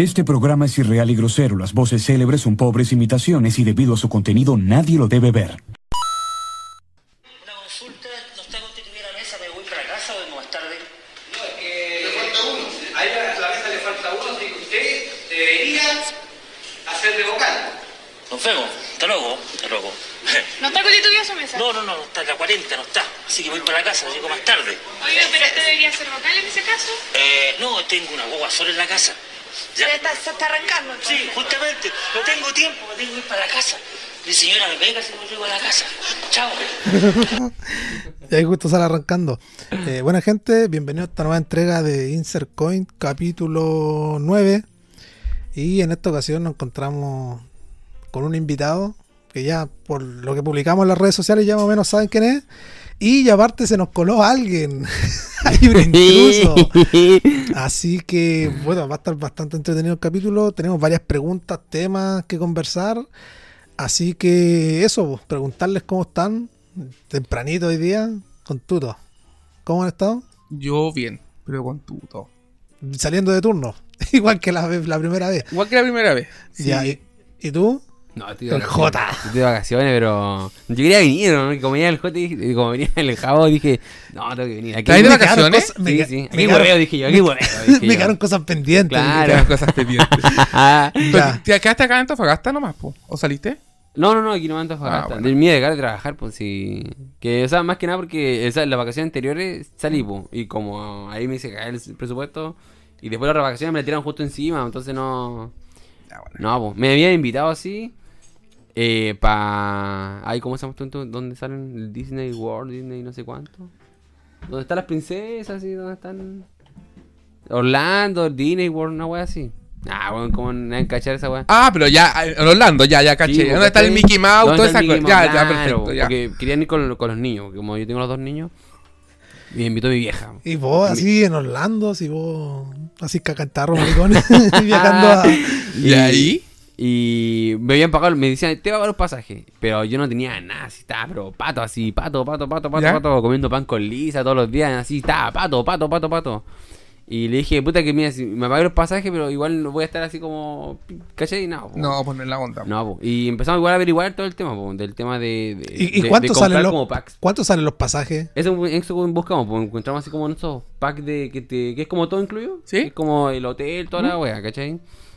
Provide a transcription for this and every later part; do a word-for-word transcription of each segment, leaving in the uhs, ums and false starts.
Este programa es irreal y grosero. Las voces célebres son pobres imitaciones y debido a su contenido nadie lo debe ver. Una consulta, ¿no está constituida la mesa? ¿Me voy para casa o vengo más tarde? No, es que le falta uno. A ella a la mesa le falta uno, así que usted debería hacer de vocal. Don Fego, hasta luego, hasta luego. ¿No está constituida su mesa? No, no, no, no está, la cuarenta no está. Así que voy para la casa, llego más tarde. Oiga, pero usted debería ser vocal en ese caso. Eh, no, tengo una guagua sola en la casa. Ya. Se, está, se está arrancando. Sí, justamente, no tengo tiempo, me tengo que ir para la casa. Mi señora me pega si no llego a la casa. Chao. Y ahí justo sale arrancando. Eh, buena gente, bienvenidos a esta nueva entrega de Insert Coin, capítulo nueve. Y en esta ocasión nos encontramos con un invitado que ya por lo que publicamos en las redes sociales ya más o menos saben quién es. Y aparte se nos coló alguien. Hay un intruso. Así que, bueno, va a estar bastante entretenido el capítulo. Tenemos varias preguntas, temas que conversar. Así que eso, pues, preguntarles cómo están. Tempranito hoy día, con Tuto. ¿Cómo han estado? Yo bien, pero con tuto. Saliendo de turno. Igual que la, la primera vez. Igual que la primera vez. Sí. Ya, ¿y, ¿y tú? No, estoy de El vacaciones. J. Estoy de vacaciones, pero yo quería venir, ¿no? Y como venía el J y como venía el Jabo, dije, no, tengo que venir. Aquí ¿Estás de Me quedaron vacaciones? cosas- me Sí, qued- sí. me Aquí quedaron- hueveo, dije yo, aquí hueveo. dije Me yo. quedaron cosas pendientes. Claro. Tenemos cosas pendientes. Ah, Pero, Ya. ¿te quedaste acá en Antofagasta nomás, po? ¿O saliste? no, no, no, aquí no me Antofagasta. Ah, bueno. Del miedo de dejar de trabajar, pues sí. Que, o sea, más que nada porque o sea, en las vacaciones anteriores salí, pues. Y como ahí me hice caer el presupuesto. Y después las vacaciones me la tiraron justo encima, entonces no. Ah, bueno. No, pues. Me habían invitado así. Eh, pa... Ay, ¿cómo se llama esto? ¿Dónde salen? El Disney World, Disney no sé cuánto. ¿Dónde están las princesas? ¿Sí? ¿Dónde están? Orlando, Disney World, una wea así. Ah, bueno, ¿cómo no encachar esa wea? Ah, pero ya, en Orlando, ya, ya caché. Sí, ¿Dónde está el ¿cachai? Mickey Mouse? ¿Dónde Toda está esa el Mickey cosa. Ya, Mouse? ya, Claro, perfecto, ya. Porque querían ir con, con los niños, porque como yo tengo los dos niños. Y me invitó mi vieja. Y vos así en Orlando, así vos así cacantarro, maricones, viajando a... ¿Y ahí? Y me habían pagado, me decían, te voy a pagar los pasajes. Pero yo no tenía nada, así estaba, pero pato, así, pato, pato, pato, pato, ¿Ya? pato, comiendo pan con lisa todos los días, así, estaba, pato, pato, pato, pato. Y le dije, puta que mira, si me pagué los pasajes, pero igual no voy a estar así como, ¿cachai? No, po. No, poner la onda. No, po. Y empezamos igual a averiguar todo el tema, po, del tema de, de, ¿Y, y de- cuánto de salen comprar los como packs. cuánto salen los pasajes? Eso, eso buscamos, pues encontramos así como esos packs de que, te, que es como todo incluido. ¿Sí? Es como el hotel, toda la wea, ¿cachai?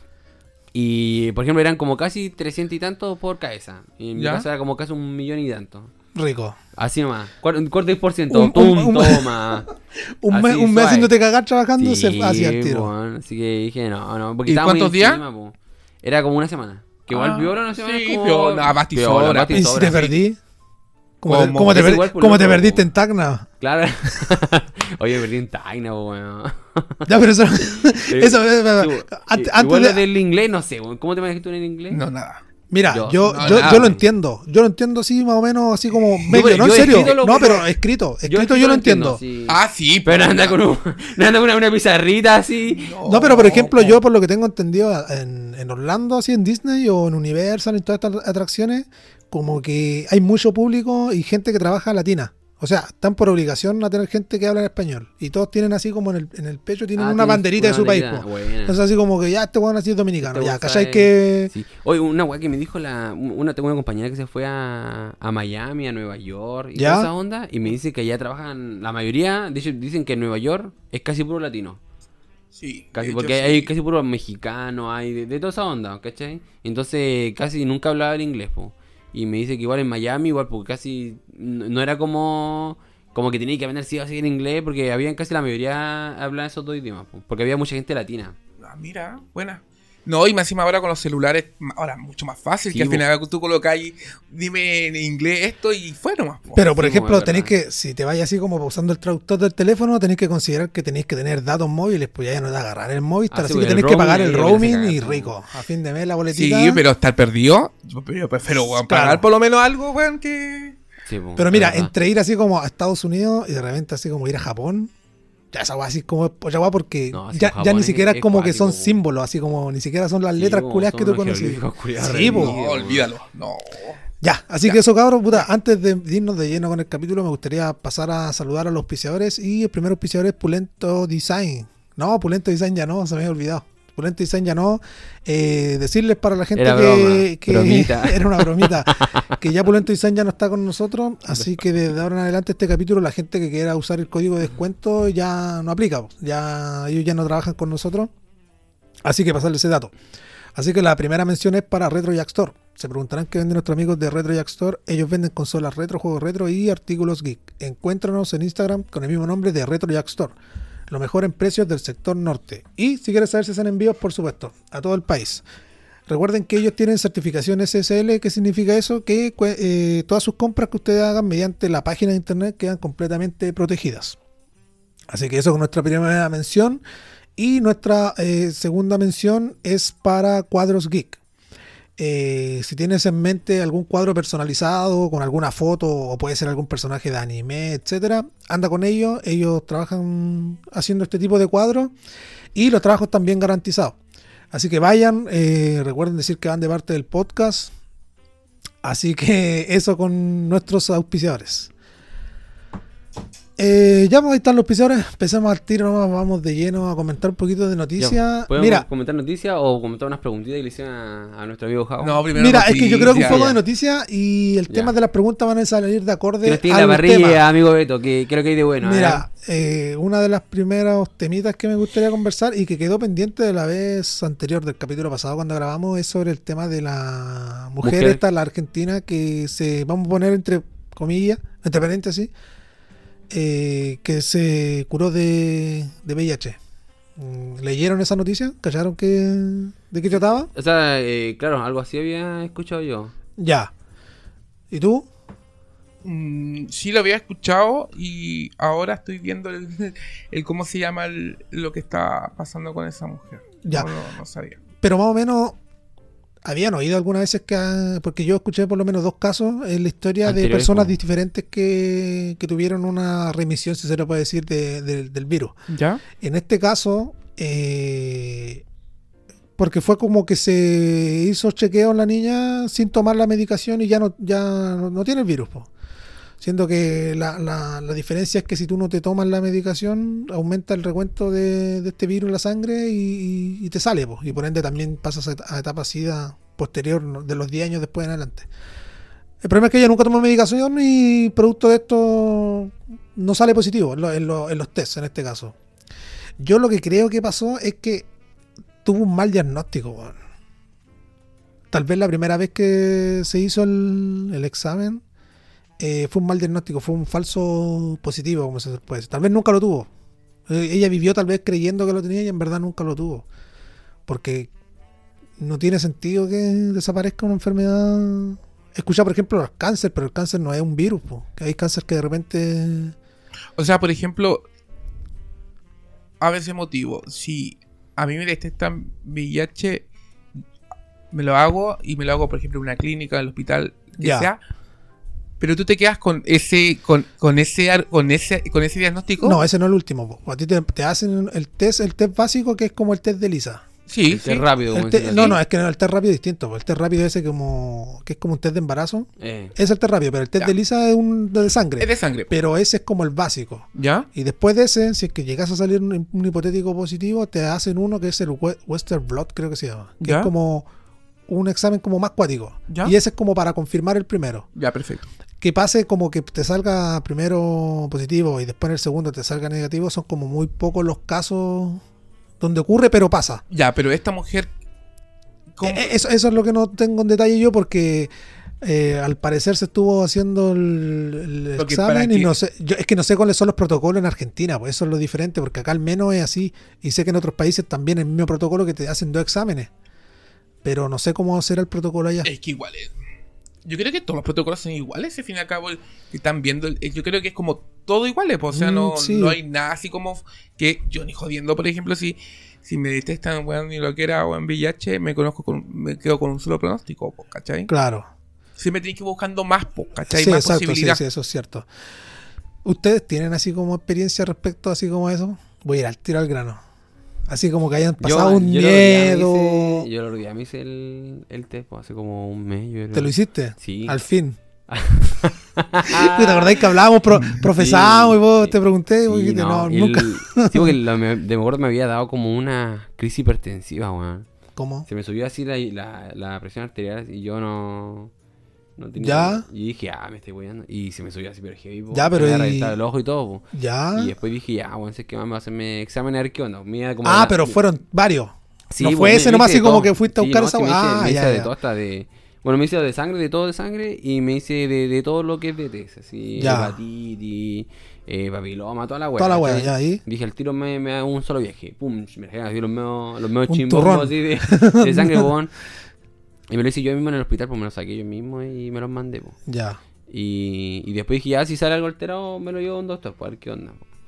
Y por ejemplo eran como casi trescientos y tantos por cabeza. Y en mi ¿Ya? casa era como casi un millón y tanto. Rico. Así nomás. Cuar- Cuarto diez por ciento. Un- Tum, un- un- toma. Un Así, mes, un mes suave. haciéndote cagar trabajando, Sí, se hacía el tiro. bueno, así que dije, no, no. Porque ¿Y estaba muy cuántos días? encima, po. Era como una semana. Que igual Ah, viola una semana. sí, es como... piola, basta y Piola, sobra. basta y ¿Y si sobra, te sí. perdí? ¿Cómo, te, ¿Cómo? cómo te, Es per- igual, pues, cómo te loco, perdiste po. en Tacna? Claro. Oye, perdí en Taina, po, weón. Ya, pero eso... eso eh, eh, Sí, antes, igual antes de- del inglés, no sé, weón. ¿Cómo te manejas tú en el inglés? No, nada. Mira, Yo- yo, no, yo, nada, yo lo güey. entiendo. Yo lo entiendo así, más o menos, así como medio, pero no en yo serio. escrito lo- No, pero escrito. Escrito yo, lo entiendo. sí. Ah, sí. Pero po, anda con, un, no anda con una, una pizarrita así. No, pero por ejemplo, yo por lo que tengo entendido en, en Orlando, así en Disney o en Universal, en todas estas atracciones, como que hay mucho público y gente que trabaja latina. O sea, están por obligación a tener gente que habla en español. Y todos tienen así como en el, en el pecho, tienen Ah, una tienes banderita de una su país. banderita, po. buena. Entonces así como que ya este weón así es dominicano. Este Ya, weón ¿cachai? sabe- Que... Sí. Oye, una weá que me dijo la una tengo una compañera que se fue a, a Miami, a Nueva York y ¿Ya? toda esa onda. Y me dice que allá trabajan, la mayoría, de hecho, dicen que en Nueva York es casi puro latino. Sí. Casi, de porque hecho, hay sí. casi puro mexicano, hay de, de toda esa onda, ¿cachai? Entonces casi nunca hablaba el inglés, po. Y me dice que igual en Miami, igual, porque casi no, no era como como que tenía que aprender sí o sí en inglés, porque había casi la mayoría hablaban esos dos idiomas, po, porque había mucha gente latina. Ah, mira, buena. No, y más encima ahora con los celulares, ma- ahora mucho más fácil, Sí, que al po. final tú colocas ahí, dime en inglés esto y fue nomás. po. Pero por Sí, ejemplo, bueno, es tenéis verdad. que, si te vayas así como usando el traductor del teléfono, tenéis que considerar que tenéis que tener datos móviles, pues ya no te agarrar el móvil, Ah, sí, así porque que el tenéis que pagar roaming, el ahí ya me roaming hace y cagar, rico. A fin de mes la Sí, boletita. pero estar perdido, yo yo prefiero weón, Claro. pagar por lo menos algo, weón, que... Sí, po, Pero mira, es verdad. entre ir así como a Estados Unidos y de repente así como ir a Japón, ya esa weá así como ya va porque No, sí, ya, Japón ya ni es- siquiera es es como que son cuático, po. símbolos, así como ni siquiera son las Sí, letras po, culiadas son que tú unos conoces. jeroglíficos culiados Sí, po. No, olvídalo, no. Ya, así que eso cabros, puta, antes de irnos de lleno con el capítulo, me gustaría pasar a saludar a los auspiciadores y el primer auspiciador es Pulento Design. No, Pulento Design ya no, se me había olvidado. Pulento Design ya no. Eh, decirles para la gente Era que, broma, que bromita. era una bromita, que ya Pulento Design ya no está con nosotros, así que desde ahora en adelante este capítulo la gente que quiera usar el código de descuento ya no aplica, po. Ya ellos ya no trabajan con nosotros, así que pasarle ese dato. Así que la primera mención es para Retro Jack Store. Se preguntarán qué venden nuestros amigos de Retro Jack Store. Ellos venden consolas retro, juegos retro y artículos geek. Encuéntranos en Instagram con el mismo nombre de Retro Jack Store. Lo mejor en precios del sector norte. Y si quieres saber si hacen envíos, por supuesto, a todo el país. Recuerden que ellos tienen certificación S S L. ¿Qué significa eso? Que eh, todas sus compras que ustedes hagan mediante la página de internet quedan completamente protegidas. Así que eso es nuestra primera mención. Y nuestra eh, segunda mención es para Cuadros Geek. Eh, si tienes en mente algún cuadro personalizado con alguna foto o puede ser algún personaje de anime, etcétera, anda con ellos. Ellos trabajan haciendo este tipo de cuadros y los trabajos están bien garantizados. Así que vayan, eh, recuerden decir que van de parte del podcast. Así que eso con nuestros auspiciadores. Eh, ya pues ahí están los auspiciadores. Empecemos al tiro, nomás vamos de lleno a comentar un poquito de noticias. ¿Podemos Mira, comentar noticias o comentar unas preguntitas que le hicieron a, a nuestro amigo Jao? No, primero mira, es que yo creo que un noticias. poco ya. de noticias y el Ya. tema de las preguntas van a salir de Que acorde nos tiene la al parrilla, tema. amigo Beto, que creo que hay de bueno. Mira, eh, una de las primeras temitas que me gustaría conversar y que quedó pendiente de la vez anterior del capítulo pasado cuando grabamos es sobre el tema de la mujer, Mujer. esta, la argentina, que se, vamos a poner entre comillas, entre paréntesis, eh, que se curó de, de V I H. Mm, ¿Leyeron esa noticia? ¿Callaron que, de qué trataba? O sea, eh, claro, algo así había escuchado yo. Ya. ¿Y tú? Mm, sí lo había escuchado y ahora estoy viendo el, el cómo se llama el- lo que está pasando con esa mujer. Ya. No, no, no sabía. Pero más o menos, ¿habían oído algunas veces que, ah, porque yo escuché por lo menos dos casos en la historia de Anteriores, personas como- diferentes que, que tuvieron una remisión, si se le puede decir, de- de- del virus? ¿Ya? En este caso, eh, porque fue como que se hizo chequeo en la niña sin tomar la medicación y ya no, ya no, no tiene el virus, po. Siendo que la, la, la diferencia es que si tú no te tomas la medicación, aumenta el recuento de, de este virus en la sangre y, y- y te sale, po. Y por ende también pasas a, et- a etapa SIDA posterior, ¿no? De los diez años después en adelante. El problema es que ella nunca tomó medicación y producto de esto no sale positivo en, lo- en lo- en los tests en este caso. Yo lo que creo que pasó es que tuvo un mal diagnóstico, weón. Tal vez la primera vez que se hizo el, el examen eh, fue un mal diagnóstico, fue un falso positivo, como se puede decir. Tal vez nunca lo tuvo. Eh, ella vivió tal vez creyendo que lo tenía y en verdad nunca lo tuvo. Porque no tiene sentido que desaparezca una enfermedad. Escucha, por ejemplo, el cáncer, pero el cáncer no es un virus, po. Que hay cáncer que de repente... O sea, por ejemplo, a veces motivo, si a mí me detectan V I H, me lo hago y me lo hago, por ejemplo, en una clínica, en el hospital, que Ya. sea. Pero tú te quedas con ese, con, con ese, ar- con ese, con ese diagnóstico. No, ese no es el último, po. A ti te, te hacen el test, el test básico que es como el test de Lisa. Sí, Este sí. es rápido, como El te- decirlo no, así. no, es que no, el test rápido es distinto, po. El test rápido ese como que es como un test de embarazo. Eh, Es el test rápido, pero el test Ya. de Lisa es un de sangre. Es de sangre. Pero ese es como el básico. ¿Ya? Y después de ese, si es que llegas a salir un, un hipotético positivo, te hacen uno que es el We- Western Blot, creo que se llama. Que ¿Ya? es como un examen como más cuático. ¿Ya? Y ese es como para confirmar el primero. Ya, perfecto. Que pase como que te salga primero positivo y después en el segundo te salga negativo, son como muy pocos los casos donde ocurre, pero pasa. Ya, pero esta mujer. ¿cómo? Eh, Eso, eso es lo que no tengo en detalle yo porque eh, al parecer se estuvo haciendo el, el Porque para examen y que- no sé, yo, es que no sé cuáles son los protocolos en Argentina, pues eso es lo diferente, porque acá al menos es así y sé que en otros países también es el mismo protocolo que te hacen dos exámenes, pero no sé cómo será el protocolo allá. Es que igual es. Yo creo que todos los protocolos son iguales, al fin y al cabo, el- que están viendo. el- yo creo que es como todo igual, pues, o sea, Mm, no, sí. no hay nada así como que yo ni jodiendo, por ejemplo, si, si me detectan, weón, ni lo que era o en V I H, me conozco con, me quedo con un solo pronóstico, pues, ¿cachai? Claro. Si me tienen que ir buscando más, pues, ¿cachai? Sí, más exacto, sí, posibilidad. sí, eso es cierto. ¿Ustedes tienen así como experiencia respecto así como a eso? Voy a ir al tiro al grano. Así como que hayan pasado yo, un yo el otro día me miedo. hice- Yo el otro día me hice el, el test, pues, hace como un mes. Yo creo. ¿Te lo hiciste? Sí. Al fin. ¿Te acordás que hablábamos, pro, profesábamos Sí, y vos sí. te pregunté? Y vos Sí, dijiste, no, el- nunca. Sí, porque lo- me, de me acuerdo me había dado como una crisis hipertensiva, weón. ¿Cómo? Se me subió así la, la, la presión arterial y yo no... no tenía... Ya. Y dije, ah, me estoy cuidando. Y se me subió así, pero heavy, po. Ya, pero Me había y- reventado el ojo y todo, po. Ya. Y después dije, ya, bueno, sé que más me va a hacerme examen a ver qué onda. Me iba como Ah, la- pero fueron varios. Sí, no pues, fue me- ese me nomás hice así de como todo. que fuiste a Sí, buscar no, esa sí, me hice, Ah, me hice ya, de ya. todo, hasta de... Bueno, me hice de sangre, de todo de sangre, y me hice de, de todo lo que es de test, así, Ya. hepatitis, eh, papiloma, toda la weá. Toda la weá, ¿cachai? ya, ahí. Dije, al tiro me, me hago un solo viaje, pum, me dejaron así los meos, los meos Un chimbombos turrón. así de, de sangre, weón. Y me lo hice yo mismo en el hospital, pues me lo saqué yo mismo y me los mandé, pues. Ya. Y, y después dije, ya, si sale algo alterado, me lo llevo a un doctor, para ver qué onda, po.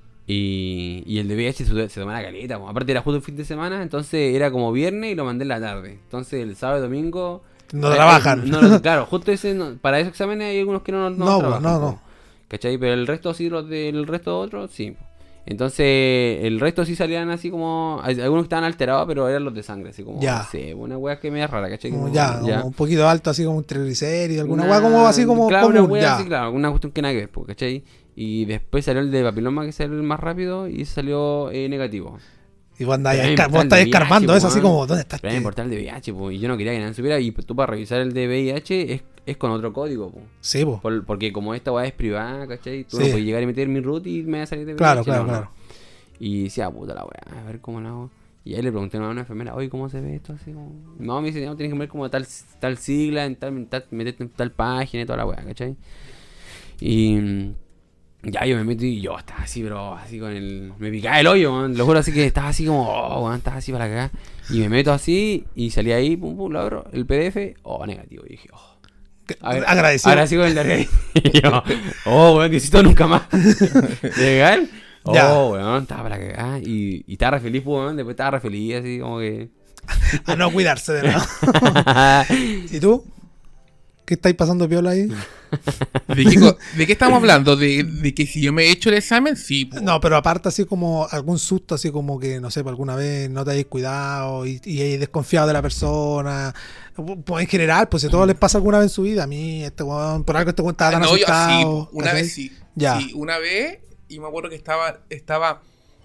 Y, y el de V I H se, se tomaba la caleta, po. Aparte era justo el fin de semana, entonces era como viernes y lo mandé en la tarde. Entonces el sábado y domingo... No eh, trabajan. eh, no, no, claro, justo ese, no- para esos exámenes hay algunos que no, no, No, trabajan, no, po. no. ¿Cachai? Pero el resto sí, los del resto otros, sí. po. Entonces, el resto sí salían así como... hay- Algunos que estaban alterados, pero eran los de sangre, así como... Ya. No sé, una wea que me rara, ¿cachai? Como Como- ya, como un poquito alto, así como un triglicérido, alguna Una- weá como así como claro, una común, wea ya. así, claro, una cuestión que nada que ver, po, ¿cachai? Y después salió el de papiloma, que salió el más rápido, y salió eh, negativo. Y vos andáis Pero a mí me escar- vos importa estáis el V I H, escarbando eso, así weón. como, ¿dónde está Pero a mí me este? importaba el de V I H, po, y yo no quería que nadie supiera, y tú para revisar el de V I H es, es con otro código, po. Sí, po. Por- porque como esta weá es privada, ¿cachai? Tú Sí. no puedes llegar y meter mi root y me va a salir de Claro, V I H, claro, no, no. claro. Y decía, puta la weá, a ver cómo lo hago. Y ahí le pregunté a una enfermera, oye, ¿cómo se ve esto? Así como... No, me dice, no, tienes que ver como tal, tal sigla, en tal, en tal, meterte en tal página y toda la weá, ¿cachai? Y... mm, ya yo me metí y yo estaba así, bro, así con el... Me picaba el hoyo, man, lo juro, así que estaba así como, oh, weón, estaba así para acá. Y me meto así y salí ahí, pum, pum, lo abro, el P D F, oh, negativo. Y dije, oh... Agra- Agradecido. Agradecido con el de arriba. Y yo, oh, weón, necesito nunca más. ¿Legal? Oh, Ya. weón, estaba para cagar. Y, y estaba re feliz, pues, weón. Después estaba re feliz, así como que. A no cuidarse de nada. ¿Y tú? ¿Qué estáis pasando piola ahí? ¿De qué, co- de qué estamos hablando? ¿De, de que si yo me he hecho el examen? Sí. po. No, pero aparte así como algún susto, así como que, no sé, alguna vez no te hayas cuidado y, y hayas desconfiado de la persona. Pues en general, pues si a todos les pasa alguna vez en su vida, a mí, este weón, por algo este weón estaba tan No, yo sí, asustado. po, una ¿cachai? vez sí. Ya. Sí, una vez, y me acuerdo que estaba, estaba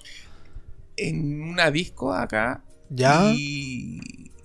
en una disco acá. Ya. Y,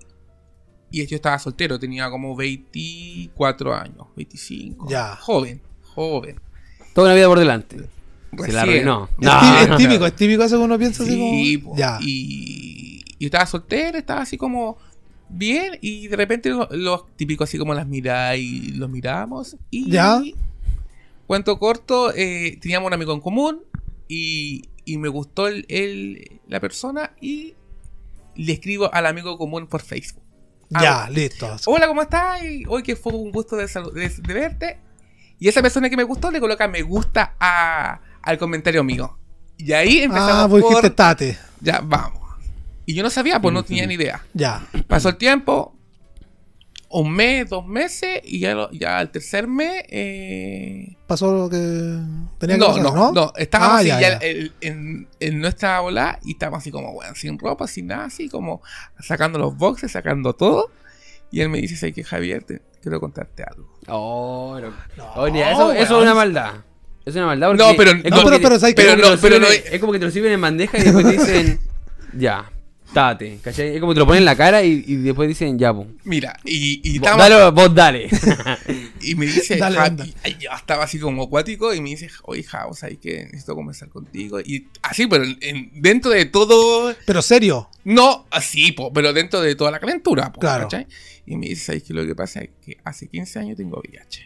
y yo estaba soltero, tenía como veinticuatro años, veinticinco. Ya. Joven, joven. Toda una vida por delante. Se la Recién. arruinó. Es No, tí- es no. típico, es típico eso que uno piensa así Sí, como. po, Ya. y, y yo estaba soltero, estaba así como bien, y de repente lo- los típicos así como las mirás y los miramos. Y Ya. cuento corto, eh, teníamos un amigo en común y, y me gustó el, el- la persona y le escribo al amigo común por Facebook. Ya, Ah, listo. hola, ¿cómo estás? Y hoy que fue un gusto de, salu- de- de verte. Y esa persona que me gustó le coloca me gusta a, al comentario mío. Y ahí empezamos Ah, vos dijiste por... tate. Ya, vamos. Y yo no sabía, pues no tenía ni idea. Ya. Pasó el tiempo, un mes, dos meses, y ya, lo- ya al tercer mes... Eh... Pasó lo que tenía que No, pasar, no, ¿no? no, estábamos Ah, así ya, ya ya. el- en, en nuestra ola y estábamos así como, bueno, sin ropa, sin nada, así como sacando los boxes, sacando todo. Y él me dice, ¿sabes qué, Javier? Te, quiero contarte algo. Oh, no. No, Oye, eso, eso es weón. una maldad. Es una maldad porque No, pero- es no, como pero- que- pero ¿sabes qué? es como Pero que no, te lo pero sirven- no- es como que te lo sirven en bandeja y después te dicen, ya, tate, ¿cachai? Es como que te lo ponen en la cara y, y después dicen, ya, po. Mira, y, y Vos, estábamos- dale, vos dale. y me dice, Dale, Ja- anda. y- ay, yo estaba así como acuático y me dice, oye, Jao, ¿sabes qué? Necesito conversar contigo. Y así, pero en- en- dentro de todo... Pero serio. No, así, po, pero dentro de toda la calentura, po, Claro. ¿cachai? Y me dice, ¿sabes qué? Lo que pasa es que hace quince años tengo V I H.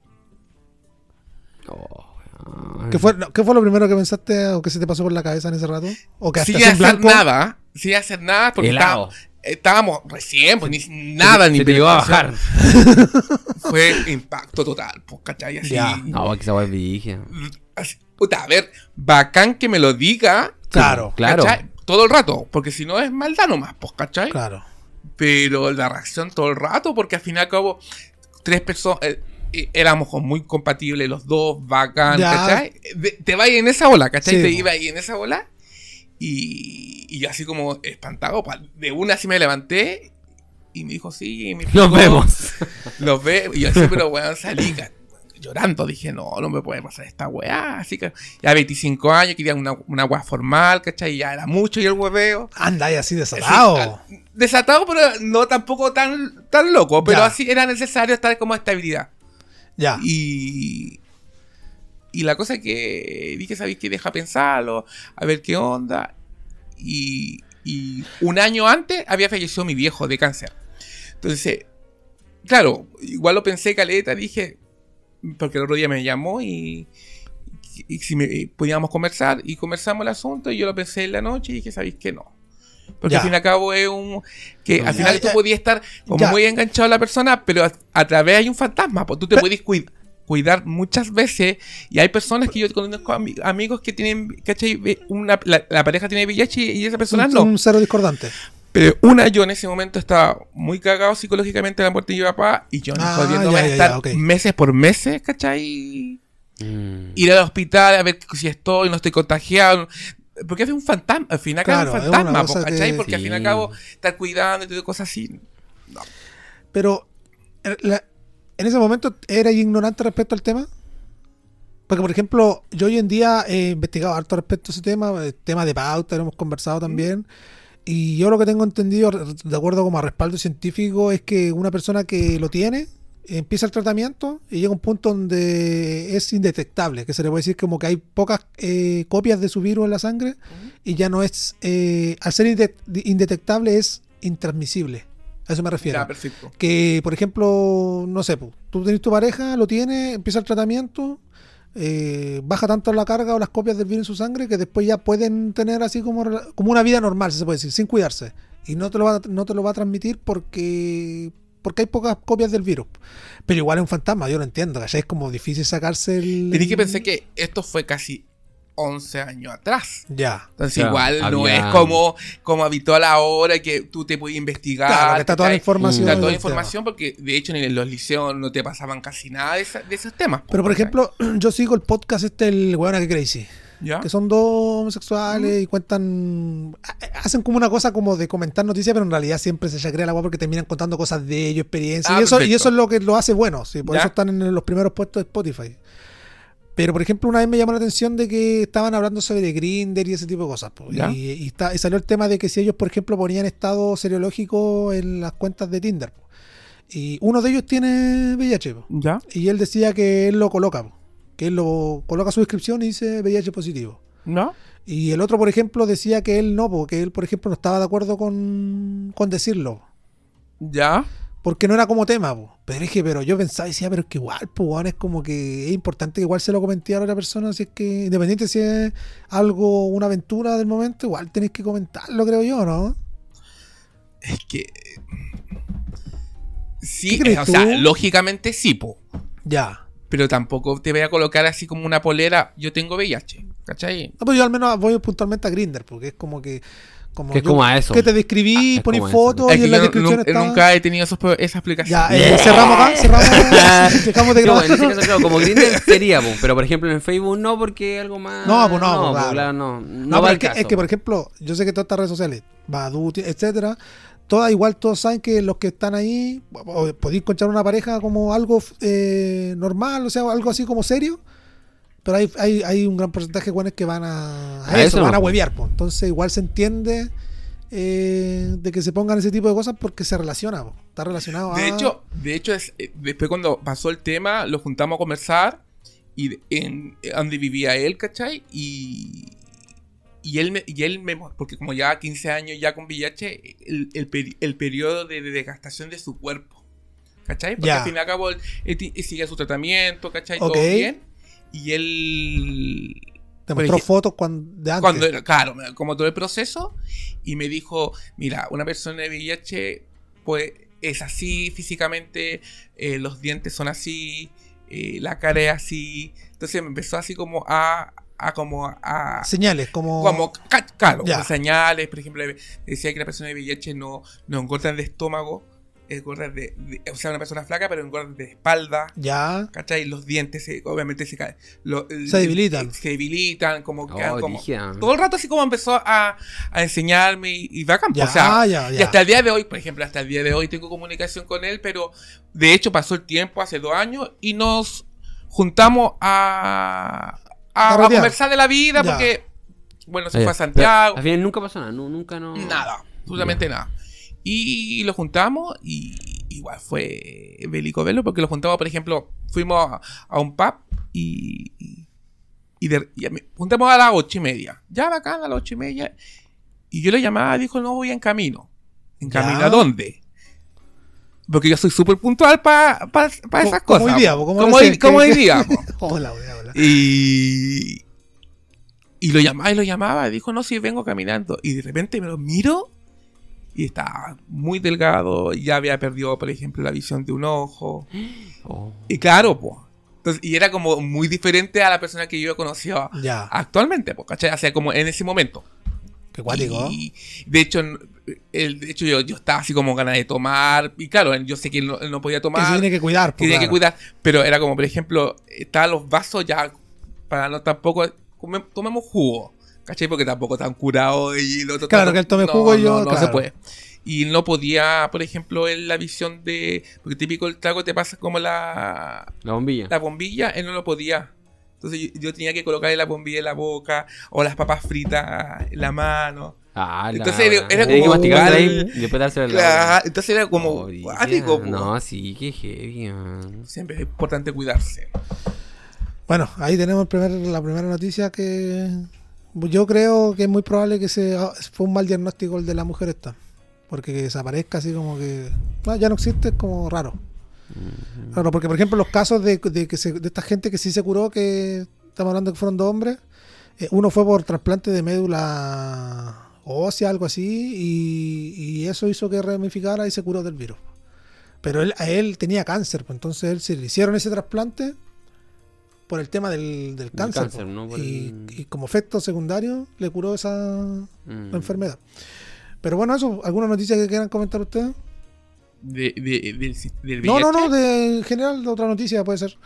Oh, weón. ¿Qué fue, no, ¿Qué fue lo primero que pensaste o que se te pasó por la cabeza en ese rato? ¿O que hasta Sin sin hacer blanco? nada, sin hacer nada, porque Helado. estábamos, estábamos recién, pues ni nada, ni Se te llegó a bajar. Fue impacto total, pues, ¿cachai? Así, Ya. No, que esa weá es vigia. así, puta, a ver, bacán que me lo diga, Claro, Claro. ¿cachai? Todo el rato, porque si no es maldad nomás, pues, ¿cachai? claro. Pero la reacción todo el rato, porque al final como tres personas, eh, eh, éramos muy compatibles los dos, bacán, Ya. ¿cachai? De- te vas en esa ola, ¿cachai? Sí, te po. ibas ahí en esa ola y, y yo así como espantado, pa, de una así me levanté Y me dijo, sí, y me Nos explicó, vemos. Los ve, y yo así, pero weón, salí ca- llorando. Dije, no, no me puede pasar esta weá. Así que ya veinticinco años, quería una, una weá formal, ¿cachai? Y ya era mucho y el hueveo. Anda ahí así desatado. Así, desatado, pero no tampoco tan, tan loco. Pero Ya. así era necesario estar como estabilidad. Ya. Y, y la cosa es que dije, ¿sabéis qué? Deja pensarlo, a ver qué onda. Y, y un año antes había fallecido mi viejo de cáncer. Entonces, claro, igual lo pensé caleta, dije, porque el otro día me llamó y, y, y si me, y podíamos conversar, y conversamos el asunto, y yo lo pensé en la noche y dije, ¿sabéis qué? No. Porque Ya. al fin y al cabo es un... que Ya, al final ya, tú ya. podías estar como Ya. muy enganchado a la persona, pero a, a través hay un fantasma, pues tú te Pe- puedes cuidar. Cuidar muchas veces, y hay personas que yo conozco ami- amigos que tienen, ¿cachai? Una, la, la pareja tiene V I H y esa persona un, no. un cero discordante. Pero una, yo en ese momento estaba muy cagado psicológicamente de la muerte de mi papá, y yo no Ah, jodiéndome ya, a ya, estar ya, ok. meses por meses, ¿cachai? Mm. Ir al hospital a ver si estoy, no estoy contagiado. Porque es un fantasma, al final Claro, es un es una fantasma, cosa po, ¿cachai? que- Porque al fin y al Sí. cabo, estar cuidando y todo cosas así. No. Pero, eh, la- ¿en ese momento era ignorante respecto al tema? Porque, por ejemplo, yo hoy en día he investigado harto respecto a ese tema, el tema de pauta, lo hemos conversado también. Y yo lo que tengo entendido, de acuerdo como a respaldo científico, es que una persona que lo tiene, empieza el tratamiento y llega a un punto donde es indetectable, que se le puede decir como que hay pocas eh, copias de su virus en la sangre y ya no es, eh, al ser inde- indetectable es intransmisible. A eso me refiero. Ya, perfecto. Que, por ejemplo, no sé, pu, tú tenés tu pareja, lo tienes, empieza el tratamiento, eh, baja tanto la carga o las copias del virus en su sangre que después ya pueden tener así como, rela- como una vida normal, si se puede decir, sin cuidarse. Y no te lo va, a- no te lo va a transmitir porque porque hay pocas copias del virus. Pero igual es un fantasma, yo lo entiendo, ¿cachai? Es como difícil sacarse el... Tenés que pensar que esto fue casi once años atrás. Ya. Entonces Claro, igual no había- es como, como habitual ahora que tú te puedes investigar. Claro, que está toda la ¿cachai? información. Está toda la del información porque de hecho en los liceos no te pasaban casi nada de, esa- de esos temas. tema. Pero, por ¿cachai? ejemplo, yo sigo el podcast este, el Weona que Crazy. ¿Ya? Que son dos homosexuales y cuentan, ha- hacen como una cosa como de comentar noticias, pero en realidad siempre se chacrea la agua porque terminan contando cosas de ellos, experiencias, Ah, y, eso, y perfecto. eso es lo que lo hace bueno, sí, por ¿Ya? eso están en los primeros puestos de Spotify. Pero, por ejemplo, una vez me llamó la atención de que estaban hablando sobre Grindr y ese tipo de cosas, po. ¿Ya? y, y, está- y salió el tema de que si ellos, por ejemplo, ponían estado seriológico en las cuentas de Tinder, po. Y uno de ellos tiene V I H, po. ¿Ya? Y él decía que él lo coloca, po. Que él lo coloca su descripción y dice V I H positivo. ¿No? Y el otro, por ejemplo, decía que él no, porque él, por ejemplo, no estaba de acuerdo con, con decirlo. ¿Ya? Porque no era como tema, po. Pero dije, pero yo pensaba y decía, pero es que igual, pues, weón, es como que es importante que igual se lo comenté a la otra persona, si es que, independiente si es algo, una aventura del momento, igual tenés que comentarlo, creo yo, ¿no? Es que... Sí, ¿Qué crees eh, o sea, tú? lógicamente sí, po. Ya. Pero tampoco te voy a colocar así como una polera, yo tengo V I H, ¿cachai? No, pues yo al menos voy puntualmente a Grindr, porque es como que... Como Que es yo- como a eso. Que te describí, Ah, es ponís como a eso. fotos Es y que en la yo descripción nu- está... nunca he tenido esos, esa explicación. Ya, eh, cerramos acá, cerramos, dejamos de Sí, grabar. bueno, en ese caso, claro, como Grindr sería, po, pero por ejemplo en Facebook no, porque algo más. No, pues no, no, pues, pues, claro. no, no, No, va pero al es que, caso. es que, por ejemplo, yo sé que todas estas redes sociales, Badoo, etcétera, todas igual, todos saben que los que están ahí, o- podéis encontrar una pareja como algo eh, normal, o sea, algo así como serio, pero hay, hay, hay un gran porcentaje de buenos que van a, a A eso, eso van no, a po. huevear, po. Entonces igual se entiende eh, de que se pongan ese tipo de cosas porque se relaciona, po. Está relacionado a... De hecho, de hecho es, eh, después cuando pasó el tema, lo juntamos a conversar y de- en eh, donde vivía él, ¿cachai? Y, y él me, y él me, porque como ya quince años ya con V I H, el, el, peri- el periodo de, de desgastación de su cuerpo, ¿cachai? Porque Ya. al fin y al cabo él, él ti- sigue su tratamiento, ¿cachai? Ok. Todo bien. Y él... te por mostró ej- fotos cuando, de antes. Cuando era, claro, como todo el proceso, y me dijo, mira, una persona de V I H pues es así físicamente, eh, los dientes son así, eh, la cara es así. Entonces me empezó así como a, a como a... Señales, como... Como, ca- claro, Ya. como señales, por ejemplo, decía que la persona de V I H no, no engordan de estómago, engordar de, de- o sea, una persona flaca, pero engordar de espalda. Ya. ¿Cachai? Los dientes se- obviamente se caen. Lo- el- Se debilitan. eh, Se debilitan, como, Oh, quedan como brígida. todo el rato así como empezó a, a enseñarme y, y bacán. Ya, o sea, ya, y ya. hasta el día de hoy, por ejemplo, hasta el día de hoy tengo comunicación con él, pero de hecho pasó el tiempo hace dos años y nos juntamos a, a, A a rodear. conversar de la vida Ya. porque, bueno, se Ah, fue ya. a Santiago. Pero al final nunca pasó nada, nu- nunca no. Nada, absolutamente nada. Y lo juntamos y igual fue bélico verlo porque lo juntamos, por ejemplo, fuimos a, a un pub y, y, y de- y a mí- juntamos a las ocho y media. Ya bacán, a las ocho y media. Y yo le llamaba y dijo, no, voy en camino. ¿En Ya. camino a dónde? Porque yo soy súper puntual para pa, pa esas Como cosas. hoy día, po. po, como como recién hoy, como que- hoy día. po. Hola, hola, hola. Y, y lo llamaba y lo llamaba. Y dijo, no, sí, vengo caminando. Y de repente me lo miro y estaba muy delgado. Y ya había perdido, por ejemplo, la visión de un ojo. Oh. Y claro, pues. Entonces, y era como muy diferente a la persona que yo conocía Ya. actualmente, pues, ¿cachai? O sea, como en ese momento. Qué cuático. Y de hecho, el, de hecho yo, yo estaba así como ganas de tomar. Y claro, yo sé que él no, él no podía Que tomar. se tiene que cuidar. que pues, tenía que claro. cuidar. Pero era como, por ejemplo, estaban los vasos ya para no tampoco. come- tomemos jugo. ¿Cachai? Porque tampoco están curados y el otro Claro, tanto- que él tome no, jugo y yo, No, no claro. se puede. Y no podía, por ejemplo, en la visión de. Porque típico el trago te pasa como la, La bombilla. la bombilla, él no lo podía. Entonces yo, yo tenía que colocarle la bombilla en la boca o las papas fritas en la mano. Ah, la Entonces era- hora. era Tenía que como masticarla igual- ahí y después dársela en la Claro, boca. entonces era como Oh, cuático, ya. po. No, sí, qué heavy, man. Siempre es importante cuidarse. Bueno, ahí tenemos el primer- la primera noticia que yo creo que es muy probable que se, fue un mal diagnóstico el de la mujer esta. Porque que desaparezca así como que ah, ya no existe es como raro. Claro, porque por ejemplo los casos de, de que se- de esta gente que sí se curó, que estamos hablando que fueron dos hombres, eh, uno fue por trasplante de médula ósea, algo así, y, y eso hizo que ramificara y se curó del virus. Pero él, a él tenía cáncer, pues entonces él se le hicieron ese trasplante por el tema del, del cáncer, cáncer, pues. ¿no? Por y, el- y como efecto secundario le curó esa Mm. enfermedad. Pero bueno, eso, ¿alguna noticia que quieran comentar ustedes? De, de- del, del No, no, V I H. no, de en general, de otra noticia puede ser.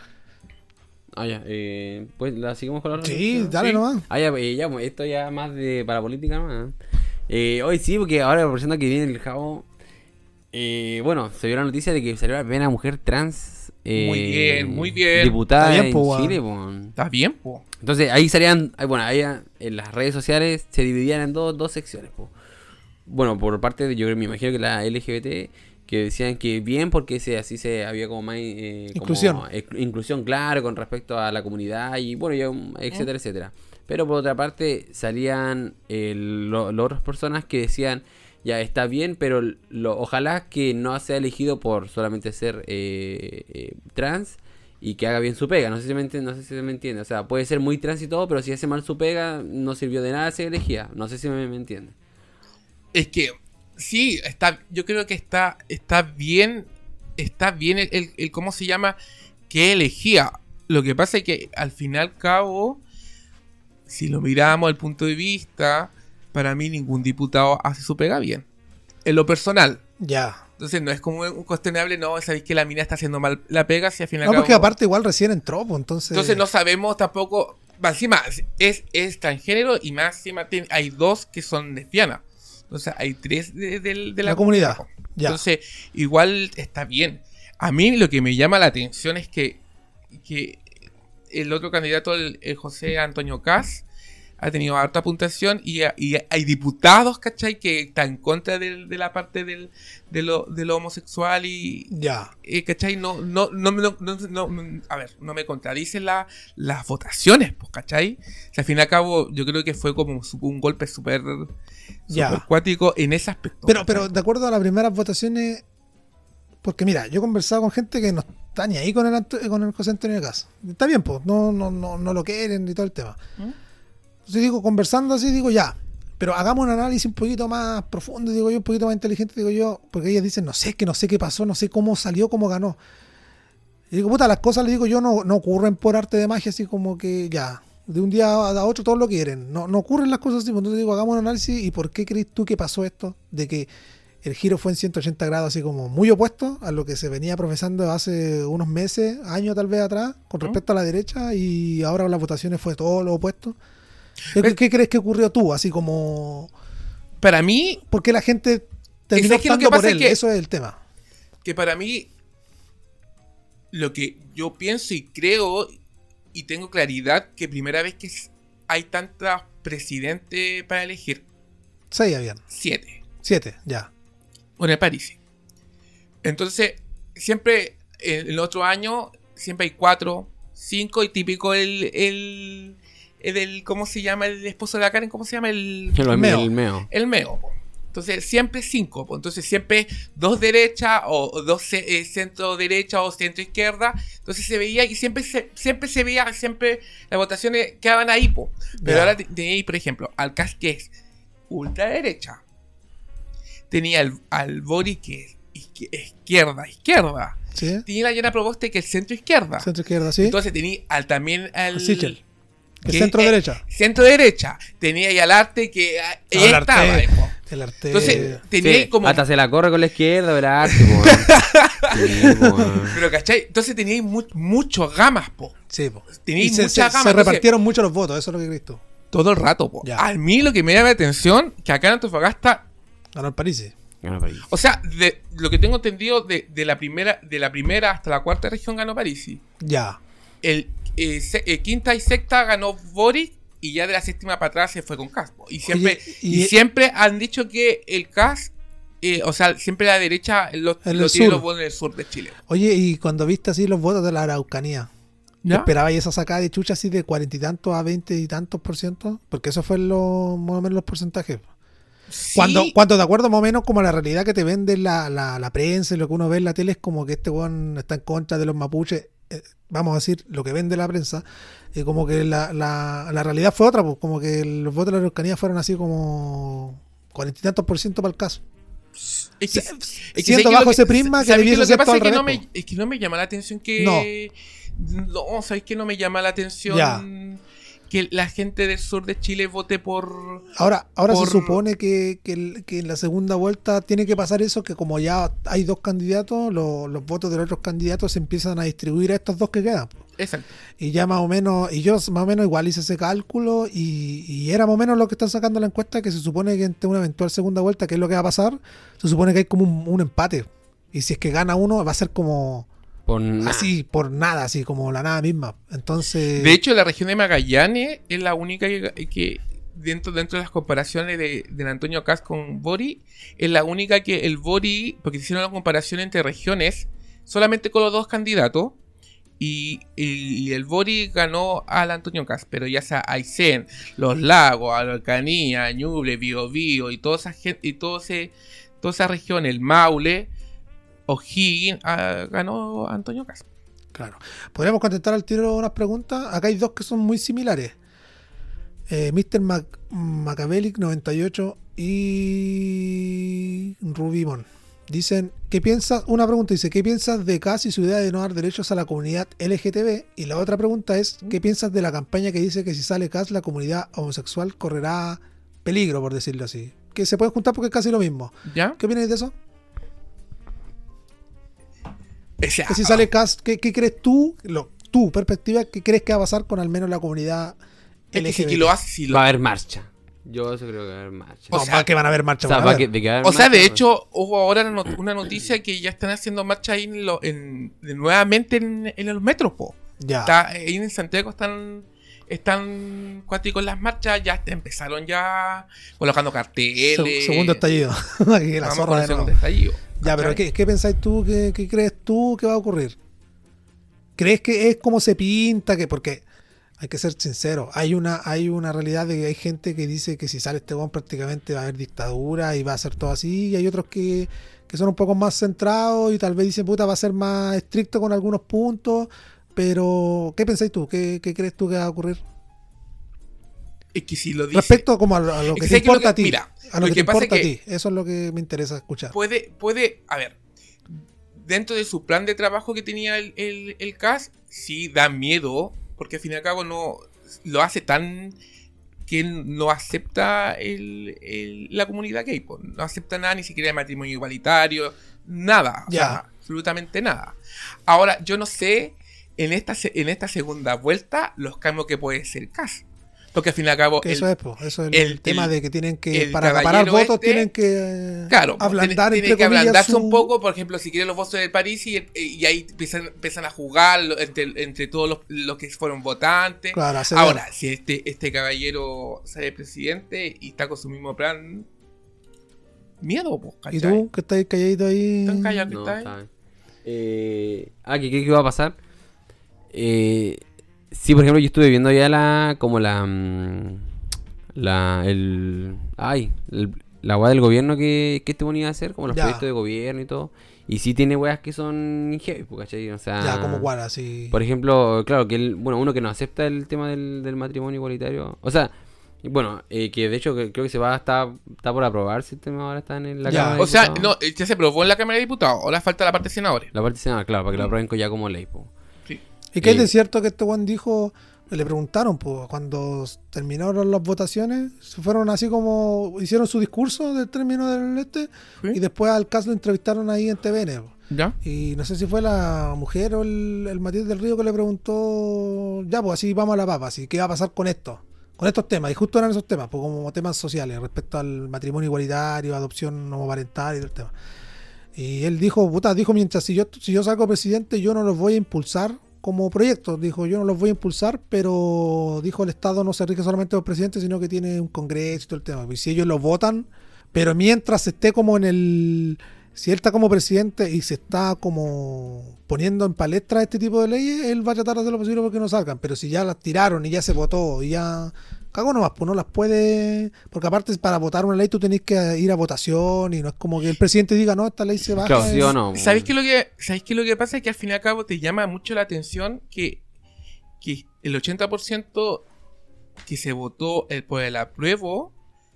Ah, ya. Eh, pues la seguimos con la otra Sí, noticia? dale Sí. nomás. Ah, ya, eh, ya, pues, esto ya más de para política nomás. Eh, hoy sí, porque ahora aprovechando que viene el Javo. Eh, bueno, se vio la noticia de que salió la primera mujer trans. eh, Muy bien, muy bien. Diputada Está bien, en po, weón. Chile, po. Está bien, po. Entonces ahí salían, eh, bueno, ahí en las redes sociales se dividían en dos, dos secciones, po. Bueno, por parte de, yo creo, me imagino que la L G B T, que decían que bien porque se, así se había como más eh, como, Inclusión. eh, inclusión, claro, con respecto a la comunidad y bueno, ya, um, etcétera, etcétera. Pero por otra parte salían eh, lo- las otras personas que decían, ya está bien, pero lo, ojalá que no sea elegido por solamente ser eh, eh, trans y que haga bien su pega. No sé si me entiende, no sé si me entiende. O sea, puede ser muy trans y todo, pero si hace mal su pega, no sirvió de nada ser elegida. No sé si me, me entiende. Es que sí, está, yo creo que está, está bien, está bien el, el- el cómo se llama que elegía. Lo que pasa es que al fin y al cabo, si lo miramos al punto de vista, para mí ningún diputado hace su pega bien. En lo personal. Ya. Entonces no es como un cuestionable, no, sabéis que la mina está haciendo mal la pega, si al fin y al No, cabo... porque aparte igual recién entró, pues entonces. Entonces no sabemos tampoco. Más encima, es, es transgénero y más encima tiene- hay dos que son lesbianas. Entonces hay tres de, de- de la, La comunidad, ya. Entonces, igual está bien. A mí lo que me llama la atención es que, que el otro candidato, el, el José Antonio Caz, ha tenido harta puntuación y, y hay diputados, ¿cachai? Que están en contra del- de la parte del, de, lo, de lo homosexual y, Ya. eh, ¿cachai? No, no, no, no, no, no- no- a ver, no me contradicen la, las votaciones, pues, ¿cachai? O sea, al fin y al cabo, yo creo que fue como su- un golpe súper Ya. súper cuático en ese aspecto. Pero, ¿cachai? pero de acuerdo a las primeras votaciones, porque mira, yo he conversado con gente que no está ni ahí con el, Anto- con el José Antonio Caz. Está bien, pues, no, no, no, no lo quieren y todo el tema. Entonces digo, conversando así, digo ya, pero hagamos un análisis un poquito más profundo, digo yo, un poquito más inteligente, digo yo, porque ellas dicen, no sé, que no sé qué pasó, no sé cómo salió, cómo ganó. Y digo, puta, las cosas, le digo yo, no, no ocurren por arte de magia, así como que ya, de un día a otro todos lo quieren. No, no ocurren las cosas así, pues entonces digo, hagamos un análisis y por qué crees tú que pasó esto, de que el giro fue en ciento ochenta grados, así como muy opuesto a lo que se venía profesando hace unos meses, años tal vez atrás, con respecto a la derecha, y ahora las votaciones fue todo lo opuesto. ¿Qué, Pero- qué crees que ocurrió tú? Así como... Para mí, ¿Por qué la gente terminó ¿sabes qué? Lo que optando por pasa es él? que- Eso es el tema. que para mí, lo que yo pienso y creo y tengo claridad que primera vez que hay tantos presidentes para elegir, Seis habían. siete, Siete, ya. bueno, en París. Entonces, siempre en el otro año, siempre hay cuatro, cinco y típico el, el, el, el- ¿cómo se llama el esposo de la Karen? ¿Cómo se llama el...? El, Meo. el meo. El meo, po. Entonces siempre cinco, po. Entonces siempre dos derecha o, o dos ce- eh, centro derecha o centro izquierda. Entonces se veía y siempre se, siempre se veía, siempre las votaciones quedaban ahí, po. Pero Ya. ahora te- tenía ahí, por ejemplo, al Cas que es ultraderecha. Tenía al, al Bori que es izquier- izquierda, izquierda. ¿Sí? Tenía la Yana Proboste que es centro izquierda. Centro izquierda, ¿sí? Entonces tenía al también al... Sichel, que que es centro es- derecha. Centro derecha. Tenía ahí al arte que ah, ella el estaba arte, ahí, po. el arte. Entonces, tenía ahí Sí, como. hasta se la corre con la izquierda, ¿verdad? Sí, po, weón. Sí, po, weón. Pero, ¿cachai? Entonces tenía ahí mu muchos gamas, po. Sí, po. tenía Y se, mucha se- gama, se entonces- repartieron mucho los votos, eso es lo que crees tú. Todo el rato, po. Ya. A mí lo que me llama la atención, que acá en Antofagasta, Ganó el París. Ganó París. o sea, de lo que tengo entendido, de, de la primera de la primera hasta la cuarta región ganó Parisi. Ya. El eh, se- eh, quinta y sexta ganó Boric, y ya de la séptima para atrás se fue con Cas, po. Y siempre, Oye, y, y- siempre han dicho que el Cas, eh, o sea, siempre la derecha lo, En lo el tiene sur. los votos en el sur de Chile. Oye, y cuando viste así los votos de la Araucanía, ¿Ya? ¿esperabas esa sacada de chucha así de cuarenta y tantos a veinte y tantos por ciento? Porque eso fue lo, más o menos los porcentajes. Sí. Cuando, cuando de acuerdo más o menos como la realidad que te vende la, la, la prensa y lo que uno ve en la tele es como que este weón está en contra de los mapuches, eh, vamos a decir lo que vende la prensa, y como que la, la, la realidad fue otra, pues como que los votos de la Araucanía fueron así como cuarenta y tantos por ciento para el caso. Es que, Se- es que siendo sé que bajo lo ese prisma que ¿sabes debiese qué? Lo ser que todo pasa es al que, no revés, me, es que no me llama la atención que... No, ¿sabes qué? No me llama la atención Ya. que la gente del sur de Chile vote por... Ahora, ahora por- se supone que, que, el- que en la segunda vuelta tiene que pasar eso, que como ya hay dos candidatos, lo- los votos de los otros candidatos se empiezan a distribuir a estos dos que quedan. Exacto. Y ya más o menos, y yo más o menos igual hice ese cálculo y, y era más o menos lo que están sacando la encuesta, que se supone que ante una eventual segunda vuelta, ¿qué es lo que va a pasar? Se supone que hay como un, un empate. Y si es que gana uno, va a ser como Por nada. así, por nada, así como la nada misma. Entonces... De hecho, la región de Magallanes es la única que, que dentro, dentro de las comparaciones de, de Antonio Cas con Bori, es la única que el Bori, porque hicieron la comparación entre regiones, solamente con los dos candidatos, y, y- y el Bori ganó al Antonio Cas, pero ya sea Aysén, Los Lagos, Araucanía, Ñuble, Biobío y toda esa gente, y todo ese, toda esa región, el Maule, O'Higgins, ah, ganó Antonio Cas. Claro. Podríamos contestar al tiro unas preguntas. Acá hay dos que son muy similares. Eh, mister Mac Macabelic noventa y ocho y Rubimon. Dicen, ¿qué piensas? Una pregunta dice, ¿qué piensas de Cas y su idea de no dar derechos a la comunidad L G T B? Y la otra pregunta es, ¿qué piensas de la campaña que dice que si sale Cas la comunidad homosexual correrá peligro, por decirlo así? Que se pueden juntar porque es casi lo mismo. ¿Ya? ¿Qué opinas de eso? O sea, Que si sale Cas, ¿qué, qué crees tú? Lo, tu perspectiva, ¿qué crees que va a pasar con al menos la comunidad es que si L G B T? que lo hace, si lo Va a haber marcha. Yo eso creo que va a haber marcha. No, o sea, va que van a haber O marcha. sea, van a va haber. que, de que va a haber O sea, marcha, de pues. hecho, hubo ahora una not- una noticia que ya están haciendo marcha ahí en lo- en- de nuevamente en, en los metros, po. Ya. Está, ahí en Santiago están están cuáticos las marchas, ya empezaron ya colocando carteles. Se- segundo estallido. Aquí la Vamos zorra con el de segundo nuevo. estallido. Ya, pero ¿cachai? ¿qué, qué pensáis tú? ¿Qué, qué crees tú que va a ocurrir? ¿Crees que es como se pinta? Que porque hay que ser sincero, hay una hay una realidad de que hay gente que dice que si sale este weón prácticamente va a haber dictadura y va a ser todo así, y hay otros que, que son un poco más centrados y tal vez dicen, puta, va a ser más estricto con algunos puntos, pero ¿qué pensáis tú? ¿Qué, qué crees tú que va a ocurrir? Es que si lo dice, Respecto como a lo, a lo Es que que te sé que lo importa que- a ti, mira, a lo, lo que, que te pasa importa es a que- ti, eso es lo que me interesa escuchar. puede, puede, a ver, dentro de su plan de trabajo que tenía el, el, el C A S, sí da miedo, porque al fin y al cabo no lo hace tan que él no acepta el, el- la comunidad gay, po. No acepta nada, ni siquiera el matrimonio igualitario, nada, o Ya. sea, absolutamente nada. Ahora, yo no sé en esta, se- en esta segunda vuelta los cambios que puede ser Kast. Porque al fin y al cabo, Que el- eso es, po, eso es el, el- tema el- de que tienen que, el para acaparar caballero votos, este, tienen que eh, claro, pues, ablandar, tiene, tiene entre que comillas, ablandarse su- un poco, por ejemplo, si quieren los votos del París y, y ahí empiezan, empiezan a jugar lo- entre, entre todos los, los que fueron votantes. Claro, a ceder. Ahora, si este, este caballero sale presidente y está con su mismo plan, miedo, pues, ¿Y ¿cachai? tú, que estás calladito ahí? Tan callado que No, está ahí. está bien. Eh, ah, ¿qué creo que va a pasar? Eh, sí, por ejemplo, yo estuve viendo ya la. Como la. mm, La. El. Ay, el- la weá del gobierno que, que este ponía a hacer, como los Ya. proyectos de gobierno y todo. Y sí tiene weas que son heavy, pues, ¿cachai? O sea. Ya, como cuál, así. Por ejemplo, claro, que él, bueno, uno que no acepta el tema del, del matrimonio igualitario. O sea, y bueno, eh, que de hecho que- creo que se va, está, está por aprobarse el tema, ahora está en la Ya. Cámara de O sea, Diputados. no, ya se aprobó en la Cámara de Diputados, ahora falta la parte de senadores. La parte senadora, claro, para que lo aprueben co- ya como ley, pues. Sí. ¿Y qué hay de eh, cierto que este Juan dijo? Le preguntaron, pues, cuando terminaron las votaciones, se fueron así como hicieron su discurso del término del este, Sí. y después al caso lo entrevistaron ahí en T V N. po. ¿Ya? Y no sé si fue la mujer o el, el Matías del Río que le preguntó, ya, pues así vamos a la papa, así, ¿qué va a pasar con esto? Con estos temas, y justo eran esos temas, pues como temas sociales, respecto al matrimonio igualitario, adopción homoparental y todo el tema. Y él dijo, puta, dijo, mientras si yo, si yo salgo presidente, yo no los voy a impulsar como proyectos, dijo, yo no los voy a impulsar, pero dijo, el Estado no se rige solamente por presidente, sino que tiene un congreso y todo el tema. Y si ellos lo votan, pero mientras esté como en el... Si él está como presidente y se está como poniendo en palestra este tipo de leyes, él va a tratar de hacer lo posible porque no salgan. Pero si ya las tiraron y ya se votó y ya... Cagó nomás, pues no las puede... Porque aparte para votar una ley tú tenés que ir a votación y no es como que el presidente diga, no, esta ley se baja. Claro, sí es- o no. ¿Sabéis qué, lo que, ¿Sabéis qué lo que pasa? Es que al fin y al cabo te llama mucho la atención que, que el ochenta por ciento que se votó el, por el apruebo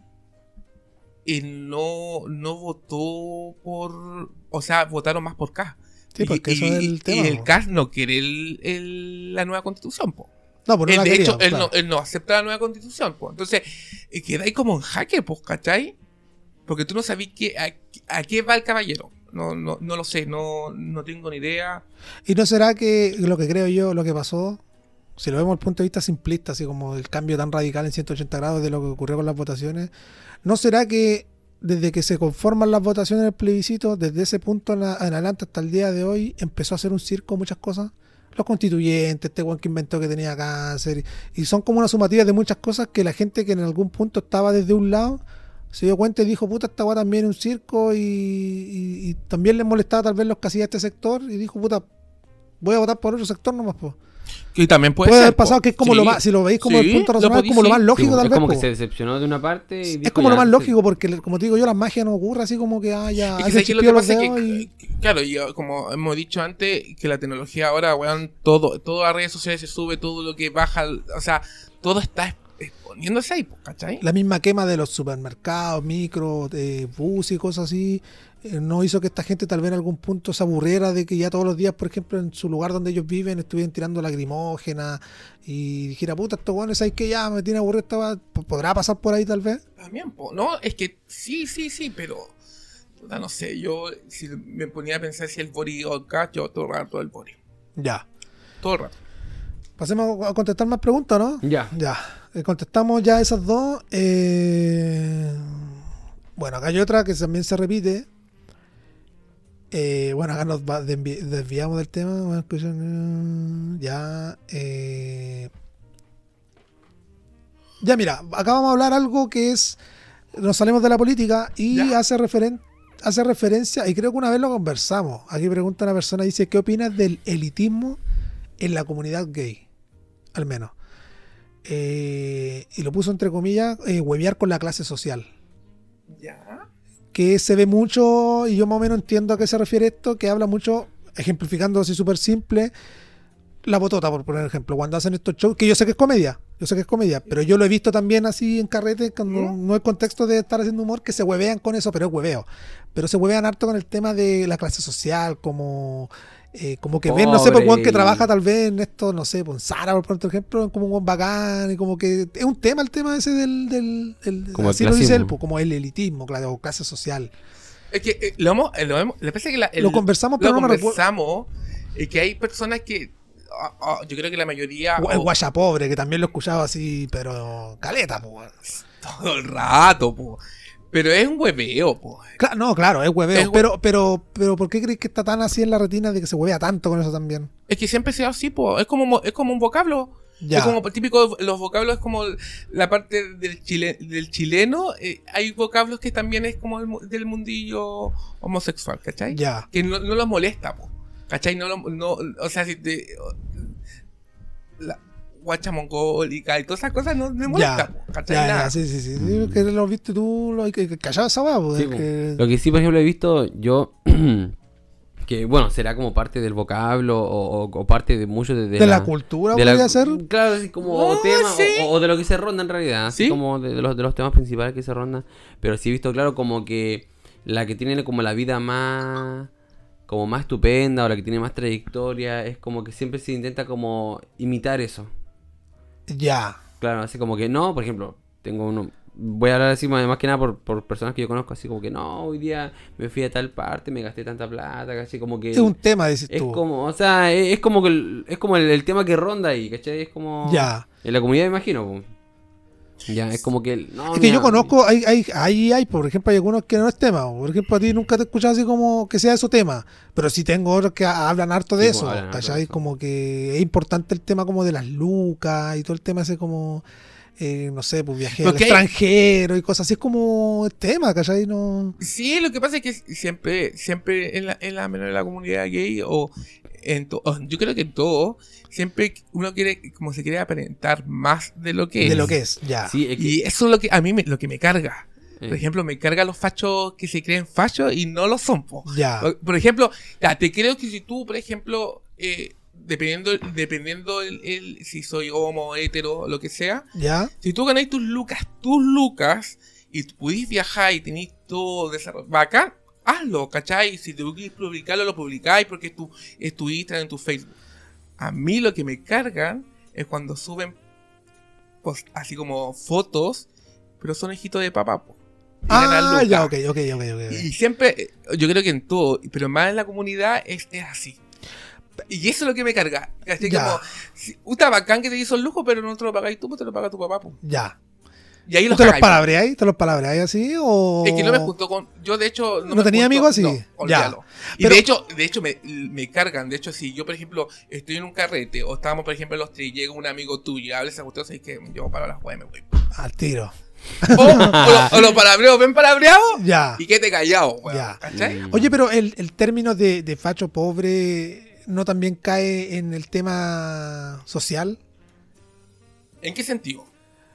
eh, no, no votó por... O sea, votaron más por K. Sí, porque eso es el tema, Y el po. K no quiere el, el- la nueva constitución, po. No, pues no Él, la de quería, hecho, él, claro. no, él no acepta la nueva constitución, po. Entonces, eh, queda ahí como en jaque, pues, ¿cachai? Porque tú no sabes qué, a, a qué va el caballero. No, no, no lo sé, no, no tengo ni idea. ¿Y no será que lo que creo yo, lo que pasó, si lo vemos desde el punto de vista simplista, así como el cambio tan radical en ciento ochenta grados de lo que ocurrió con las votaciones, ¿no será que desde que se conforman las votaciones del plebiscito, desde ese punto en, la- en adelante hasta el día de hoy, empezó a hacer un circo muchas cosas? Los constituyentes, este weón que inventó que tenía cáncer, y, y son como una sumativa de muchas cosas que la gente que en algún punto estaba desde un lado, se dio cuenta y dijo, puta, esta weá también es un circo, y, y- y también les molestaba tal vez los que hacía este sector, y dijo, puta, voy a votar por otro sector nomás, pues. Que también puede, Puede ser, haber pasado po. que es como Sí, lo más, si lo veis como sí, el punto lo razonable, es podí- como lo más sí. lógico Sí, tal es vez, como que po. se decepcionó de una parte. Y Es dijo, como lo ya, más sí. lógico, porque como te digo yo, la magia no ocurre así como que, ah, ya, Es que alguien ¿sabes qué? Lo chispió que los pasa es dedos que, y... claro, y como hemos dicho antes, que la tecnología ahora, weón, todo, todas las redes sociales se sube, todo lo que baja, o sea, todo está exponiéndose ahí, po, ¿cachai? La misma quema de los supermercados, micro, de bus y cosas así, eh, no hizo que esta gente tal vez en algún punto se aburriera de que ya todos los días, por ejemplo, en su lugar donde ellos viven, estuvieran tirando lacrimógenas y dijera, puta, estos buenos, ¿sabes qué? Ya me tiene aburrido, esta... ¿podrá pasar por ahí tal vez? También, po, no, es que sí, sí, sí, pero puta, no sé, yo si me ponía a pensar si el Bori o el K, yo todo el rato el Bori, Ya. todo el rato. Pasemos a contestar más preguntas, ¿no? Ya. Ya, eh, contestamos ya esas dos. Eh, bueno, acá hay otra que también se repite. Eh, bueno, acá nos va- desvi- desviamos del tema. Bueno, escucha, eh, Ya. eh, ya, mira, acá vamos a hablar algo que es. Nos salimos de la política y Ya. hace referen- hace referencia, y creo que una vez lo conversamos. Aquí pregunta una persona, dice, ¿qué opinas del elitismo en la comunidad gay? Al menos. Eh, y lo puso entre comillas, eh, huevear con la clase social. Ya. Que se ve mucho, y yo más o menos entiendo a qué se refiere esto, que habla mucho, ejemplificando así súper simple, la botota, por poner ejemplo, cuando hacen estos shows, que yo sé que es comedia, yo sé que es comedia, pero yo lo he visto también así en carrete, cuando ¿Mm? no es contexto de estar haciendo humor, que se huevean con eso, pero es hueveo. Pero se huevean harto con el tema de la clase social, como eh, como que ven, no sé, por Pobre Juan que y- trabaja tal vez en esto, no sé, por Sara, por ejemplo, como un buen bacán, y como que es un tema el tema ese del, del, del Como el así lo dice él, clasismo. pues, como el elitismo, claro, o clase social. Es que eh, lo hemos, eh, lo hemos, le parece que la, el- Lo conversamos, lo pero no me recuerdo. conversamos, y que hay personas que, ah, ah, yo creo que la mayoría, O el o- guaya pobre, que también lo escuchaba así, pero caleta, pues. todo el rato, po. Pero es un hueveo, po. Claro, no, claro, es hueveo, Es hue- pero, pero, pero ¿por qué crees que está tan así en la retina de que se huevea tanto con eso también? Es que siempre sea así, po. Es como, mo- es como un vocablo. Ya. Es como típico, los vocablos es como la parte del, chile, del chileno. eh, hay vocablos que también es como el mu- del mundillo homosexual, ¿cachai? Ya. Que no, no los molesta, po. ¿Cachai? No, lo- no, o sea, si te... La guacha mongólica y todas esas cosas no me molesta, Ya, po, ¿cachai? ya, Nada. ya, sí, sí, sí, sí, que lo viste tú, lo hay que que callado esa weá, pues, Sí, es po. que- Lo que sí, por ejemplo, he visto yo, que bueno, será como parte del vocablo o, o- o parte de mucho de, de de la, cultura de la- podría ser. Claro, así como Oh, tema sí. o, o de lo que se ronda en realidad, así Sí. como de, de los, de los temas principales que se rondan. Pero sí he visto, claro, como que la que tiene como la vida más como más estupenda o la que tiene más trayectoria es como que siempre se intenta como imitar eso. Ya. Claro, así como que no, por ejemplo, tengo uno. Voy a hablar así más, más que nada por, por personas que yo conozco, así como que no, hoy día me fui a tal parte, me gasté tanta plata, así como que. Es un tema, dices Es tú. como, o sea, es, es como que el, es como el, el tema que ronda ahí, ¿cachai? Es como. Ya. En la comunidad me imagino, po. Ya, es como que. el- no, Es que mira, yo conozco, hay, hay, ahí hay, por ejemplo, hay algunos que no es tema. Por ejemplo, a ti nunca te he escuchado así como que sea su tema. Pero sí tengo otros que ha- hablan harto de Sí, eso. pues, hablan harto ¿Cachai? de eso. Como que es importante el tema como de las lucas y todo el tema ese como, eh, no sé, pues viaje al Porque hay- extranjero y cosas así. Es como el tema, ¿cachai? No... Sí, lo que pasa es que siempre, siempre en la, en la, menos en la comunidad gay o en to- o yo creo que en todo, siempre uno quiere, como se quiere aparentar más de lo que es. De lo que es, ya. Sí, es que. Y eso es lo que a mí me, lo que me carga. eh, Por ejemplo, me carga los fachos que se creen fachos y no lo son, po. Ya. Por, por ejemplo, ya, te creo que si tú, por ejemplo, eh, dependiendo, dependiendo el, el- si soy homo, hetero, lo que sea, ¿Ya? si tú ganáis tus lucas, tus lucas, y tú pudís viajar y tenéis todo desarrollado, bacán, hazlo, ¿cachai? Si te quieres publicarlo, lo publicáis porque es tu, es tu Instagram, en tu Facebook. A mí lo que me cargan es cuando suben pues, así como fotos, pero son hijitos de papá, po. Y ganan Ah, lucas. ya, ok, ok, ok, ok. Y siempre, eh, yo creo que en todo, pero más en la comunidad es, es así. Y eso es lo que me carga. ¿Cachai? Ya. Como, si, está bacán que te hizo el lujo, pero no te lo pagáis tú, pues te lo paga tu papá, po. Ya. Y ahí ¿Tú los te los cagáis, po. palabreáis? ¿Te los palabreáis así o...? Es que no me juntó con. Yo, de hecho. ¿No me tenía juntó- amigos así? No, Ya. olvídalo. Y Pero- de hecho, de hecho me, me cargan. De hecho, si yo, por ejemplo, estoy en un carrete o estábamos, por ejemplo, los tres y llega un amigo tuyo y habla esa cuestión, es que yo paro las weas y me voy. Al tiro. O, o, lo- o los palabreos ven palabreados Ya. y quédate callado, weón. Ya. ¿Cachai? Mm. Oye, pero el, el término de, de facho pobre no también cae en el tema social. ¿En qué sentido?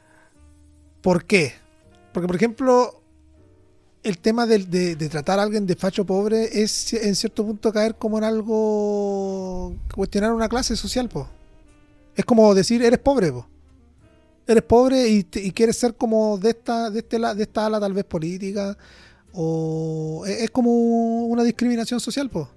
¿Por qué? Porque, por ejemplo, el tema del- de, de tratar a alguien de facho pobre es en cierto punto caer como en algo, cuestionar una clase social, po. Es como decir, eres pobre, po. Eres pobre y, te- y quieres ser como de esta, de este la- de esta ala tal vez política, o es, es como una discriminación social, po.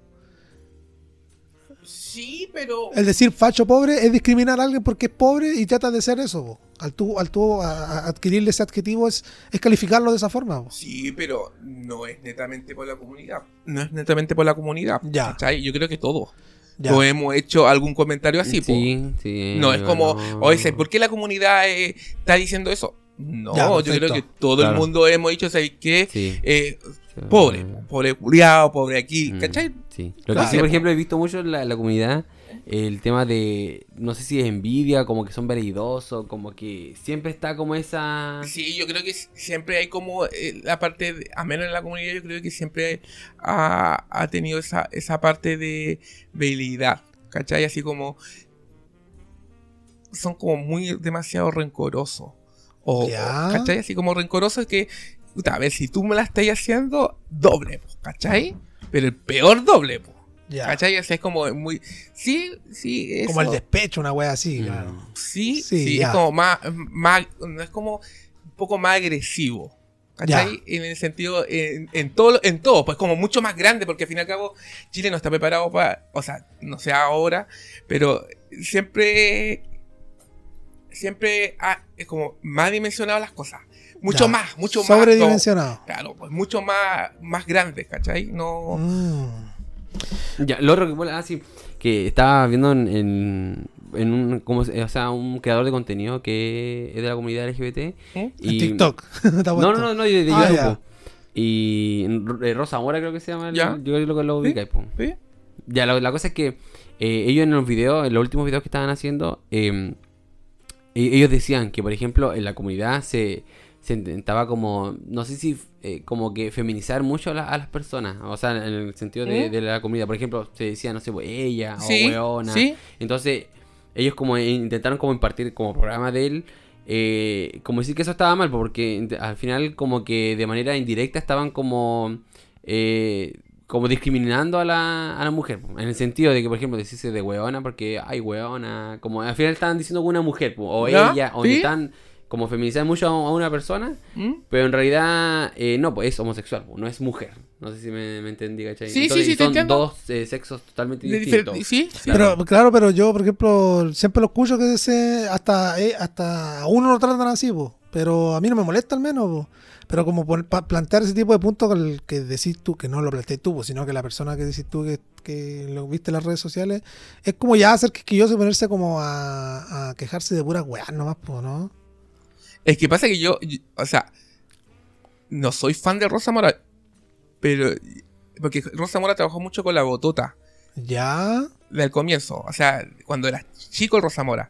Sí, pero. El decir facho pobre es discriminar a alguien porque es pobre y trata de ser eso, po. Al tú, al tú a- a adquirirle ese adjetivo es, es calificarlo de esa forma, po. Sí, pero no es netamente por la comunidad. No es netamente por la comunidad. Ya. ¿Cachai? Yo creo que todos. Ya. Lo hemos hecho algún comentario así, po. Sí, sí. No es como, no. oye, ¿por qué la comunidad eh, está diciendo eso? No, Ya, yo perfecto. creo que todo Claro. el mundo hemos dicho, ¿sabes qué? Sí. Eh, pobre, pobre culiao, pobre aquí, Mm, ¿cachai? Sí. Lo Claro. que sí, por ejemplo, he visto mucho en la, en la comunidad, el tema de, no sé si es envidia, como que son veleidosos, como que siempre está como esa... Sí, yo creo que s- siempre hay como eh, la parte, de, a menos en la comunidad, yo creo que siempre ha, ha tenido esa, esa parte de veilidad, ¿cachai? Así como, son como muy demasiado rencorosos. O, Ya. o, ¿cachai? Así como rencorosos que, puta, a ver, si tú me la estás haciendo, doble, po, ¿cachai? Pero el peor doble, po, Ya. ¿cachai? O sea, es como muy... Sí, sí, eso. Como el despecho, una wea así, Mm. claro. Sí, Sí, sí, ya. es como más, más, no es como un poco más agresivo. ¿Cachai? Ya. En el sentido, en, en todo, en todo, pues como mucho más grande, porque al fin y al cabo Chile no está preparado para, o sea, no sé ahora, pero siempre, siempre ha, es como más dimensionado las cosas, mucho Ya. más, mucho más. Sobredimensionado. no, claro, pues mucho más, más grandes, ¿cachai? No. Mm. Ya, lo otro que bueno, ah, sí, que estaba viendo en, en, en un, como, o sea, un creador de contenido que es de la comunidad L G B T. ¿Eh? En Y, TikTok. Está no, puesto. no, no, no, de, de Ah, YouTube, ya. po. Y eh, Rosa Mora creo que se llama, el- Ya. yo creo que lo ¿Sí? ubica. po. ¿Sí? Ya, la, la cosa es que eh, ellos en los videos, en los últimos videos que estaban haciendo, eh, e- ellos decían que, por ejemplo, en la comunidad se, se intentaba como, no sé si, eh, como que feminizar mucho a, la- a las personas, o sea, en el sentido de, ¿Mm? de la comunidad. Por ejemplo, se decía, no sé, pues, ella Sí, o weona. sí. Entonces, ellos como intentaron como impartir como programa de él, eh, como decir que eso estaba mal, porque int- al final como que de manera indirecta estaban como eh, como discriminando a la, a la mujer, po, en el sentido de que, por ejemplo, decirse de weona porque hay weona, como al final estaban diciendo que una mujer, po, o ¿Ya? ella, o ¿Sí? están como feminizando mucho a, a una persona, ¿Mm? pero en realidad eh, no, pues es homosexual, po, no es mujer. No sé si me, me entendí, ¿cachai? Sí, sí, Entonces, sí, y te son entiendo. dos eh, sexos totalmente De distintos. difer- sí, sí. Pero claro, pero yo, por ejemplo, siempre lo escucho que se, hasta, eh, hasta a uno lo tratan así, po. Pero a mí no me molesta al menos, po. Pero como pon- pa- plantear ese tipo de puntos que, el- que decís tú, que no lo planteé tú, po, sino que la persona que decís tú que, que lo viste en las redes sociales, es como ya hacer quisquilloso y ponerse como a, a quejarse de puras weas nomás, po, ¿no? Es que pasa que yo, yo- o sea, no soy fan de Rosa Mora, pero porque Rosa Mora trabajó mucho con la Botota Ya, del comienzo, o sea, cuando era chico el Rosa Mora.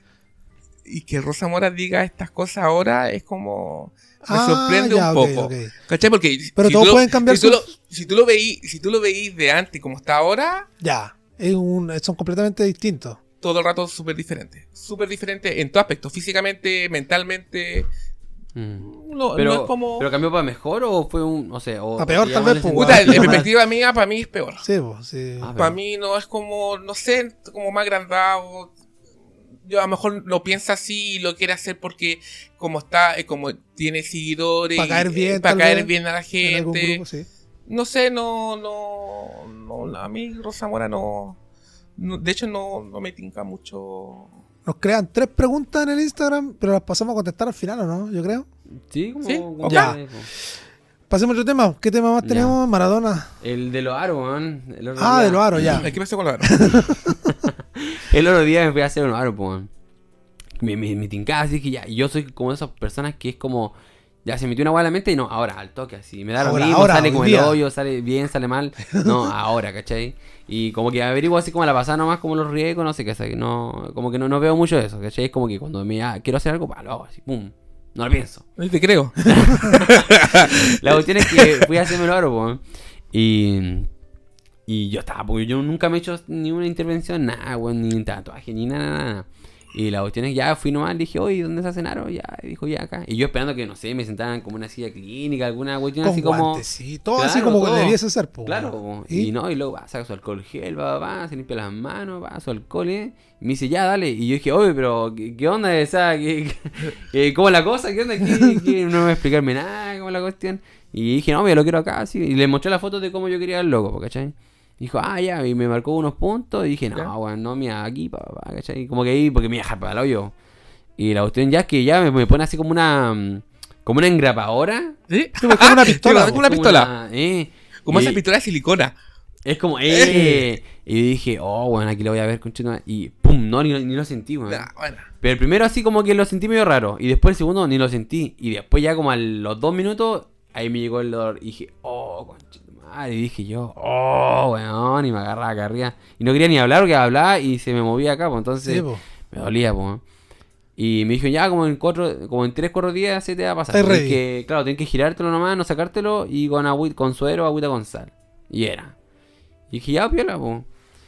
Y que Rosa Mora diga estas cosas ahora es como me Ah, sorprende ya, un ok, poco. ok. ¿Cachai? Porque Pero si todos tú lo- pueden cambiar si tú, lo, sus- si tú lo veís, si tú lo veís de antes como está ahora, ya. Es un, son completamente distintos. todo el rato súper diferente. Súper diferente en todo aspecto, físicamente, mentalmente. Mm. No, Pero, no es como. ¿pero cambió para mejor o fue un, o sea, o, Pa' peor, o tal llegamos vez, a ese- pues, Puta, igual. en perspectiva mía, para mí es peor. Sí, po, sí. Ah, Para mí no es como, no sé, como más agrandado. Yo a lo mejor lo piensa así y lo quiere hacer porque como está, eh, como tiene seguidores. Pa' caer bien, Para tal caer vez, bien a la En algún gente. grupo, sí. No sé, no, no, no, a mí Rosa Mora no, no- de hecho no, no me tinca mucho. Nos crean tres preguntas en el Instagram, pero las pasamos a contestar al final, ¿o no? Yo creo. Sí, como, Sí, como ok. Ya. que- Pasemos a otro tema. ¿Qué tema más Ya. tenemos? Maradona. El de los aros, man. El otro Ah, día- de los aros, ya. ¿Qué pasó con la El otro día me fui a hacer unos aros, po, man. Me, me, me tincaba así que ya. Y yo soy como de esas personas que es como. Ya se metió una hueá en la mente y no, ahora, al toque así. Me da lo Ahora, mismo, ahora, sale hoy como día. el hoyo, sale bien, sale mal. No, ahora, ¿cachai? Y como que averiguo así como a la pasada nomás como los riesgos, no sé qué, sé, no, como que no, no veo mucho de eso, ¿cachai? Es como que cuando me ah, quiero hacer algo, pa, lo hago así, pum. No lo pienso. No te creo. La cuestión es que fui a hacerme el aro, po, y, y yo estaba, porque yo nunca me he hecho ni una intervención, nada, weón, ni tatuaje, ni nada, nada, nada. Y la cuestión es que ya fui nomás, le dije, oye, ¿dónde se hacen aro? Ya, y dijo, ya acá. Y yo esperando que, no sé, me sentaran como en una silla clínica, alguna cuestión Con así como... guantes, sí. Todo Claro, así como todo. debiese ser, po, Claro, weón. po. y, no, y luego va, saca su alcohol gel, va, va, se limpia las manos, va, su alcohol, ¿eh? Y me dice, ya, dale. Y yo dije, oye, pero, ¿qué, qué onda esa? ¿Qué, qué- ¿Cómo es la cosa? ¿Qué onda? ¿Qué, qué? No me va a explicarme nada, ¿cómo es la cuestión? Y dije, no, yo lo quiero acá, así. Y le mostré la foto de cómo yo quería el logo, ¿cachai? Dijo, ah, ya, y me marcó unos puntos. Y dije, Ya. no, weón, no, mira, aquí, pa, pa, pa, ¿cachai? Como que ahí, porque me iba a dejar para el hoyo. Y la cuestión ya es que ya me, me pone así como una, mm, como una engrapadora. ¿Sí? Sí, pues, como una pistola, Sí, po. una Como pistola. una- eh. Como Y- esa pistola de silicona. es como, eh. Y dije, oh, bueno, aquí lo voy a ver, conchito. Y pum, no, ni, ni lo sentí, weón. Nah, bueno. Pero el primero así como que lo sentí medio raro. Y después el segundo ni lo sentí. Y después ya como a los dos minutos, ahí me llegó el dolor. Y dije, oh, conchito madre. Y dije yo, oh, weón. Y me agarraba acá arriba. Y no quería ni hablar porque hablaba y se me movía acá, pues entonces Sí, po. me dolía, pues. Y me dijo, ya, como en cuatro, como en tres, cuatro días se te va a pasar. Estás Tenés ready. que, claro, tienes que girártelo nomás, no sacártelo. Y con agüita, con suero, agüita con sal. Y era. Y dije, ya, piola, pues.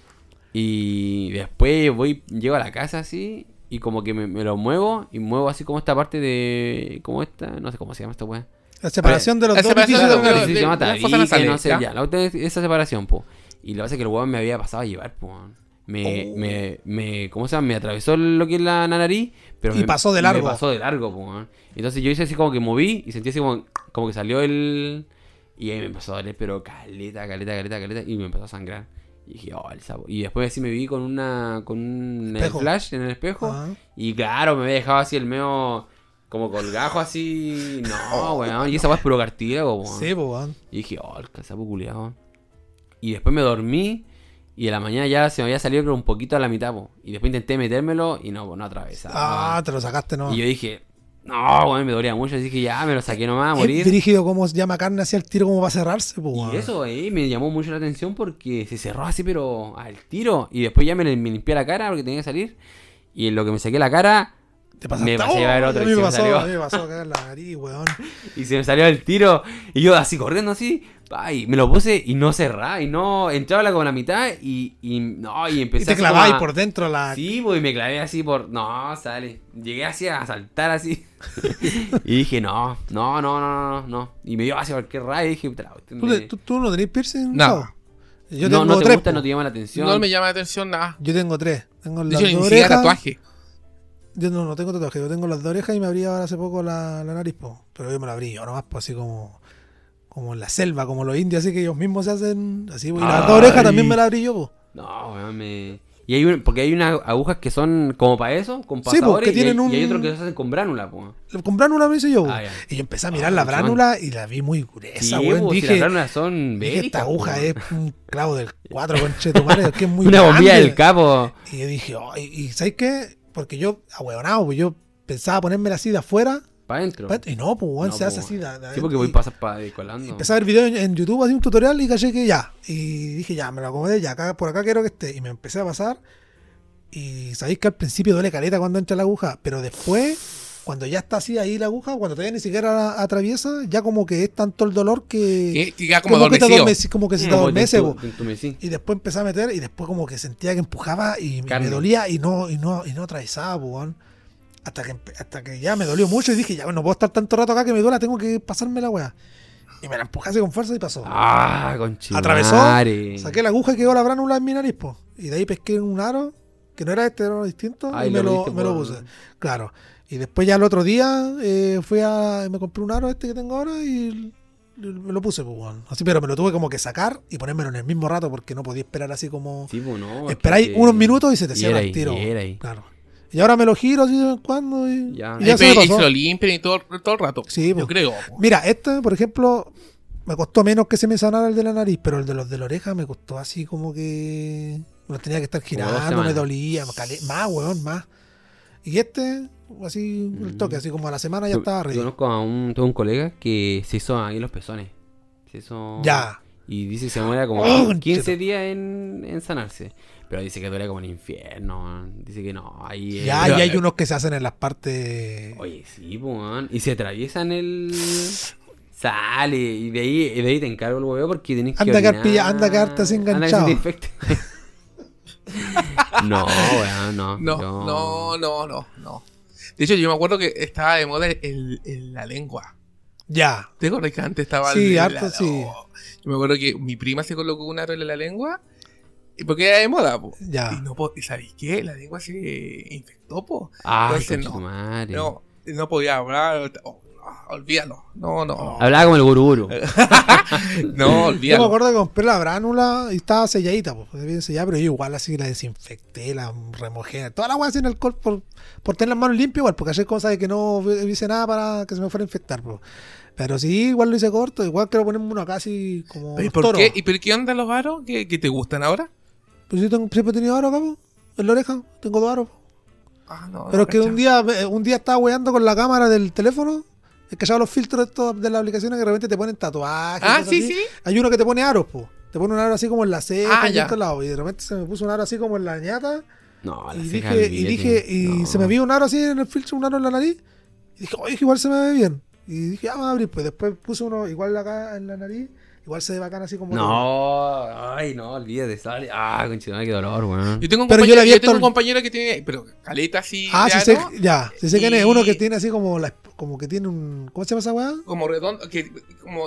Y después voy, llego a la casa así. Y como que me, me lo muevo. Y muevo así como esta parte de. Como esta. No sé cómo se llama esta weá. La separación de los La dos separación orificios de del los- organismo. Sí, se llama de las fosas tabique, nasales, no sé, ¿ya? ya. La otra es esa separación, po. Y lo que pasa es que el weón me había pasado a llevar, po. me, me, me, ¿cómo se llama? Me atravesó lo que es la nariz, pero Y me, pasó de y largo. Me pasó de largo, po, weón. Entonces yo hice así como que moví y sentí así como, como que salió el... Y ahí me empezó a doler, pero caleta, caleta, caleta, caleta, y me empezó a sangrar. Y dije, oh, el sapo. Y después así me vi con una con un Espejo. flash en el espejo. Ajá. Y claro, me había dejado así el medio como colgajo así. No, weón. Y esa weá es puro cartílago, weón. Sí, pues, weón. Y dije, oh, el sapo culiado. Y después me dormí. Y en la mañana ya se me había salido pero un poquito a la mitad, po. Y después intenté metérmelo y no, no atravesaba. Ah, te lo sacaste, ¿no? Y yo dije, no, weón, me dolía mucho. Y dije, ya, me lo saqué nomás a morir. Es dirigido como se llama carne hacia el tiro como va a cerrarse, pues, Y weón. eso ahí me llamó mucho la atención porque se cerró así, pero al tiro. Y después ya me, me limpié la cara porque tenía que salir. Y en lo que me saqué la cara, Te pasaste. me pasé a ver otro a y mí se me me pasó, salió. a mí me pasó acá en la nariz, weón. Y se me salió el tiro. Y yo así corriendo así. Ay, me lo puse y no cerraba. Y no entraba la como la mitad. Y, y no, y empecé Y te así clavabas como a- por dentro la... Sí, pues y me clavé así por. No, sale. Llegué así a saltar así. Y dije, no, no, no, no, no, no. Y me dio hacia cualquier rayo. Y dije, puta, la cuestión ¿Tú, me- te- tú- tú no tenés piercing? No. Gustavo? Yo no, tengo no te tres, gusta, po. no te llama la atención. No me llama la atención nada. Yo tengo tres. Tengo De las hecho, ni dos siquiera orejas. tatuaje. Yo no, no tengo tatuaje. Yo tengo las dos orejas y me abrí ahora hace poco la, la nariz, po. Pero yo me la abrí yo nomás, pues así como... Como en la selva, como los indios, así que ellos mismos se hacen así, po. Y las Ay. dos orejas también me la abrí yo, po. No, weón, me... Y hay un... Porque hay unas agujas que son como para eso, con Sí, pues, pasadores, que tienen y, hay, un- y hay otros que se hacen con bránula, pues. Le compraron una vez y yo, po. Ah, ya. Y yo empecé a mirar Ah, la qué bránula y la vi muy gruesa, Sí, weón. pues, si Dije, las bránulas son dije, bélicas, esta aguja pues. es un clavo del cuatro, conchetumare, que es muy Una bombilla grande. del capo. Y yo dije, oh, y, y ¿sabes qué? Porque yo, ahueonado, pues yo pensaba ponérmela así de afuera. Para adentro. pa- Y no, pues, weón, No, se hace pues, así. De, de Sí, adentro. porque voy Y pasar para colando. empecé a ver videos en, en YouTube, así un tutorial, y caché que ya. Y dije, ya, me lo acomodé, ya, acá, por acá quiero que esté. Y me empecé a pasar. Y sabéis que al principio duele caleta cuando entra la aguja, pero después, cuando ya está así ahí la aguja, cuando todavía ni siquiera la atraviesa, ya como que es tanto el dolor que. Que, que queda como, como que te adormecido. adormece, como que se te Como adormece, te po. entu- te entumecí. Y después empecé a meter y después como que sentía que empujaba y me- Carne. me dolía y no, y no, y no atravesaba, po, weón. Hasta que, empe- hasta que ya me dolió mucho y dije, ya no puedo estar tanto rato acá que me duela, tengo que pasarme la weá. Y me la empujase con fuerza y pasó. Ah, conchimare. Atravesó, saqué la aguja y quedó la bránula en mi nariz, po. Y de ahí pesqué un aro, que no era este, era uno distinto, Ah, y y me lo lo, metiste me lo por- puse. Claro. Y después ya el otro día eh, fui a. Me compré un aro este que tengo ahora y me lo puse, pues, weón. Así, pero me lo tuve como que sacar y ponérmelo en el mismo rato porque no podía esperar así como. Sí, pues no. Esperáis porque- unos minutos y se te y cierra era el ahí, tiro. y era ahí. Claro. Y ahora me lo giro así de vez en cuando y Ya. y ya Y, se me y pasó. se lo limpian y todo, todo el rato. Sí, yo po. creo. po. Mira, este, por ejemplo, me costó menos que se me sanara el de la nariz, pero el de los de la oreja me costó así como que lo tenía que estar Como dos girando, me semanas. dolía, me calé- más, weón, más. Y este, así, el toque, así como a la semana ya Yo- estaba yo ready. conozco a un, tengo un colega que se hizo ahí los pezones. Se hizo... Ya. Y dice que se muere como Oh, quince concheto. días en, en sanarse. Pero dice que duele como el infierno, man. Dice que no, ahí es- Ya, Pero- y hay unos que se hacen en las partes. Oye, sí, pues, man. Y se atraviesan el... Sale, y de ahí, y de ahí te encargo el huevo porque tenés que Anda a quedar orinar. pilla- anda a quedarte así Anda que se enganchado. te infecte. No, weón, no. No, yo- no, no, no, no. De hecho, yo me acuerdo que estaba de moda el, el- la lengua. Ya. ¿Te acuerdas que antes estaba Sí, el- harto, la- sí. oh. Yo me acuerdo que mi prima se colocó un aro en la lengua y porque era de moda, po. Ya. Y no po- ¿y sabéis qué? La lengua se infectó, po. Ay, Entonces, concha tu no. madre. No, no podía hablar. Oh, no, olvídalo. No, no. Hablaba como el guruguru. No, Yo me olvídalo. acuerdo que compré la bránula y estaba selladita, pues, bien sellada, pero yo igual así la desinfecté, la remojé, toda la agua sin alcohol por, por tener las manos limpias, igual, porque hay cosas de que no hice nada para que se me fuera a infectar, pues. Pero sí, igual lo hice corto, igual quiero ponerme uno acá así como ¿Pero ¿y los por toros. qué? ¿Y por qué onda los aros que, que te gustan ahora? Pues yo tengo, siempre he tenido aro acá, pues, en la oreja, tengo dos aros. Ah, no, Pero no, es que cacha. un día, eh, un día estaba weando con la cámara del teléfono. Es que ya los filtros estos de las aplicaciones que de repente te ponen tatuajes. Ah, cosas sí, así. sí. Hay uno que te pone aros, po. Te pone un aro así como en la ceja Ah, y ya. en todos lados. Y de repente se me puso un aro así como en la ñata. No, la Y ceja, dije, y olvídate. dije, y No. se me vio un aro así en el filtro, un aro en la nariz. Y dije, oye, igual se me ve bien. Y dije, ah, vamos a abrir. Pues después puse uno igual acá en la nariz. Igual se ve bacán así como. No, ay, no, olvídate, sale. Ah, conchita, qué dolor, weón. Yo tengo un Pero yo compañero, le había yo tengo un visto- compañero que tiene, pero caleta así. Ah, de sí sé, ano, ya. Sí sé quién es. Y- Uno que tiene así como la, como que tiene un. ¿Cómo se llama esa weá? Como redondo, que como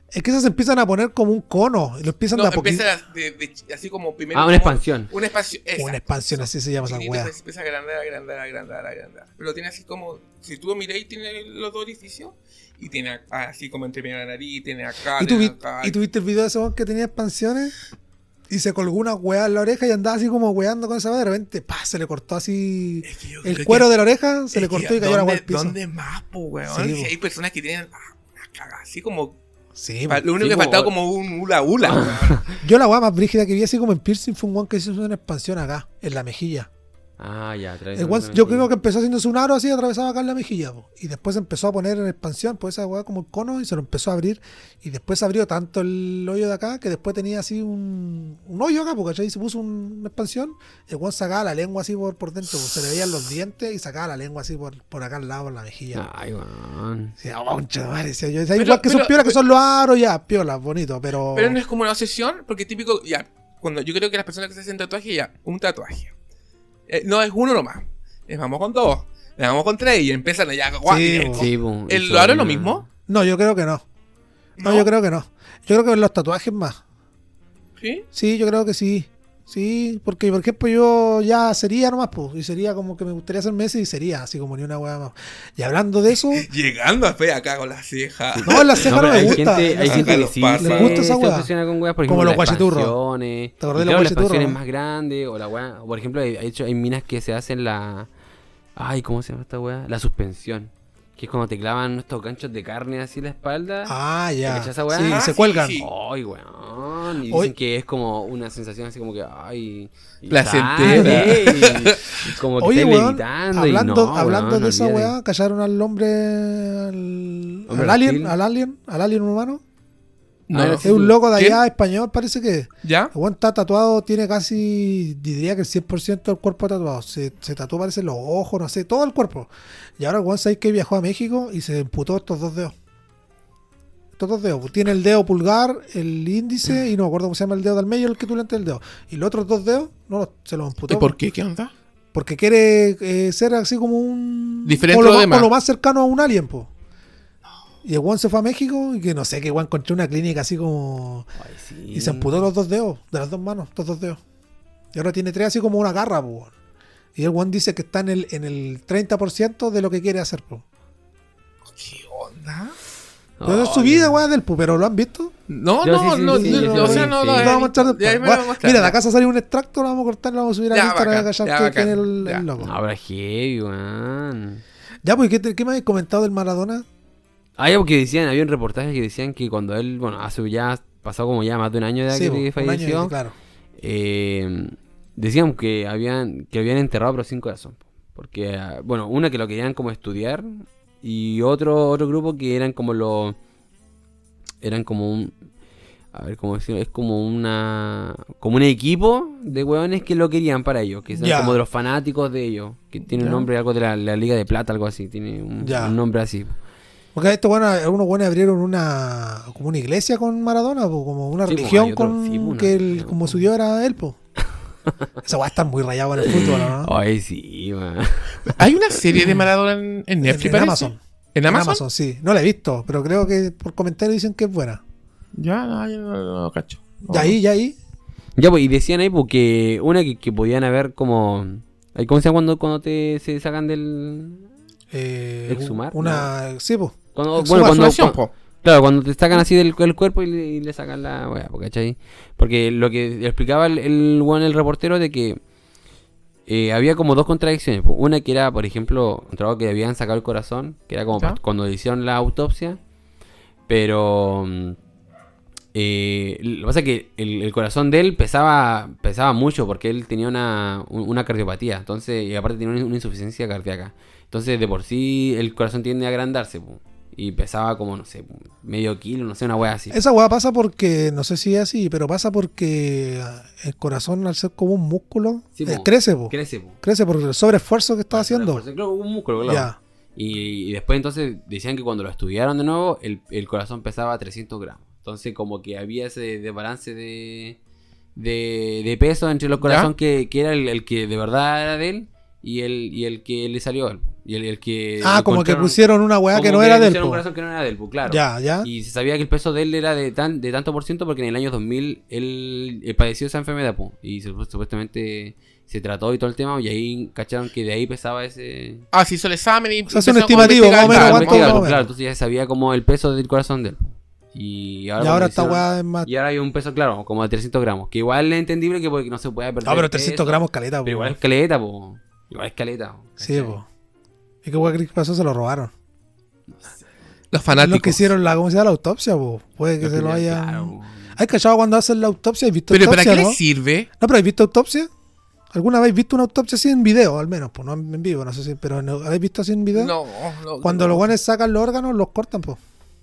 Es que esas se empiezan a poner como un cono. Y lo empiezan No, de a poquito. empieza de, de- así como primero. Ah, una como- expansión. Una expansión. Una exacto. expansión, así se llama esa Chiquitito, weá. pues, empieza a agrandar, agrandar, agrandar, agrandar. Pero tiene así como. Si tú miráis, tiene los dos orificios. Y tiene acá, así como entre medio de la nariz, tiene acá. ¿Y tú, vi- tiene acá. ¿Y tú viste el video de ese weón que tenía expansiones? Y se colgó una weá en la oreja y andaba así como weando con esa weá. De repente, pa, se le cortó así Es que yo creo el que- cuero de la oreja, se Es le que, cortó y cayó la weá ¿dónde- al piso. ¿Dónde más, po, weón? Sí, Si po. hay personas que tienen ah, una caga, así como. Sí, fa- po. Lo único Sí, que po. faltaba como un hula hula, weón. Yo la weá más brígida que vi así como en piercing fue un weón que hizo una expansión acá, en la mejilla. Ah, ya, trae. El weón, yo creo que empezó haciéndose un aro así, atravesaba acá en la mejilla, po. Y después empezó a poner en expansión, pues esa weá como el cono, y se lo empezó a abrir. Y después se abrió tanto el hoyo de acá que después tenía así un, un hoyo acá, porque ahí se puso un- una expansión. El weón sacaba la lengua así por, por dentro, pues, se le veían los dientes y sacaba la lengua así por, por acá al lado, por la mejilla. Ay, weón. Decía, oh, concha de madre, decía yo. Hay Pero- igual que son pero- piolas que son los aros, ya, piolas, bonito, pero. Pero no es como una obsesión, porque típico, ya, cuando yo creo que las personas que se hacen tatuaje, ya, un tatuaje. Eh, no es uno nomás, es vamos con dos, le vamos con tres y empiezan ya, guau, Sí, y- bo. Sí, po. ¿El Eso aro es una- lo mismo? No, yo creo que no. No, ¿No? yo creo que no. Yo creo que los tatuajes más. ¿Sí? Sí, yo creo que sí. Sí, porque por ejemplo yo ya sería nomás, pues, y sería como que me gustaría hacer meses y sería así como ni una hueá más. Y hablando de eso, Llegando a fe acá con las cejas. no, en la ceja no, pero me hay gusta. gente, hay Acá gente que los sí pasa. se, Les gusta esa se weá. obsesiona con weas, por Como ejemplo, los las guachiturros. expansiones. ¿Te acordás Y de los claro, las guachiturros, expansiones no? más grandes, o la weá, o por ejemplo, hay, hay hecho, hay minas que se hacen la... Ay, ¿cómo se llama esta weá? La suspensión. Que es cuando te clavan estos ganchos de carne así en la espalda. Ah, ya. ¿Cachai esa weá? Sí, Ah, se sí, cuelgan. sí. Ay, weón. Y Hoy- dicen que es como una sensación así como que, ay... y Placentera. sale, y- y como que Oye, estáis weón, levitando hablando, y no, hablando weón, de esa olvídate. weá, ¿callaron al hombre, al, Hombre al alien, reptil. al alien, al alien humano? No, Ah, no. Es un loco de ¿Quién? allá, español, parece que es. ¿Ya? El weón está tatuado, tiene casi, diría que el cien por ciento del cuerpo tatuado. Se, se tatuó, parece, los ojos, no sé, todo el cuerpo. Y ahora el weón sabe que viajó a México y se emputó estos dos dedos. Estos dos dedos. Tiene el dedo pulgar, el índice, y no me acuerdo cómo se llama el dedo del medio, el que tú le entres el dedo. Y los otros dos dedos, no, los- se los emputó. ¿Y por qué? ¿Qué onda? Porque quiere eh, ser así como un... Diferente o a lo, los más, demás. o lo más cercano a un alien, po. Y el weón se fue a México y que no sé, que weón encontró una clínica así como... Ay, sí. Y se amputó los dos dedos, de las dos manos, los dos dedos. Y ahora tiene tres así como una garra, po, weón. Y el weón dice que está en el, en el treinta por ciento de lo que quiere hacer, po. ¿Qué onda? Pero es su Ay, vida, weón, del po, pero ¿lo han visto? No, Yo no, sí, sí, no, sí, no, sí, no, o sea, sí, no, sí. no, Lo vamos a mostrar después. ya me lo Bueno, muestras. mira, de acá salió un extracto, lo vamos a cortar, lo vamos a subir a Ya, Instagram bacán, a callar ya, que tiene bacán, el, ya. el logo. No, pero es heavy, weón. Ya, pues, ¿qué, te- ¿qué me habéis comentado del Maradona? Ah, ya, porque decían, había un reportaje que decían que cuando él, bueno, hace ya, pasó como ya más de un año de Sí, que po, un año, falleció, claro. eh, decían que habían, que habían enterrado pero sin corazón. Porque, ah, bueno, una que lo querían como estudiar y otro, otro grupo que eran como los, eran como un, a ver cómo decirlo, es como una, como un equipo de hueones que lo querían para ellos, que son Ya. como de los fanáticos de ellos, que tiene un Ya. nombre, algo de la, la Liga de Plata, algo así, tiene un, Ya. un nombre así. Porque estos bueno, algunos buenos abrieron una como una iglesia con Maradona, po, como una Sí, po, religión hay otro- con sí, po, una que el- religión, como po. su dios era él, po. Esa weá está muy rayado en el fútbol, ¿no? Ay, sí, man. Hay una serie de Maradona en, en En, Netflix, en parece. Amazon. ¿En Amazon? sí. No la he visto, pero creo que por comentarios dicen que es buena. Ya, no, yo no, no, no cacho. No. Ya ahí, ya ahí. Ya, pues, y decían ahí porque una que, que podían haber como... ay, ¿cómo se llama cuando, cuando te se sacan del...? Eh, ¿Exhumar? Una, sí, po. Cuando, Exhumar, bueno, cuando, Exhumación, cuando- po. claro, cuando te sacan así del, del cuerpo y le, y le sacan la weá, po, ¿cachai? Porque lo que explicaba el, el, bueno, el reportero de que eh, había como dos contradicciones. Po. Una que era, por ejemplo, un trabajo que habían sacado el corazón, que era como ¿Ya? pa- cuando hicieron la autopsia, pero... mm, eh, lo que pasa es que el, el corazón de él pesaba pesaba mucho porque él tenía una, un- una cardiopatía, entonces, y aparte tenía una, una insuficiencia cardíaca. Entonces, de por sí, el corazón tiende a agrandarse, po, y pesaba como, no sé, medio kilo, no sé, una wea así. Esa weá pasa porque, no sé si es así, pero pasa porque el corazón, al ser como un músculo, Sí, eh, po. crece, po. Crece, po. Crece por el sobreesfuerzo que está haciendo. Claro, un músculo, claro. Ya. Y, y después entonces decían que cuando lo estudiaron de nuevo, el, el corazón pesaba trescientos gramos. Entonces como que había ese desbalance de, de, de peso entre los corazones que, que era el, el que de verdad era de él y el, y el que le salió a él. Y el, el que Ah, como que encontraron- pusieron una weá que como no era del pusieron un po. corazón que no era del po, claro. Ya, ya. Y se sabía que el peso de él era de tan de tanto por ciento porque en el año dos mil él, él padeció esa enfermedad, po, y sup- supuestamente se trató y todo el tema, y ahí cacharon que de ahí pesaba ese... Ah, se hizo el examen y... O sea, es un empezaron como a estimativo, investigar. más o menos, Claro, cuánto- investigar, más o po, menos. claro, entonces ya sabía como el peso del corazón de él. Y ahora, Y cuando ahora esta hicieron- weá es más. Y ahora hay un peso, claro, como de trescientos gramos, que igual es entendible que porque no se puede perder No, pero peso, trescientos gramos caleta, po. Pero igual es caleta, po. Igual es caleta, po, Sí, ¿cachai? po. ¿Y qué weá crees que pasó? Se lo robaron. Los fanáticos. Los que hicieron la, ¿cómo se llama? La autopsia, po. Puede que Lo se lo que- hayan. claro, po. ¿Has cachado cuando hacen la autopsia? ¿Has visto Pero ¿para autopsia, qué no? les sirve? No, pero ¿has visto autopsia? ¿Alguna vez has visto una autopsia así en video, al menos? Pues no en vivo, no sé si. Pero ¿no- ¿habéis visto así en video? No, no. Cuando no. los guanes sacan los órganos, los cortan, pues.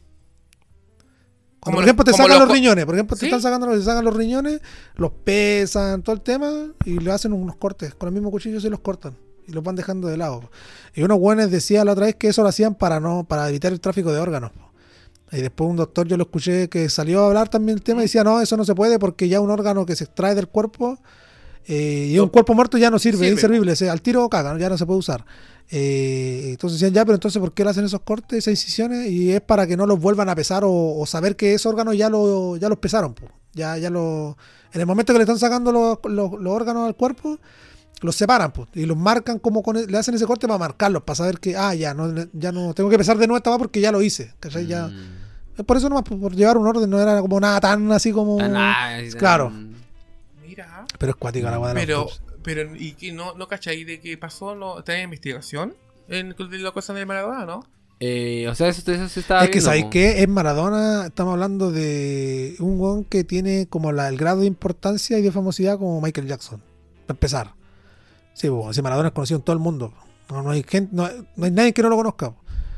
Como Por ejemplo, te los- como sacan los los co- riñones. Por ejemplo, te ¿Sí? están sacando los, te sacan los riñones, los pesan, todo el tema, y le hacen unos cortes. Con el mismo cuchillo se los cortan. Y los van dejando de lado. Y unos guanes decían la otra vez que eso lo hacían para no para evitar el tráfico de órganos. Po. Y después un doctor, yo lo escuché que salió a hablar también el tema y decía, no, eso no se puede porque ya un órgano que se extrae del cuerpo eh, y un cuerpo muerto ya no sirve, Sirve. es inservible, se- al tiro caga, ya no se puede usar. Eh, entonces decían, ya, pero entonces ¿por qué le hacen esos cortes, esas incisiones? Y es para que no los vuelvan a pesar o, o saber que esos órganos ya, lo, ya los pesaron. Po. Ya, ya lo, en el momento que le están sacando los, los- los órganos al cuerpo, los separan pues, y los marcan como con, le hacen ese corte para marcarlos, para saber que, ah, ya no, ya no tengo que pesar de nuevo esta va porque ya lo hice. ¿Cachai? Ya, Mm. es por eso nomás, por, por llevar un orden, no era como nada tan así como... Tan- ah, así tan- claro. Mira. Pero es cuática la weá de la Pero, autopsia. pero, ¿y qué? ¿No, no cachai de qué pasó? ¿No está en investigación? En de la cosa de Maradona, ¿no? Eh, o sea, eso, eso se está Es que, viendo, ¿sabéis po. qué? Es Maradona, estamos hablando de un weón que tiene como la- el grado de importancia y de famosidad como Michael Jackson. Para empezar. Sí, pues, ese Maradona es conocido en todo el mundo. No, no hay gente, no, no hay nadie que no lo conozca.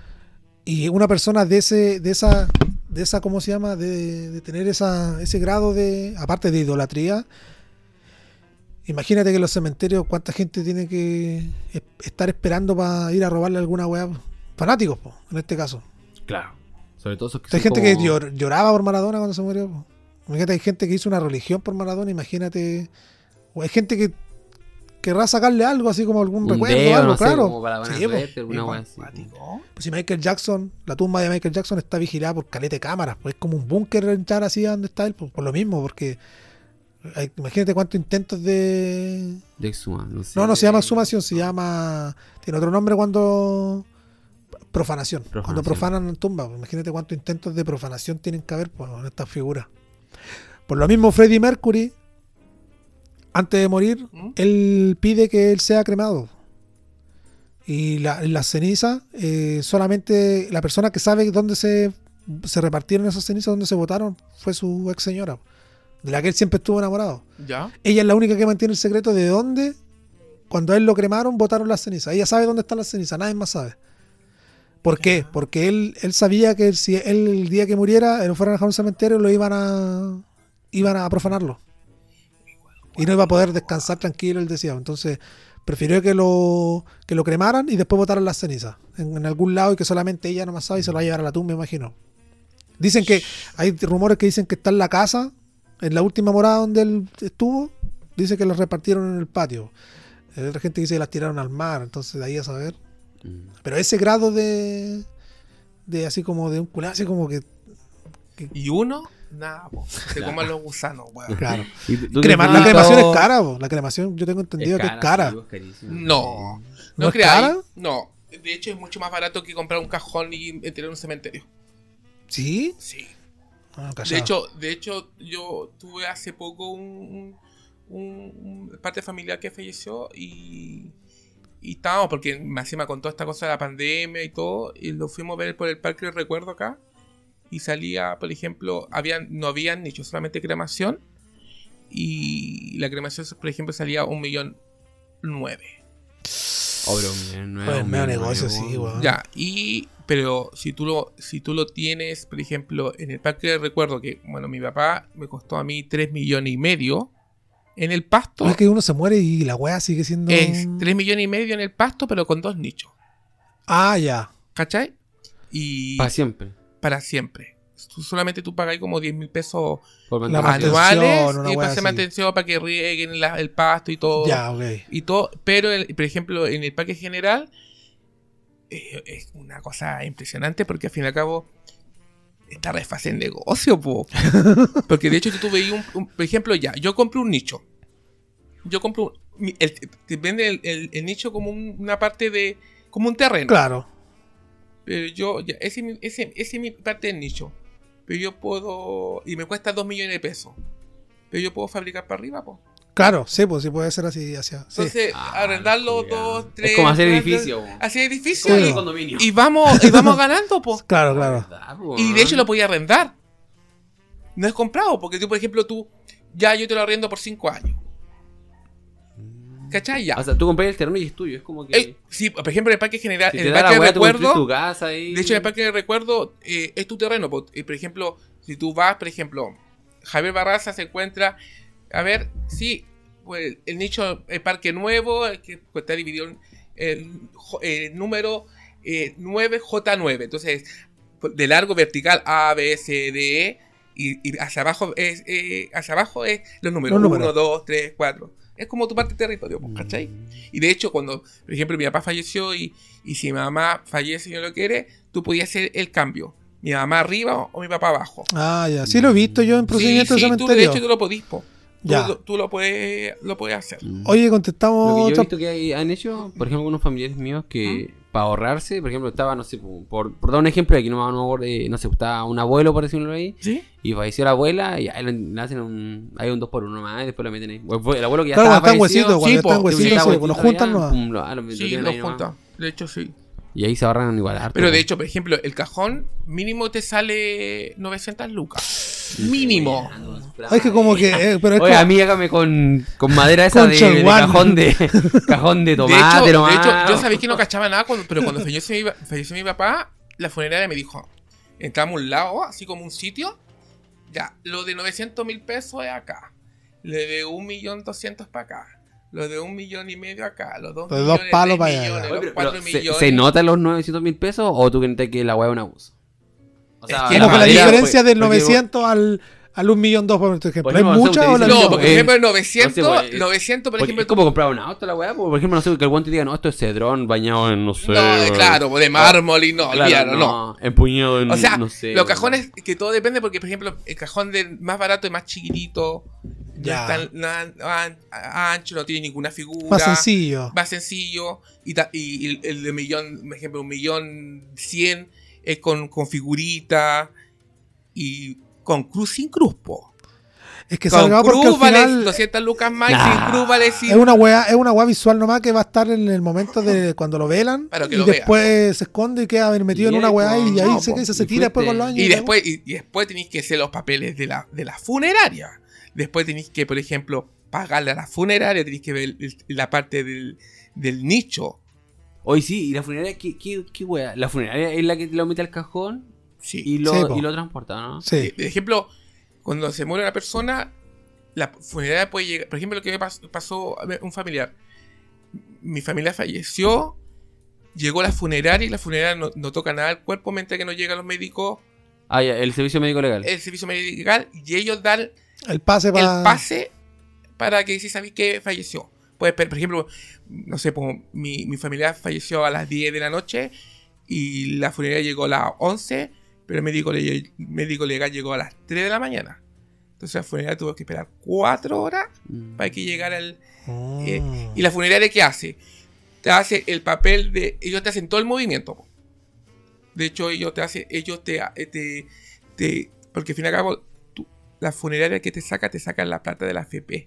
Y una persona de ese, de esa, de esa, ¿cómo se llama? De, de tener esa, ese grado de, aparte de idolatría. Imagínate que en los cementerios cuánta gente tiene que es- estar esperando para ir a robarle alguna weá. Fanáticos, po, en este caso. Claro. Sobre todo esos que Hay son gente como- que llor- lloraba por Maradona cuando se murió. po. Imagínate, hay gente que hizo una religión por Maradona. Imagínate. O hay gente que querrá sacarle algo, así como algún un recuerdo, dedo, algo, no sé, claro. como para buena Sí, po. suerte, alguna wea así. Cuático. Pues si Michael Jackson, la tumba de Michael Jackson está vigilada por caleta de cámaras. Pues es como un búnker entrar así a donde está él. Pues, por lo mismo, porque hay- imagínate cuántos intentos de. De exhuma, no sé. No, no se llama exhumación, se llama. Tiene otro nombre cuando. Profanación. Cuando Profanación. profanan tumbas. Pues imagínate cuántos intentos de profanación tienen que haber pues, en estas figuras. Por lo mismo, Freddie Mercury, antes de morir, ¿Mm? él pide que él sea cremado. Y la- las cenizas, eh, solamente la persona que sabe dónde se, se repartieron esas cenizas, dónde se botaron, fue su ex señora, de la que él siempre estuvo enamorado. ¿Ya? Ella es la única que mantiene el secreto de dónde, cuando a él lo cremaron, botaron las cenizas. Ella sabe dónde están las cenizas, nadie más sabe. ¿Por qué? Porque él, él sabía que si él el día que muriera, lo fueran a dejar a un cementerio, lo iban a iban a profanarlo. Y no iba a poder descansar tranquilo, él decía. Entonces, prefirió que lo que lo cremaran y después botaran las cenizas en, en algún lado y que solamente ella nomás sabe y se lo va a llevar a la tumba, me imagino. Dicen que hay rumores que dicen que está en la casa, en la última morada donde él estuvo, dice que las repartieron en el patio. Hay otra gente dice que las tiraron al mar, entonces de ahí a saber. Mm. Pero ese grado de de así como de un culé, así como que Y uno, nada, po. Se coman los gusanos, weón. claro. ¿Y tú- tú Cremar, qué la opinas? cremación es Todo- cara, po. La cremación yo tengo entendido que es cara. sí, es carísimo. No. ¿No ¿No es creáis? cara? No. De hecho, es mucho más barato que comprar un cajón y enterrar un cementerio. ¿Sí? Sí. Ah, De callado. hecho, de hecho, yo tuve hace poco un, un, un parte familiar que falleció y, y estábamos, porque me encima con toda esta cosa de la pandemia y todo, y lo fuimos a ver por el parque del recuerdo acá, y salía, por ejemplo, habían, no habían nicho, solamente cremación, y la cremación, por ejemplo, salía un millón nueve. Oh, pero un millón Pues, nueve, un medio millón negocio, nueve, sí, weón. weón. Ya, y pero si tú lo si tú lo tienes, por ejemplo, en el parque de recuerdo, que bueno, mi papá me costó a mí tres millones y medio en el pasto. No, es que uno se muere y la weá sigue siendo. Es tres millones y medio en el pasto, pero con dos nichos. Ah, ya. ¿Cachai? Y Para siempre. para siempre. Tú solamente tú pagas como diez mil pesos Por La mantener- mantención, anuales una y wea para hacer así. mantención para que rieguen la- el pasto y todo. Ya, ok. Y todo, pero el- por ejemplo, en el parque general eh, es una cosa impresionante porque al fin y al cabo está re fácil el negocio, po. Porque de hecho si tú veías un, un, por ejemplo, ya, yo compré un nicho. Yo compro un, el, te vende el, el, el nicho como un, una parte de, como un terreno. Claro. Pero yo, ya, ese, ese, ese es mi parte del nicho. Pero yo puedo, y me cuesta dos millones de pesos. Pero yo puedo fabricar para arriba, po. Claro, sí, pues sí puede ser así. Hacia, sí. Entonces, Ah, arrendarlo cuidado. dos, tres. Es como hacer cuatro, edificio, po. Hacer edificio Sí. y, Condominio. y vamos, y vamos ganando, po. Claro, claro. ¿Verdad, po? Y de hecho lo podía arrendar. No es comprado, porque tú, por ejemplo, tú, ya yo te lo arriendo por cinco años. ¿Cachai? Ya. O sea, tú compras el terreno y es tuyo. Es como que. Eh, sí, por ejemplo, en el parque general, si en te el da la parque de weá, tú construyes recuerdo, tu casa ahí. de hecho, en el parque de recuerdo eh, es tu terreno. po. Eh, por ejemplo, si tú vas, por ejemplo, Javier Barraza se encuentra, a ver, sí, pues, el nicho, el parque nuevo, el que pues, está dividido en el, el número eh, nueve J nueve. Entonces, de largo vertical A, B, C, D, E, y, y hacia abajo es eh, hacia abajo es los números Los números. uno, dos, tres, cuatro. Es como tu parte de territorio, pues, ¿cachai? Y de hecho, cuando, por ejemplo, mi papá falleció y, y si mi mamá fallece y no lo quiere, tú podías hacer el cambio. Mi mamá arriba o mi papá abajo. Ah, ya. Sí lo he visto yo en procedimiento sí, de sí, tú, de cementerio. hecho, tú lo podís, po. Tú, Ya. lo- tú lo puedes lo puedes hacer. Oye, Lo contestamos que yo he otra- visto que hay- han hecho, por ejemplo, unos familiares míos que para ahorrarse, por ejemplo, estaba, no sé, por, por, por dar un ejemplo, aquí no me acuerdo, eh, no sé, estaba un abuelo, por decirlo ahí, ¿Sí? y falleció la abuela, y ahí le, le hacen un, hay un dos por uno más, y después lo meten ahí. El abuelo que ya Claro, estaba cuando están fallecido, huesitos, cuando sí, po, están sí, huesitos, estaba sí, huesito cuando juntan ya, no. pum, lo- ah, lo- lo Sí, tienen lo ahí nomás. junta. De hecho, sí. Y ahí se ahorran igual harto. Pero de po. hecho, por ejemplo, el cajón mínimo te sale novecientas lucas. Mínimo. Es que como que. eh, pero es Oye, como- a mí hágame con, con madera esa de, Concha de Juan. cajón de cajón de De tomate, hecho, de nomás. hecho, yo sabía que no cachaba nada, cuando, pero cuando falleció mi, falleció mi papá, la funeraria me dijo, entramos a un lado, así como un sitio, ya, lo de novecientos mil pesos es acá, lo de un millón doscientos para acá, lo de un millón y medio acá, los dos Los dos millones, palos tres para allá. millones, Oye, los pero- cuatro pero millones. ¿se, ¿Se notan los novecientos mil pesos o tú crees que la weá es un abuso? O Es que como que la madera, diferencia pues, del porque- novecientos al, al un millón dos, por ejemplo. Por ¿Es ejemplo, mucha usted o la dice- No, misma? porque por Eh, ejemplo, no novecientos, sé, pues, novecientos, por Porque ejemplo, es como comprar un auto la weá, por ejemplo, no sé, que algún te diga, no, esto es cedrón bañado en, no sé. no, eh, claro, de mármol y no, Claro, olvídalo, no. empuñado en, O sea, no sé. los cajones, que todo depende, porque por ejemplo, el cajón del más barato es más chiquitito, Ya. no es tan no- no an- ancho, no tiene ninguna figura. Más sencillo. Más sencillo. Y, ta- y- y el de millón, por ejemplo, un millón cien es con, con figurita y con cruz sin cruz, po. Es que Con salga porque al cruz vale final doscientas lucas más y Nah. sin cruz vale es cien. una weá, es una weá visual nomás que va a estar en el momento de cuando lo velan Para que y lo después se esconde y queda metido en Y una ahí, weá y pues, ahí no, se, pues, se, se y tira después con los años. Y ya. después, y, y después tenéis que hacer los papeles de la, de la funeraria. Después tenéis que, por ejemplo, pagarle a la funeraria, tenéis que ver el- la parte del, del nicho. Hoy sí, y la funeraria, ¿qué, qué, qué weá? La funeraria es la que lo mete al cajón Sí. y lo, Sí, po. y lo transporta, ¿no? Sí. Por ejemplo, cuando se muere una persona, la funeraria puede llegar. Por ejemplo, lo que me pas- pasó a ver, un familiar. Mi familia falleció, llegó la funeraria y la funeraria no, no toca nada al cuerpo mientras que no llegan los médicos, Ah, ya, el servicio médico legal. el servicio médico legal, y ellos dan El pase para. el pase para que si sabéis que falleció. Pues, por ejemplo, no sé, pues, mi, mi familiar falleció a las diez de la noche y la funeraria llegó a las once, pero el médico, le- el médico legal llegó a las tres de la mañana. Entonces la funeraria tuvo que esperar cuatro horas Mm. para que llegara el... Mm. eh, ¿Y la funeraria qué hace? Te hace el papel de... Ellos te hacen todo el movimiento. po. De hecho, ellos te hacen... Ellos te... te, te- porque al fin y al cabo, tú- la funeraria que te saca, te saca la plata de la F P.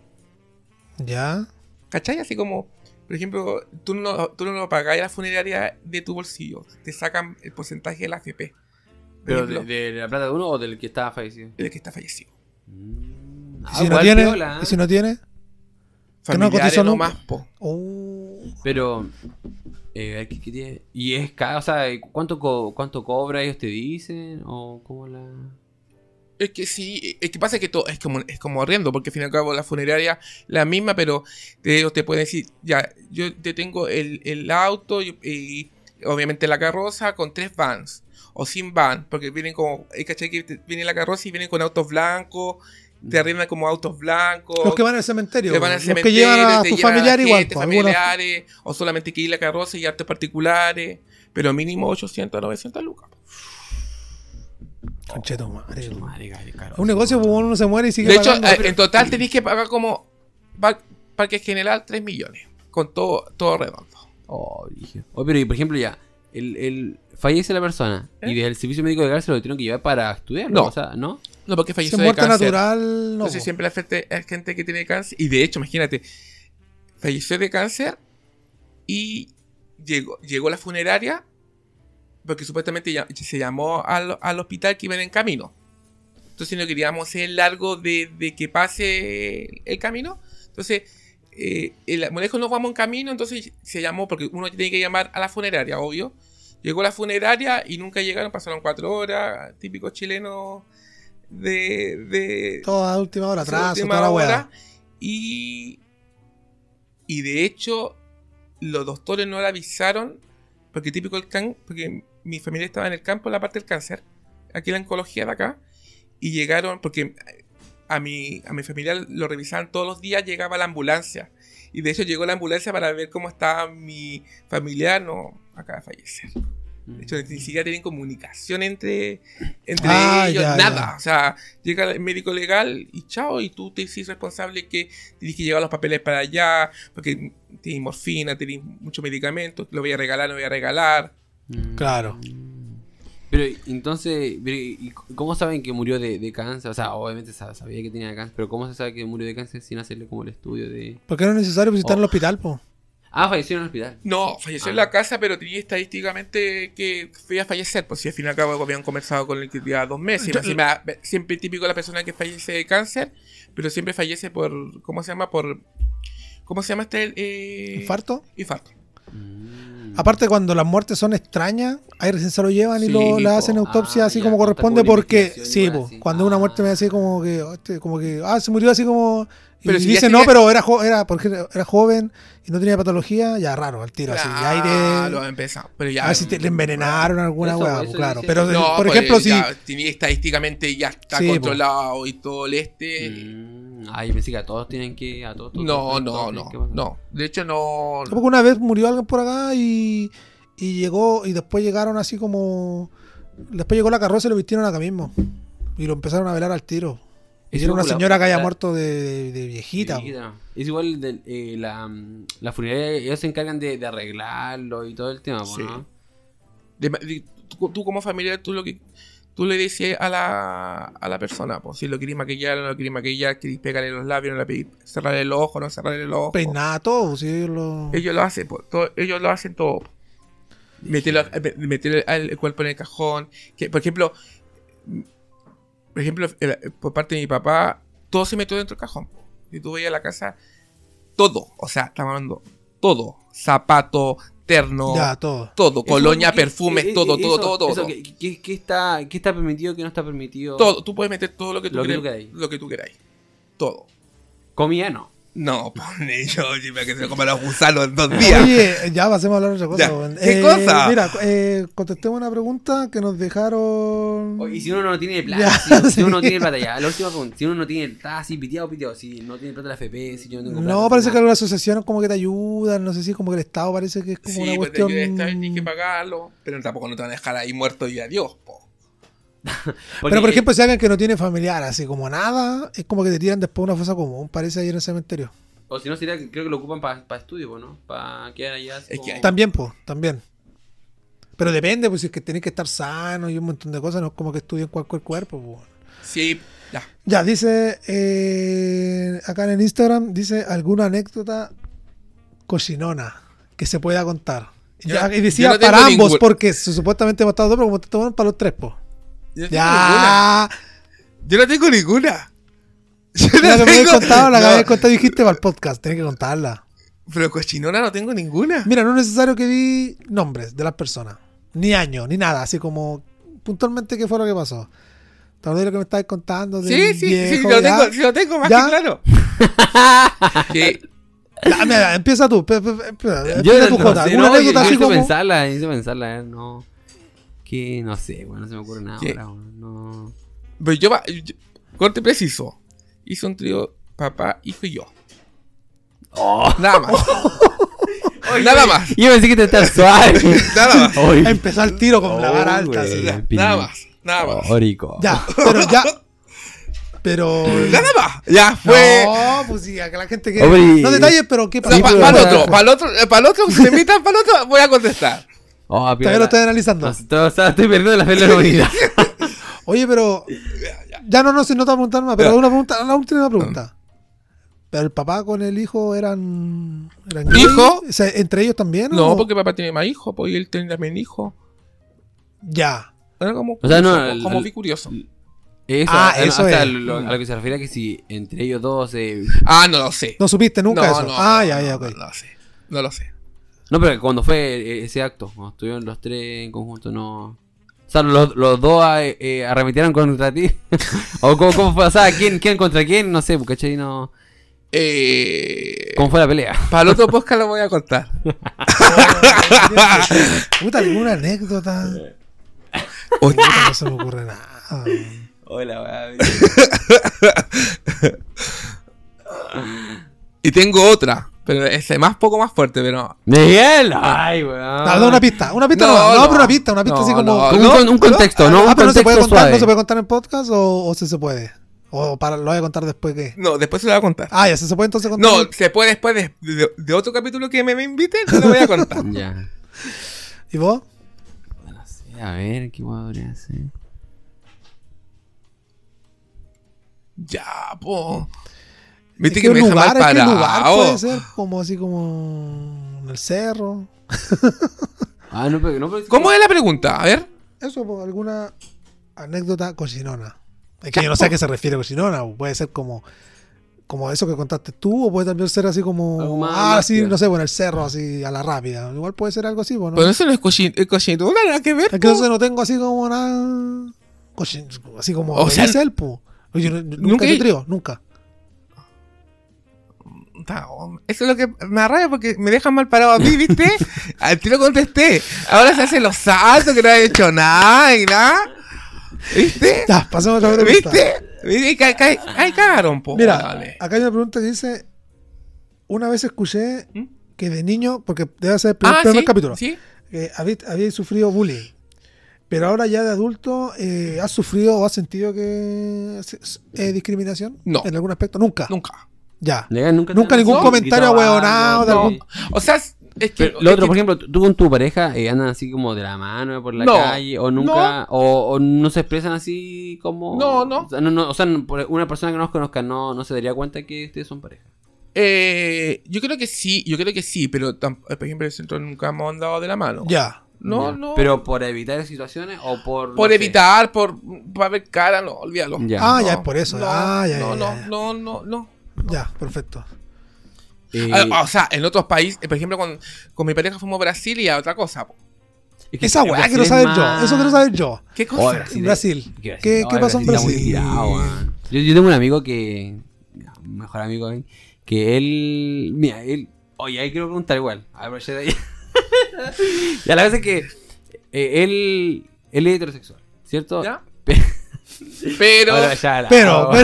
Ya. ¿Cachai? Así como, por ejemplo, tú no, tú no lo pagas a la funeraria de tu bolsillo. Te sacan el porcentaje de la F P. Por ¿Pero de, ejemplo, de la plata de uno o del que estaba fallecido? el que está fallecido. Mm. ¿Y Ah, si no igual tiene? piola, ¿eh? ¿Y si no tiene? Que no Familiares cotizó no nunca. más, po. Oh. Pero, eh, ¿qué, qué tiene? ¿Y es caro? O sea, ¿cuánto, co- ¿cuánto cobra? ¿Ellos te dicen? ¿O cómo la...? Es que sí, es que pasa que todo es como, es como arriendo, porque al fin y al cabo la funeraria la misma, pero te, ellos te pueden decir, ya, yo te tengo el, el auto y, y obviamente la carroza con tres vans, o sin van, porque vienen como, hay ¿cachai? Que te- viene la carroza y vienen con autos blancos, te arriendan como autos blancos. Los que van al cementerio. que van al los cementerio, que llevan a te tu llevan familiar a igual. gente, Pues, algunos- familiares, o solamente que ir la carroza y artes particulares, pero mínimo ochocientos, novecientos lucas. Concheto madre, Su weón. madre, caro, caro. Es un negocio, pues uno se muere y sigue De hecho, pagando. eh, en total tenéis que pagar como par- parque general tres millones, con todo, todo redondo. Oh, dije. Oh, pero y por ejemplo ya, el, el fallece la persona ¿Eh? y desde el servicio médico legal se lo tuvieron que llevar para estudiar, No. O sea, ¿no? No, porque Si falleció es de muerte cáncer. natural, no. Entonces po. siempre la gente, hay gente que tiene cáncer. Y de hecho, imagínate, falleció de cáncer y llegó, llegó la funeraria porque supuestamente ya- se llamó al, al hospital que iban en camino. Entonces no queríamos hacer largo de, de que pase el camino. Entonces, eh, el molejo nos vamos en camino, entonces se llamó, porque uno tiene que llamar a la funeraria, obvio. Llegó la funeraria y nunca llegaron, pasaron cuatro horas, típico chileno de... de Toda última hora, sí, atrás, última toda la hora. weá. Y, y de hecho, los doctores no le avisaron, porque típico el can, porque mi familia estaba en el campo, en la parte del cáncer, aquí en la oncología de acá, y llegaron, porque a mi, a mi familia lo revisaban todos los días, llegaba la ambulancia. Y de hecho llegó la ambulancia para ver cómo estaba mi familiar, no, acaba de fallecer. De hecho, ni siquiera tienen comunicación entre, entre Ah, ellos, ya, nada. ya. O sea, llega el médico legal y chao, y tú te hiciste responsable que tienes que llevar los papeles para allá, porque tienes morfina, tienes muchos medicamentos, lo voy a regalar, lo voy a regalar. Claro. Pero entonces, pero, ¿y cómo saben que murió de, de cáncer? O sea, obviamente sa- sabía que tenía cáncer, pero ¿cómo se sabe que murió de cáncer sin hacerle como el estudio de... Porque no es necesario, pues si está en el Oh. hospital, pues. Ah, falleció en el hospital. No, falleció Ah. en la casa, pero tenía estadísticamente que iba a fallecer, pues si al fin y al cabo habían conversado con él que llevaba dos meses. Yo- Encima, siempre típico la persona que fallece de cáncer, pero siempre fallece por, ¿cómo se llama? Por, ¿cómo se llama este? Eh, ¿Infarto? Infarto. Aparte, cuando las muertes son extrañas, ahí recién se lo llevan y Sí, lo, le po. hacen autopsia Ah, así ya, como cuenta corresponde, como porque investigación sí, igual, po, sí. cuando una muerte Ah. me así como que, hostia, como que, ah, se murió así como. Y Pero si ya dice, tenía- no, pero era, jo- era porque era joven y no tenía patología, ya raro, al tiro, así. Y ahí Claro, de. empezado. Pero ya. A ver si te- le envenenaron alguna Eso, weá, eso claro. dice- Pero, No, por pues, ejemplo, si. ya tenía estadísticamente ya está Sí, po. controlado y todo el este. Mm, ay, pensé que a todos tienen que... A todos, todos, No, todos, no, todos no, tienen que pasar. no. De hecho, no. Porque una vez murió alguien por acá y, y llegó, y después llegaron así como. Después llegó la carroza y lo vistieron acá mismo. Y lo empezaron a velar al tiro. Y Es era una igual, señora que haya la- muerto de, de viejita. po. Viejita. Es igual de, eh, la, mm, la funeraria, ellos se encargan de, de arreglarlo y todo el tema, po, Sí. ¿no? De- de- tú, tú como familiar, tú lo que tú le dices a la, a la persona, pues si lo querés maquillar o no lo querés maquillar, querés pegarle los labios, no le querés cerrarle el ojo, no cerrarle el ojo. Peinada todo, sí, ellos lo... Ellos lo hacen, pues, todo- ellos lo hacen todo. Meterlo- eh, meter el, el cuerpo en el cajón. Que, por ejemplo, por ejemplo, el- por parte de mi papá, todo se metió dentro del cajón. Si tú veías la casa, todo, o sea, estamos hablando, todo, zapato, terno, Ya, todo. todo, Eso, colonia, ¿qué- perfumes, eh, todo, eh, todo, eso- todo, todo, eso, todo. ¿qué, qué- qué está, ¿Qué está permitido, qué no está permitido? Todo, tú puedes meter todo lo que tú, Lo que quieras- tú queráis. lo que tú queráis. Todo. Comida no. No, pone yo, para que se coman los gusanos en dos días. Oye, ya pasemos a hablar de otra cosa. Ya. weón. ¿Qué cosa? Mira, eh, contestemos una pregunta que nos dejaron... O- Y si uno no tiene plata, Ya, si, si sí. uno no tiene plata, ya, la última pregunta, si uno no tiene, está así piteado, piteado, si no tiene plata la F P, si yo no tengo plata. No, si parece que nada. algunas asociaciones como que te ayudan, no sé si como que el Estado parece que es como Sí, una pues te ayuda cuestión... esta vez, tienes que pagarlo, pero tampoco no te van a dejar ahí muerto y adiós, po. Porque- Pero por ejemplo, si alguien que no tiene familiar, así como nada, es como que te tiran después una fosa común, parece ahí en el cementerio. O si no, sería que creo que lo ocupan para estudio, po, ¿no? Para quedar allá. así Es como- que hay- También, pues, también. Pero depende, pues si es que tenés que estar sano y un montón de cosas, no es como que estudien cualquier cuerpo, pues. Sí, ya. Ya, dice eh, acá en el Instagram, dice alguna anécdota cochinona que se pueda contar. Yo- Ya, y yo decía no tengo para ambos, ningún- porque su- supuestamente hemos estado dos, pero como te toman para los tres, pues. Yo no tengo ninguna. Ya, Yo no tengo ninguna. Yo no la que me habías tengo- contado, la que no, me habías contado dijiste para el podcast, tenés que contarla. Pero cochinona no tengo ninguna. Mira, no es necesario que di nombres de las personas, ni años, ni nada, así como puntualmente qué fue lo que pasó. ¿Te acordás de lo que me estabas contando? Sí, del sí, sí, viejo, lo ya? tengo, sí lo tengo más ¿Ya? que claro. Que Ya, mira, empieza tú, pe- pe- pe- espera, Yo empieza tu no Jota. sé, ¿Alguna no, anécdota yo así necesito como? pensarla, necesito pensarla, eh, no. Que no sé, bueno, no se me ocurre nada ¿Qué? ahora, weón, no. Pero yo, va- yo- corte preciso. hice un trío papá, hijo y yo. Nada más. Nada más. Yo pensé que te estás suave. Nada más. Oye. Empezó al tiro con la vara alta. güey. Así. Ya, nada más. Nada más. Orico. Ya, pero ya. Pero. Nada más. Ya fue. No, pues sí, a que la gente quiere. Hombre, No detalles, pero ¿qué O pasa? sea, Sí, para pero- el otro, para el otro, para el otro, si me invitan para el otro, voy a contestar. Oh, Todavía lo estoy analizando. No, estoy, o sea, estoy perdiendo la fe en la humanidad. Oye, pero. Ya no, no, si no te voy a preguntar más, pero Ya. una pregunta, la última pregunta. Pero el papá con el hijo eran. eran gay? ¿Hijo? O sea, ¿entre ellos también? No, o- porque papá tiene más hijos, pues y él tiene también hijos. Ya. Era como O sea, no, curioso, el- como el- vi curioso. Eso, Ah, eh, no, eso o sea, es. lo- a lo que se refiere a que si entre ellos dos. Eh... Ah, no lo sé. ¿No supiste nunca no, eso? no, ah, no, ya, ya, no, ok. No lo sé. No lo sé. No, pero cuando fue eh, ese acto, cuando estuvieron los tres en conjunto, no. O sea, los, los dos eh, eh, arremetieron contra ti. O cómo, cómo fue, o sea, ¿quién, quién contra quién, no sé, ¿cachai? No. Eh, ¿Cómo fue la pelea? para el otro podcast lo voy a contar. Puta, alguna anécdota. Oye, Puta, no se me ocurre nada. Hola, y tengo otra, pero es más poco más fuerte, pero Miguel, ay, weón. Da, da una pista, una pista No, no, no, no. pero una pista, una pista No, así como. no, Un, no, con- un contexto, ¿no? Ah, Un pero no se puede contexto contar, suave. no se puede contar en podcast o, o se se puede. O para lo voy a contar después que. no, después se lo voy a contar. Ah, ya se, se puede entonces contar. No, se puede después de, de, de otro capítulo que me, me inviten, se lo voy a contar. Ya. ¿Y vos? No sé, a ver, ¿qué podría hacer? Ya, po. Viste ¿En que qué me deja mal lugar, ¿en qué parado. lugar puede ser? Como así como en el cerro. Ah, no, pero no, pero ¿Cómo es la pregunta? A ver. Eso, pues, alguna anécdota cochinona. Es que yo no sé a qué se refiere cochinona. o Puede ser como como eso que contaste tú, o puede también ser así Algo como. más- Ah, más sí, tierno. no sé, bueno, el cerro, así a la rápida. Igual puede ser algo así, pues, ¿no? Pero eso no es cochin es cochinona, nada que ver. Es que po. entonces no tengo así como nada. cochin- Así como. O lo sea, dice él, pues. Oye, yo no- nunca nunca- te trío, nunca. No, eso es lo que me arraya porque me dejan mal parado a mí, ¿viste? Al tiro contesté. Ahora se hacen los saltos que no he hecho nada y nada. ¿Viste? Ya, pasemos a otra pregunta. ¿Viste? ¿Viste? Ca- ca- Ahí cagaron, po. Mira, Dale. acá hay una pregunta que dice: una vez escuché ¿Mm? que de niño, porque debe ser el primer, Ah, primer ¿sí? capítulo, ¿Sí? que había, había sufrido bullying. Pero ahora ya de adulto, eh, ¿has sufrido o has sentido que es, es- es discriminación? No. ¿En algún aspecto? Nunca. Nunca. Ya. Legal, nunca, Nunca te- ningún no, comentario quitaba ahueonado de algo, algún- sí. O sea, es es que. Pero lo es otro, que- por ejemplo, tú con tu pareja eh, andan así como de la mano por la No, calle o nunca, o, o no se expresan así como... No, no. O sea, no, no, o sea, no- por una persona que no nos conozca no, no se daría cuenta que ustedes son pareja. Eh, yo creo que sí, yo creo que sí, pero tam- por ejemplo, en el centro nunca hemos andado de la mano. Ya. No, Ya. no. Pero por evitar situaciones o por... por no sé. evitar, por para ver cara, no, olvídalo. Ya. Ah, No, ya es por eso. No, ah, ya, no, ya, no, ya, no, no, no. Ya, perfecto. Eh, Ah, o sea, en otros países, por ejemplo, con, con mi pareja fuimos a Brasil y a otra cosa. po. es que Esa en weá Brasil quiero es saber más- yo. Eso quiero saber yo. ¿Qué Oh, cosa? Brasil. Brasil. ¿Qué, ¿Qué- qué pasó en está muy Brasil? tirado, weón. yo, yo tengo un amigo que... Un mejor amigo de mí, que él... Mira, él... Oye, ahí quiero preguntar igual. A ver, ya de ahí. Y a la vez es que... eh, él... Él es heterosexual, ¿cierto? ¿Ya? Pe- Pero, Ahora ya la- Pero, oh. pero.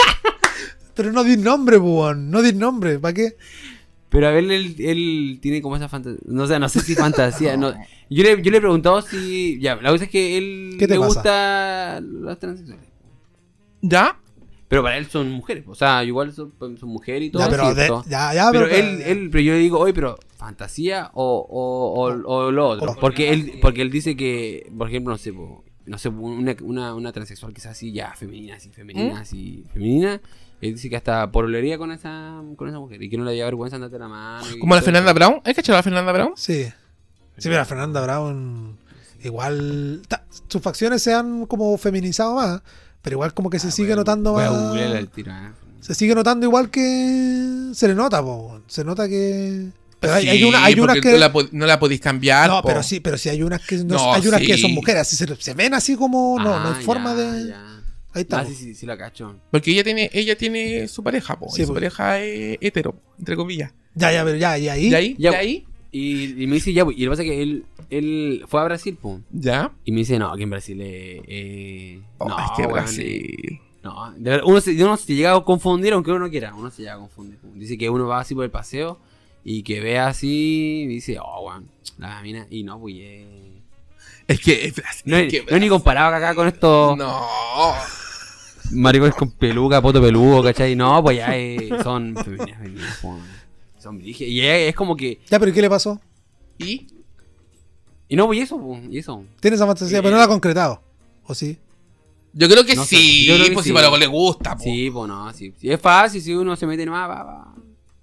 Pero no di nombre, bubón. No di nombre. ¿Para qué? Pero a ver, él, él tiene como esa fantasía. No sé, no sé si fantasía. no. Yo, le, yo le he preguntado si. Ya, la cosa es que él ¿Qué te le pasa? gusta los transexuales. ¿ya? Pero para él son mujeres. O sea, igual son, son mujeres y todo. Ya, pero. de- ¿cierto? ya, ya, pero pero. él, él, pero yo le digo, oye, pero fantasía o, o, o, o lo otro. O- Porque él, porque él dice que, por ejemplo, no sé, po, no sé, una, una, una transexual que es así ya femenina, así femenina, ¿Mm? así femenina. Él dice que hasta pololería con esa, con esa mujer y que no le da vergüenza andarte la mano. y Como la todo Fernanda eso. Brown. ¿Has cachado a la Fernanda Brown? Sí. Sí, mira, Fernanda Brown. Igual. ta- sus facciones se han como feminizado más. Pero igual como que se Ah, sigue voy a- notando voy a más. googlearla al tiro, ¿eh? Se sigue notando igual que. Se le nota, po. Se nota que. Pero hay, Sí, hay, una, hay unas porque que. No la, po- no la podéis cambiar. No, po. pero sí, pero sí hay unas que no, No, hay unas que sí. son mujeres, así se, se ven así como no, no Ah, hay forma ya, de. ya. Ahí está. Ah, sí, sí, sí la cacho. Porque ella tiene, ella tiene su pareja, po, Sí, y su po. pareja es hetero, entre comillas. Ya, ya, pero ya, y ahí. ¿Y ahí? Ya, ¿Y ahí? Y, y me dice, ya, y lo que pasa es que él, él fue a Brasil, pum. ¿Ya? Y me dice, no, aquí en Brasil eh, eh, Oh, no, es que weón, Brasil. No, de verdad, uno se, uno se llega a confundir aunque uno no quiera. Uno se llega a confundir. Dice que uno va así por el paseo y que ve así y dice, oh, weón, la mina. Y no, pues. Eh. Es que. Es, No es, que, no es ni comparado acá con estos No. maricones con peluca, poto peludo, ¿cachai? No, pues ya eh, son femeninas, femeninas, po. Son brígidas. Y es, es como que. Ya, pero ¿y qué le pasó? ¿Y? Y no, pues y eso, po, y eso. Tiene esa fantasía, Eh, pero no la ha concretado. ¿O sí? Yo creo que No sé, sí. yo creo que pues sí. si para lo que le gusta, po. Sí, pues no, sí. Si es fácil, si uno se mete nomás, va, va.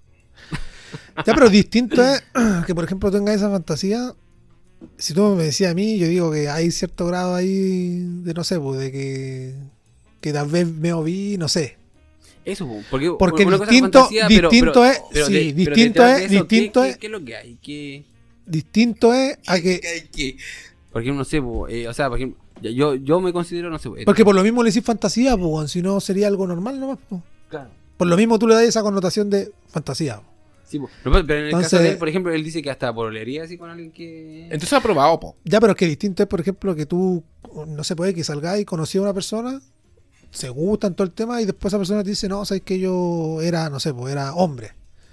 Ya, pero distinto es que, por ejemplo, tengas esa fantasía. Si tú me decías a mí, yo digo que hay cierto grado ahí de, no sé, pues, de que, que tal vez me oví, no sé. Eso, po, porque, Porque una cosa es distinto- fantasía, pero- distinto pero- es- pero sí, de- pero distinto detrás es- de eso, distinto ¿qué, es- qué, qué es lo que hay? ¿Qué, Distinto es a que... ¿Qué- qué? por ejemplo, no sé, po, eh, o sea, por ejemplo, ya, yo, yo me considero, no sé, eh, Porque por lo mismo le decís fantasía, pues, si no sería algo normal nomás, pues. claro. Por lo mismo tú le das esa connotación de fantasía. Po. Sí, po. pero, pero en el Entonces- caso de él, por ejemplo, él dice que hasta pololería así con alguien que... Entonces ha probado, po. Ya, pero es que distinto es, por ejemplo, que tú, no se puede que salgáis y conocí a una persona, se gustan todo el tema y después esa persona te dice, no, sabes que yo era, no sé, pues era hombre.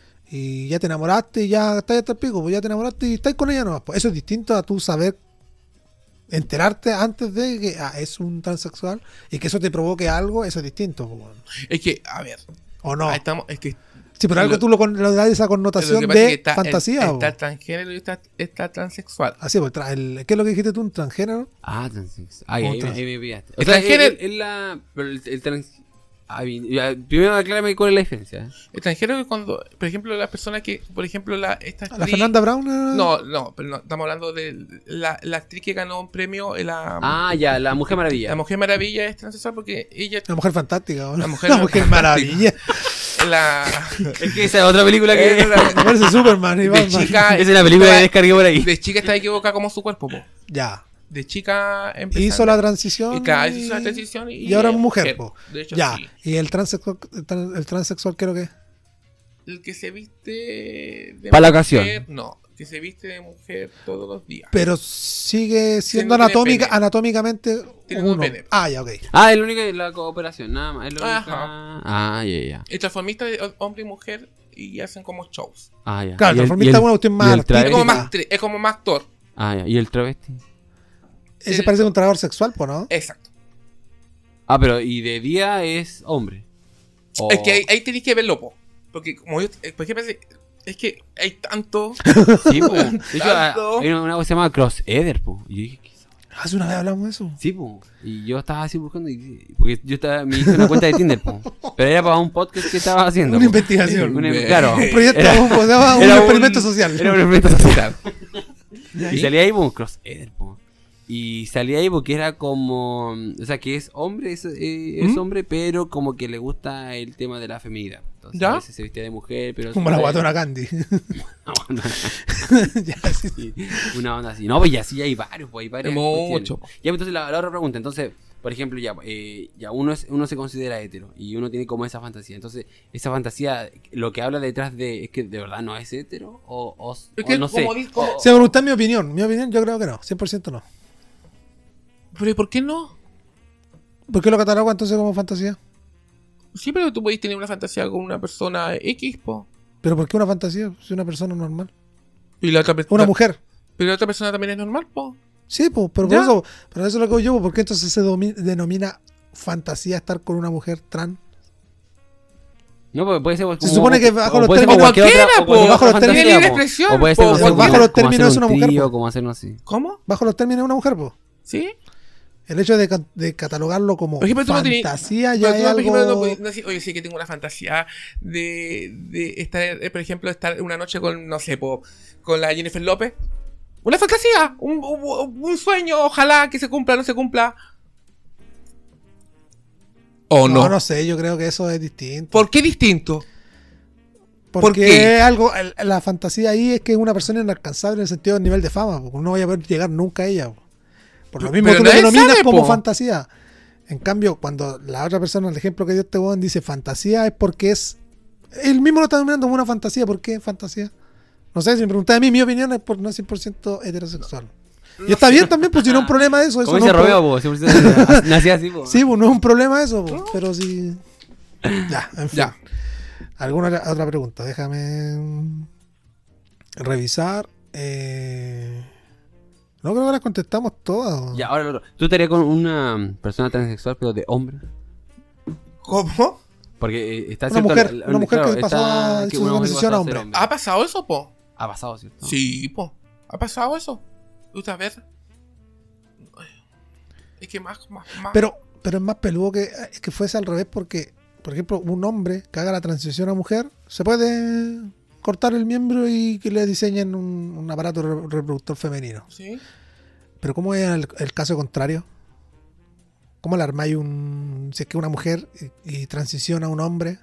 Y ya te enamoraste y ya estás hasta el pico, pues ya te enamoraste y estás con ella nomás. Pues eso es distinto a tú saber, enterarte antes de que ah, es un transexual y que eso te provoque algo, eso es distinto. Pues, bueno. Es que, a ver. ¿O no? Ahí estamos, es que. Sí, pero algo lo- tú lo, con- le das esa lo connotación que pasa es de que está fantasía. el- po. está el transgénero y está, está transexual. Así, pues, tra- el- ¿qué es lo que dijiste tú? ¿Un transgénero? Ah, transexual. Ay, ¿Cómo ahí, me- trans- ahí me pillaste. O El sea, transgénero- él- él la... Pero el, el trans... Ay, ya, primero aclárame cuál es la diferencia. ¿eh? El transgénero es cuando, por ejemplo, la persona que, por ejemplo, la esta ¿La actriz- Fernanda Brown? eh? No, no, pero no, estamos hablando de la, la actriz que ganó un premio en la, Ah, ya, la Mujer Maravilla. la Mujer Maravilla es transexual porque ella La mujer fantástica. ¿o no? La mujer La mujer fantástica. maravilla. la Es que esa es otra película que... Era la- Parece Superman y de Batman. chica Esa es la película que estaba- descargué por ahí. de chica está equivocada como su cuerpo, po. Ya. De chica empezando. Hizo la transición. Y cada vez y- hizo la transición y, y ahora es mujer, po. De hecho, Ya. sí. ¿Y el transexual, el, tran- el transexual qué es lo que es? El que se viste de Pa' la mujer, ocasión. No, que se viste de mujer todos los días. Pero sigue siendo no tiene anatómica, pene. anatómicamente Tiene un uno. pene. Ah, ya, ok. Ah, es la única, la cooperación, nada más. Es la única... Ajá. Ah, ya, ya. El transformista de hombre y mujer y hacen como shows. Ah, ya. Claro, el Y transformista y es una cuestión más y el Es artística. como travesti. más, tre- es como más actor. Ah, ya. ¿Y el travesti? Ese el- parece un trabajador sexual, pues, ¿no? Exacto. Ah, pero ¿y de día es hombre? O- Es que ahí, ahí tenéis que verlo, po. Porque como yo, eh, por ejemplo, es que hay tanto. Sí, po. De hecho, Tanto. hay una, una cosa que se llama Crossover, po. Y yo dije, ¿qué es eso? Hace una vez hablamos de eso. Sí, po. Y yo estaba así buscando. Y, porque yo estaba, me hice una cuenta de Tinder, po. Pero era para un podcast que estaba haciendo. Una po. investigación. Una- Ve. claro. Un proyecto, Era- un, se llama un era experimento social. Era un experimento social. ¿Sí? Y salía ahí, po, un crossover, po. Y salía ahí porque era como. O sea, que es hombre, es, eh, es ¿Mm? hombre, pero como que le gusta el tema de la feminidad. Entonces, ¿Ya? a veces se vestía de mujer, pero. Como la siempre- guatona Candy. Una onda, Ya, sí. sí, una onda así. No, pues ya sí hay varios, pues hay varias. Mucho. cuestiones. Ya, entonces la, la otra pregunta. Entonces, por ejemplo, ya, eh, ya uno, es, uno se considera hetero y uno tiene como esa fantasía. Entonces, esa fantasía, lo que habla detrás de. ¿Es que de verdad no es hetero? O, o, Es o que no sé. como di- como- O- Si me preguntan mi opinión, mi opinión yo creo que no, cien por ciento no. Pero ¿y por qué no? ¿Por qué lo catalogo entonces como fantasía? Sí, pero tú podés tener una fantasía con una persona X, po. ¿Pero por qué una fantasía? Si una persona normal. Y la otra persona. Una mujer. Pero la otra persona también es normal, po. Sí, pues, pero por Ya. eso, pero eso es lo que digo yo, ¿por qué entonces se domi- denomina fantasía estar con una mujer trans? No, pues puede ser como, Se supone que bajo o los puede ser términos- como cualquier Cualquiera, otra- o po, cualquier bajo otra los términos- fantasía, libre po. expresión, O puede ser, po, no sé, cualquiera. como- Bajo los como términos hacer es una un mujer, trío, po. como hacerlo así. ¿Cómo? Bajo los términos de una mujer, pues. ¿Sí? El hecho de, ca- de catalogarlo como Por ejemplo, tú no tenés- fantasía Pero ya tú, es por ejemplo, no algo... podés- no decir, oye, sí que tengo una fantasía de, de estar, eh, por ejemplo, estar una noche con, no sé, po, con la Jennifer López. Una fantasía, un, un, un sueño, ojalá que se cumpla, no se cumpla. ¿O no? no, no sé, yo creo que eso es distinto. ¿Por qué distinto? Porque por qué? es algo, el- la fantasía ahí es que es una persona inalcanzable en el sentido del nivel de fama, porque no vaya a poder llegar nunca a ella. Po. Por lo mismo Pero tú lo nadie denominas sabe, como po. fantasía. En cambio, cuando la otra persona, el ejemplo que dio este weón, dice fantasía, es porque es... Él mismo lo está denominando como una fantasía. ¿Por qué fantasía? No sé, si me preguntas a mí, mi opinión es por no es cien por ciento heterosexual. Y está bien también, pues si no es un problema eso. eso Como no dice es un Romeo, pro- po, siempre se- nací así, po. Sí, pues no es un problema eso, pues, pero sí. Ya, en fin. Ya. ¿Alguna otra- otra pregunta? Déjame mm, revisar. Eh... No creo que las contestamos todas. Ya, ahora lo otro. ¿Tú estarías con una persona transexual, pero de hombre? ¿Cómo? Porque eh, está Una cierto, mujer, la- una mujer que claro, pasó está- a- que su una mujer que transición pasó a ser hombre. ¿Ha pasado eso, po? Ha pasado, ¿cierto? Sí, po. ¿Ha pasado eso? ¿Otra vez? Es que más, más, más. Pero, pero es más peludo que, es que fuese al revés porque, por ejemplo, un hombre que haga la transición a mujer, se puede cortar el miembro y que le diseñen un, un aparato re- reproductor femenino. ¿Sí? Pero ¿cómo es el, el caso contrario? ¿Cómo le armáis un... si es que una mujer y, y transiciona a un hombre?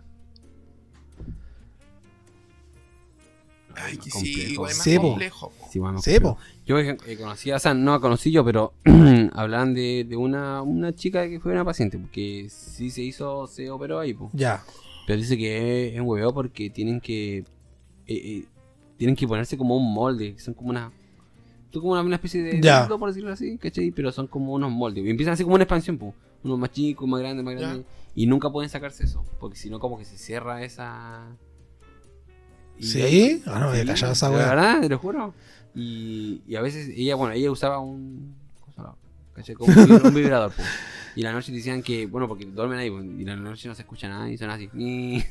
Ay, que sí, Complejo. igual es más Sí, po. complejo, po. Sí, bueno, Sí, pero po. yo eh, conocía, o sea, no la conocí yo, pero hablaban de, de una, una chica que fue una paciente, porque sí se hizo, se operó ahí, po. Ya. Pero dice que es, es un hueveo porque tienen que eh, eh, tienen que ponerse como un molde, que son como una son como una, una especie de Ya. dildo, por decirlo así, ¿cachai? Pero son como unos moldes, y empiezan así como una expansión, po. Unos más chicos, más grandes, más Ya. grandes, y nunca pueden sacarse eso, porque si no como que se cierra esa... Y ¿Sí? ahí- Ah, no, había cachado esa de wea. verdad, te lo juro. Y, y a veces ella, bueno, ella usaba un... cosa no, ¿cachai? Como un, vibra- un vibrador, po. Y la noche decían que, bueno, porque duermen ahí, po, y la noche no se escucha nada y son así. Ni...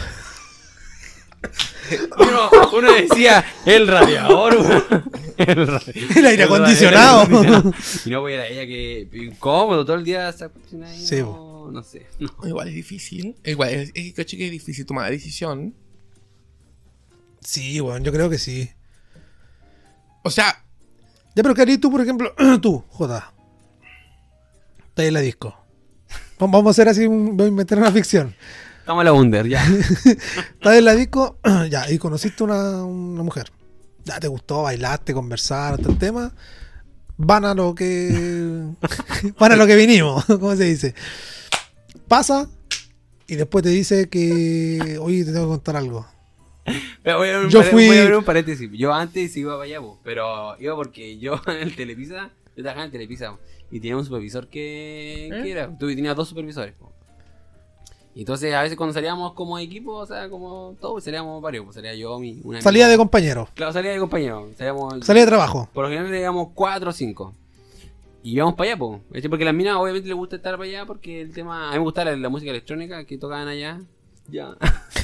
uno, uno decía, el radiador, weón. el, ra- El aire acondicionado. el aire acondicionado. Y no, pues era ella que incómodo todo el día se acuesta ahí. Sí, no, no sé. No. Igual es difícil. Igual es, es, caché que es difícil tomar la decisión. Sí, bueno, yo creo que sí. O sea, Ya, pero ¿qué harías tú, por ejemplo? Tú, Jota. Estás en la disco. Vamos vamos a hacer así, un, voy a inventar una ficción. Estamos en la Under, ya. Estás en la disco, ya, y conociste una, una mujer. Ya te gustó, bailaste, conversaron, todo el tema. Van a lo que. Van a lo que vinimos, ¿cómo se dice? Pasa, y después te dice que. Oye, te tengo que contar algo. Pero voy a abrir un Yo pare- fui- voy a abrir un paréntesis. Yo antes iba para allá, po, pero iba porque yo en el Televisa, yo trabajaba en Televisa, po, y tenía un supervisor que, que era, tuve, tenía dos supervisores, po. Y entonces a veces cuando salíamos como equipo, o sea, como todos, salíamos varios, pues salía yo, mi, una Salía de compañero, Claro, salía de compañero, salíamos, salía de trabajo. por lo general íbamos cuatro o cinco. Y íbamos para allá, po. ¿Cachai? Porque a las minas obviamente les gusta estar para allá porque el tema, a mí me gusta la, la música electrónica que tocaban allá. Ya.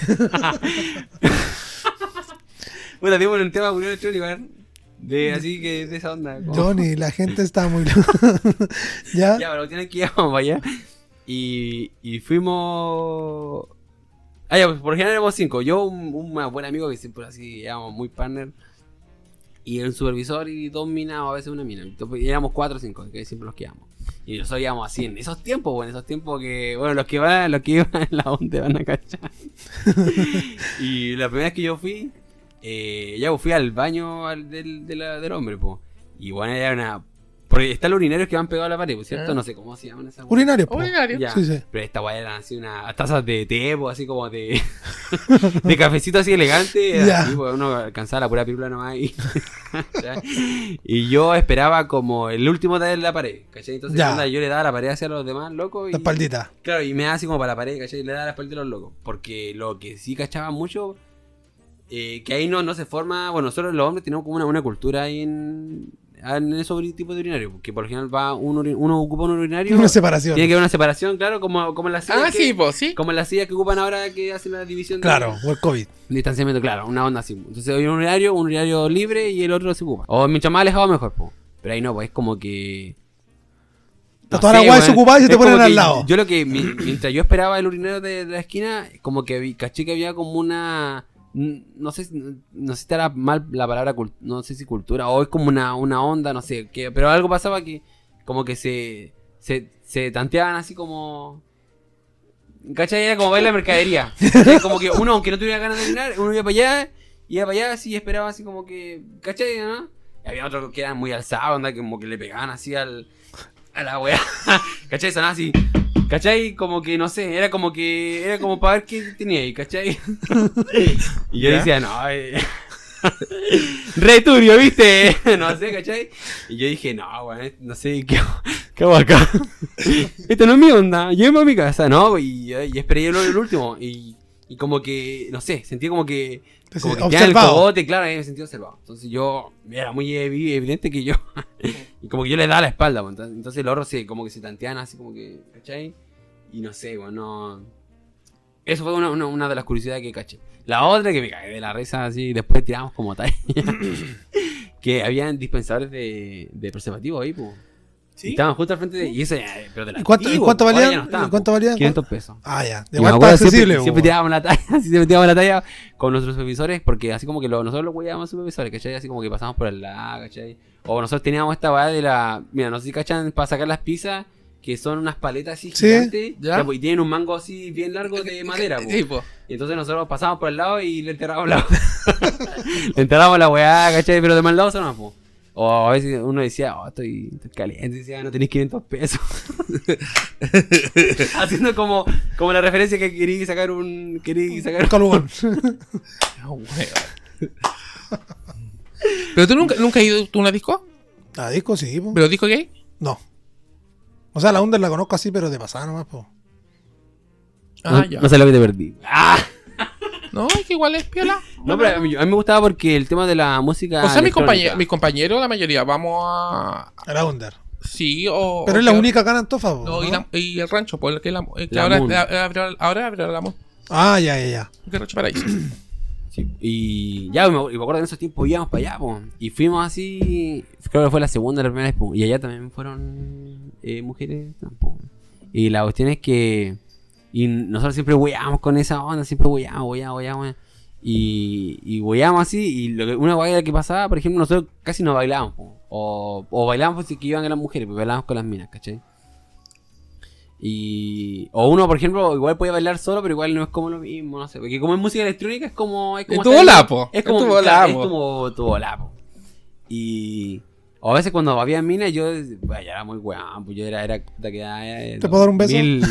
Bueno, tenemos un tema muy electrónico, ¿eh? De así que de esa onda. como- Johnny, la gente está muy. ¿Ya? Ya, pero tienen que ir para allá. Y, y fuimos. Ah, ya, pues por lo general éramos cinco. Yo, un, un más buen amigo que siempre así éramos muy partner. Y un supervisor y dos minas, o a veces una mina. Entonces, éramos cuatro o cinco, que siempre los quedamos. Y nosotros íbamos así en esos tiempos, bueno, en esos tiempos que, bueno, los que van, los que iban en la onda van a cachar. Y la primera vez que yo fui, eh, ya pues, fui al baño al del, de la- del hombre, po. Y bueno, era una. Porque están los urinarios que van pegados a la pared, ¿cierto? Ah. No sé cómo se llaman esas. Urinario, po. Urinario. Ya, Sí, sí. pero esta weá eran así unas tazas de té, po, así como de de cafecito así elegante. Era Ya. así, pues, uno alcanzaba la pura pirula nomás y, ¿ya? Y yo esperaba como el último de la pared, ¿cachai? Entonces Ya. onda, yo le daba la pared hacia los demás, loco. Y, La espaldita. Claro, y me daba así como para la pared, ¿cachai? Y le daba la espalda a los locos. Porque lo que sí cachaba mucho, eh, que ahí no, no se forma. Bueno, nosotros los hombres tenemos como una, una cultura ahí en, en esos tipos de urinarios. Porque por lo general va un uri- uno ocupa un urinario. Una separación. Tiene que haber una separación, claro, como, como en las sillas Ah, que, sí, pues sí. como en las sillas que ocupan ahora que hacen la división Claro, de o el COVID. distanciamiento, claro, una onda así. Entonces hay un urinario, un urinario libre y el otro se ocupa. O mientras más alejado mejor, po. Pero ahí no, pues es como que Está toda la weá weón. desocupada y se te Es como ponen al que lado. Yo lo que, mi- mientras yo esperaba el urinario de, de la esquina, como que vi, caché que había como una, n- no sé, si- no sé si estará mal la palabra, cul- no sé si cultura, o es como una, una onda, no sé, que, pero algo pasaba que como que se, se, se tanteaban así como... ¿Cachai? Era como bailar mercadería. ¿Cachai? Como que uno, aunque no tuviera ganas de orinar, uno iba para allá, iba para allá así y esperaba así como que... ¿Cachai? ¿No? Y había otros que eran muy alzados, onda, como que le pegaban así al... A la weá. ¿Cachai? Sonaba así. ¿Cachai? Como que, no sé, era como que... Era como para ver qué tenía ahí, ¿cachai? Y yo ¿Ya? decía, no, eh, Re turbio, ¿viste? No sé, ¿cachai? Y yo dije, no, weón, no sé, ¿qué, qué hago acá? Esto no es mi onda, llévame a mi casa, ¿no? Y, y esperé yo el último. Y, y como que, no sé, sentí como que... Como que tenía el cogote, claro, me sentí observado. Entonces yo, era muy evidente que yo... y como que yo le daba la espalda, pues. Entonces los otros se, como que se tantean así como que, ¿cachai? Y no sé, bueno, no... Eso fue una, una, una de las curiosidades que caché. La otra que me cagué de la risa así, después tiramos como talla. Que habían dispensadores de, de preservativo ahí, pues. ¿Sí? Y estaban justo al frente de... Y eso ya, pero de la ¿Y cuánto, antiguo, ¿y cuánto po, valían? ya no estaban, ¿Y cuánto valían? quinientos pesos. Ah, ya. De Y me igual acuerdo, está accesible, siempre, siempre tirábamos la talla, siempre tirábamos la talla con nuestros supervisores, porque así como que lo, nosotros los hueábamos supervisores, ¿cachai? Así como que pasamos por el lado, ¿cachai? O nosotros teníamos esta weá de la... Mira, no sé si cachan para sacar las pizzas, que son unas paletas así ¿Sí? gigantes, ¿Ya? ya, pues, y tienen un mango así bien largo de madera, pues. Sí, po. Y entonces nosotros pasamos por el lado y le enterramos la le enterramos la weá, ¿cachai? Pero de mal lado no, pues. O a veces uno decía, oh, estoy, estoy caliente, decía, no tenéis quinientos pesos. Haciendo como, como la referencia que quería sacar un... Quería sacar Un calugón. Oh, weón. ¿Pero tú nunca, nunca has ido a una disco? ¿A disco sí, po? ¿Pero disco gay? No. O sea, la Under la conozco así, pero de pasada nomás, po. Ah, no, ya. no sé lo que te perdí. ¡Ah! No, es que igual es piola. No, pero a mí, a mí me gustaba porque el tema de la música. O sea, mis electrónica. compañeros, mis compañeros, la mayoría, vamos a... A la Under. Sí, o... Pero o es la que- única acá en Antofa, po, No, ¿no? y, la- y el rancho, pues, que, la, que La ahora, Moon. la- abrió- ahora abrió la Moon, Ah, ya, ya, ya. que Rancho Paraíso. Sí, y ya, me, y me acuerdo que en esos tiempos íbamos para allá, po, y fuimos así. Creo que fue la segunda, la primera vez, po, y allá también fueron eh, mujeres. No, po. Y la cuestión es que. Y nosotros siempre weábamos con esa onda, siempre weábamos, weábamos, weábamos. Y, y weábamos así, y lo que, una guaya que pasaba, por ejemplo, nosotros casi no bailábamos, po, o, o bailábamos porque iban las mujeres, pues bailábamos con las minas, ¿cachai? Y... O uno, por ejemplo, igual puede bailar solo, pero igual no es como lo mismo, no sé. Porque como es música electrónica, es como... Es como Es tu estar- volá, po. Es como, Es tu volá, claro, po. es como tu volá, po. Y... O a veces cuando había minas, yo... Bueno, ya era muy weón, pues yo era... era, era, era, era ¿Te puedo dar un beso? mil-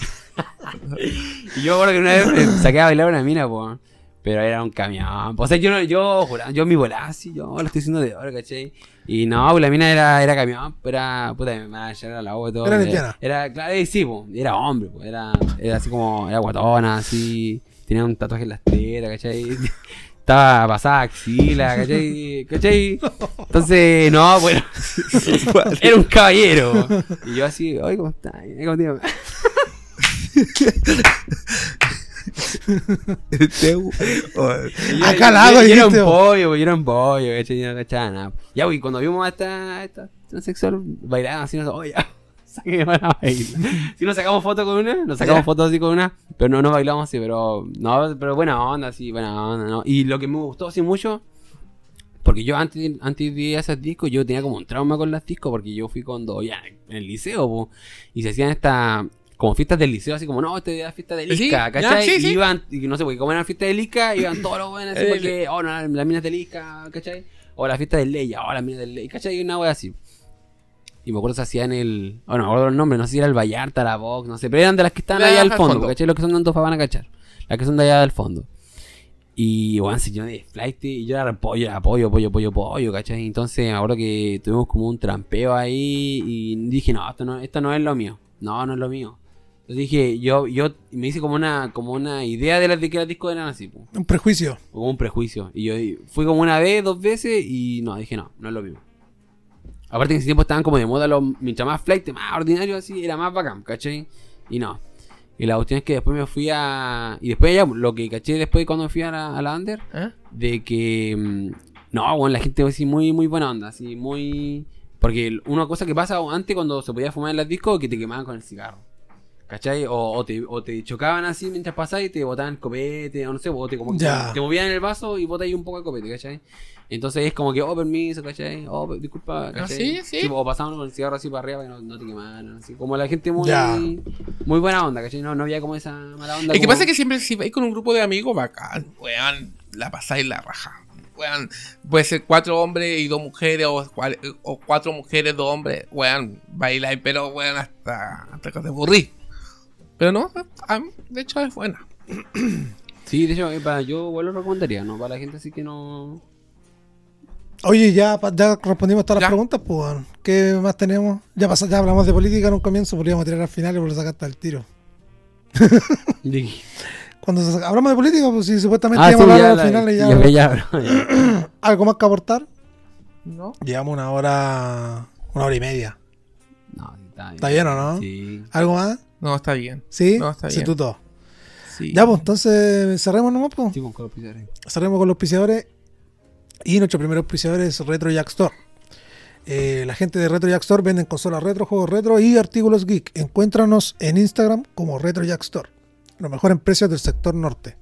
y yo recuerdo que una vez me saqué a bailar una mina, po. Pero era un camión. O sea, yo, no- yo, juraba- yo mi volá así, yo lo estoy haciendo de oro, ¿cachai? Y no, pues la mina era, era camión, pero era, puta, me van a llegar a la voz y todo. Era Era, lesbiana. era, claro, eh, sí, pues, era hombre, pues, era, era así como, era guatona, así, tenía un tatuaje en las tetas, ¿cachai? Estaba pasada axila, ¿cachai? ¿Cachai? Entonces, no, bueno, era un caballero. Y yo así, oye, ¿cómo estás? ¿Cómo te llamas? Y yo- Acá la hago, yo- yo era un dijiste, vos. pollo, pues, yo era un pollo, ¿cachai? Yo no cachaba nada. Ya, güey, cuando vimos a esta, a esta transexual bailaban así, nos oye, sáquenme para bailar. Si nos sacamos fotos con una, nos sacamos Ya. fotos así con una, pero no, no bailamos así, pero, no, pero buena onda, sí, buena onda, ¿no? Y lo que me gustó así mucho, porque yo antes, antes de ir a esos discos, yo tenía como un trauma con los discos, porque yo fui cuando, ya, en el liceo, po, y se hacían estas, como fiestas del liceo, así como, no, esta es la fiesta del Sí, Ica, ya, ¿cachai? sí, sí. Y iban, y no sé, porque como eran fiestas del Ica, iban todos los buenos así, Eh, porque, oh, no, las minas del Ica, ¿cachai? O la fiesta del Leia, oh, las minas del Leia, ¿cachai? Y una wea así. Y me acuerdo que se hacían el, oh, no me acuerdo el nombre, no sé si era el Vallarta, la Vox, no sé, pero eran de las que están De allá al al fondo, fondo. ¿cachai? Los que son de Antofagasta van a cachar, las que son de allá del fondo. Y, bueno, se llenó de flight y yo era pollo, era pollo, pollo, pollo, pollo, ¿cachai? Entonces me acuerdo que tuvimos como un trampeo ahí y dije, no, esto no, esto no es lo mío. No, no es lo mío. Entonces dije, yo, yo, me hice como una, como una idea de, las de que las discos eran así, po, Un prejuicio. como un prejuicio. Y yo y fui como una vez, dos veces y no, dije, no, no es lo mismo. Aparte que en ese tiempo estaban como de moda los, mientras más flight, más ordinario así, era más bacán, ¿cachai? Y no. Y la cuestión es que después me fui a... Y después ya, lo que caché después cuando me fui a la, a la Under, ¿Eh? de que... mm, No, bueno, la gente así muy, muy buena onda, así muy... Porque una cosa que pasa antes cuando se podía fumar en las discos, que te quemaban con el cigarro. ¿Cachai? O, o, te, o te chocaban así mientras pasabas y te botaban copete, o no sé, o te, como que Ya. te movían en el vaso y botas ahí un poco de copete, ¿cachai? Entonces es como que, oh, permiso, ¿cachai? Oh, per- disculpa, ¿cachai? sí, sí. O pasaban con el cigarro así para arriba para que no, no te quemaran, así. Como la gente muy, Ya. muy buena onda, ¿cachai? No, no había como esa mala onda. Es que como- pasa que siempre si vais con un grupo de amigos, bacán, weón, la pasáis la raja. Weón, puede ser cuatro hombres y dos mujeres, o, cual- o cuatro mujeres, dos hombres, weón, bailáis, pero weón, hasta, hasta que te aburrís. Pero no, a mí, de hecho es buena. Sí, de hecho, eh, para, yo igual lo recomendaría, ¿no? Para la gente así que no... Oye, ya, pa- ya respondimos todas las Ya. preguntas, pues. weón. ¿Qué más tenemos? Ya pas- ya hablamos de política en un comienzo, podríamos tirar al final y por lo sacaste al tiro. De- Cuando se saca- hablamos de política, pues si supuestamente Ah, sí, íbamos a ya, hablar la- al final y ya. ya, ya, bro, ya. ¿Algo más que aportar? ¿No? Llevamos una hora, una hora y media. No, está bien. ¿Está bien o no? Sí. ¿Algo más? No, está bien. ¿Sí? No, está Sí, bien. tú todo. Sí. Ya, pues entonces cerremos nomás, pues. Sí, con los pizarros. Cerremos con los auspiciadores. Y nuestro primer auspiciador es Retro Jack Store. Eh, la gente de Retro Jack Store venden consolas retro, juegos retro y artículos geek. Encuéntranos en Instagram como Retro Jack Store. Los mejores precios del sector norte.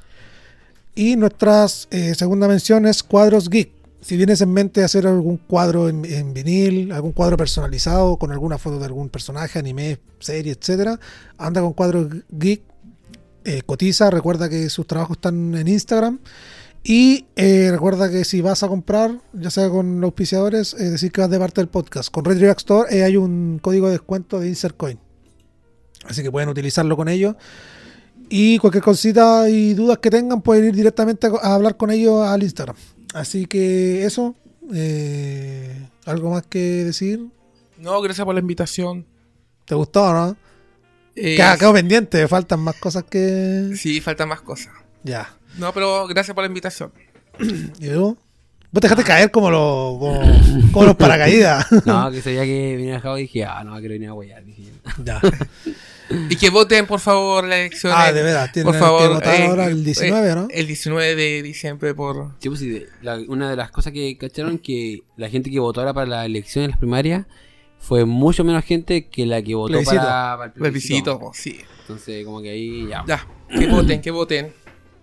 Y nuestra eh, segunda mención es Cuadros Geek. Si tienes en mente hacer algún cuadro en, en vinil, algún cuadro personalizado con alguna foto de algún personaje, anime, serie, etcétera, anda con Cuadros Geek. Eh, cotiza, recuerda que sus trabajos están en Instagram. Y eh, recuerda que si vas a comprar, ya sea con los auspiciadores, eh, decir que vas de parte del podcast. Con Retro Jack Store eh, hay un código de descuento de Insert Coin. Así que pueden utilizarlo con ellos. Y cualquier cosita y dudas que tengan, pueden ir directamente a, a hablar con ellos al Instagram. Así que eso. Eh, ¿Algo más que decir? No, gracias por la invitación. ¿Te gustó o no? Eh, Queda, quedo pendiente, faltan más cosas que... Sí, faltan más cosas. Ya. No, pero gracias por la invitación. ¿Y tú? Vos te dejaste caer como los, como, como los paracaídas. No, que sabía que venía dejado y dije, ah, no, quiero venir a huear. Dije yo. Ya. Y que voten, por favor, la elección. Ah, de verdad, tienen por favor, que votar eh, ahora el diecinueve, eh, ¿no? El diecinueve de diciembre por... Sí, pues, sí, de- la- una de las cosas que cacharon que la gente que votó ahora para las elecciones, las primarias, fue mucho menos gente que la que votó Plebiscito. para, para el plebiscito, po, sí. Entonces, como que ahí ya. Ya, que voten, que voten.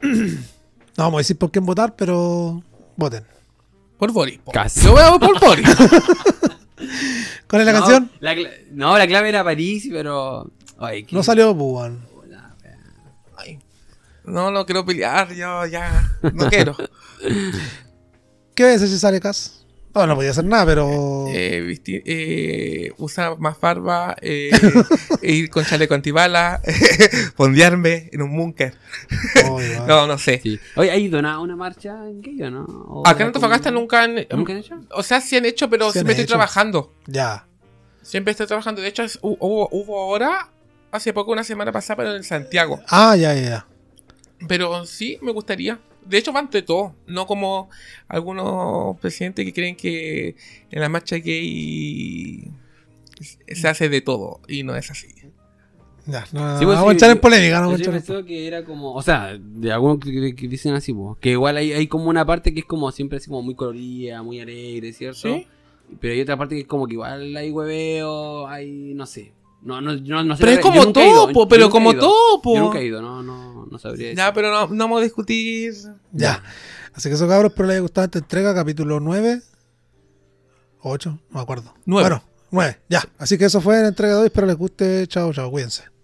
No vamos a decir por quién votar, pero voten. Por Boris. po. Casi. Yo voy por Boris. ¿Cuál es la no, canción? La cla- no, la clave era París, pero. Ay, que- No salió Buban. Ay, no, no quiero pelear, yo ya no quiero. ¿Qué ves si sale Cas? No, no podía hacer nada, pero... Eh, vestir, eh, usar más barba, eh, e ir con chaleco antibala, fondearme en un búnker. Oh, igual. No, no sé. Sí. Oye, ¿hay donado una marcha en aquello, no? ¿O Acá en era Antofagasta como- nunca han... ¿Nunca han hecho? O sea, sí han hecho, pero Sí han siempre estoy hecho. trabajando. Ya. Siempre estoy trabajando. De hecho, es- hu- hubo, hubo ahora, hace poco, una semana pasada, pero en Santiago. Ah, ya, ya, ya. Pero sí, me gustaría. De hecho, van de todo. No como algunos presidentes que creen que en la marcha gay se hace de todo. Y no es así. Ya, no, Sí, pues, vamos a sí, echar en yo- polémica, no Yo vamos a siempre echar en... pensaba que era como, o sea, de algunos que, que- que dicen así, pues, que igual hay, hay como una parte que es como siempre así como muy colorida, muy alegre, ¿cierto? ¿Sí? Pero hay otra parte que es como que igual hay hueveo, hay, no sé. No, no, no, no sé. Pero es yo como nunca he ido, todo, po, yo pero nunca he como ido. todo, po. Yo nunca he ido, no, no, no sabría decir. Ya, pero no, no vamos a discutir. Ya. Así que eso, cabros, espero les haya gustado esta entrega, capítulo nueve. ocho, no me acuerdo. Nueve. Bueno, nueve, ya. Así que eso fue la entrega de hoy, espero les guste. Chao, chao, cuídense.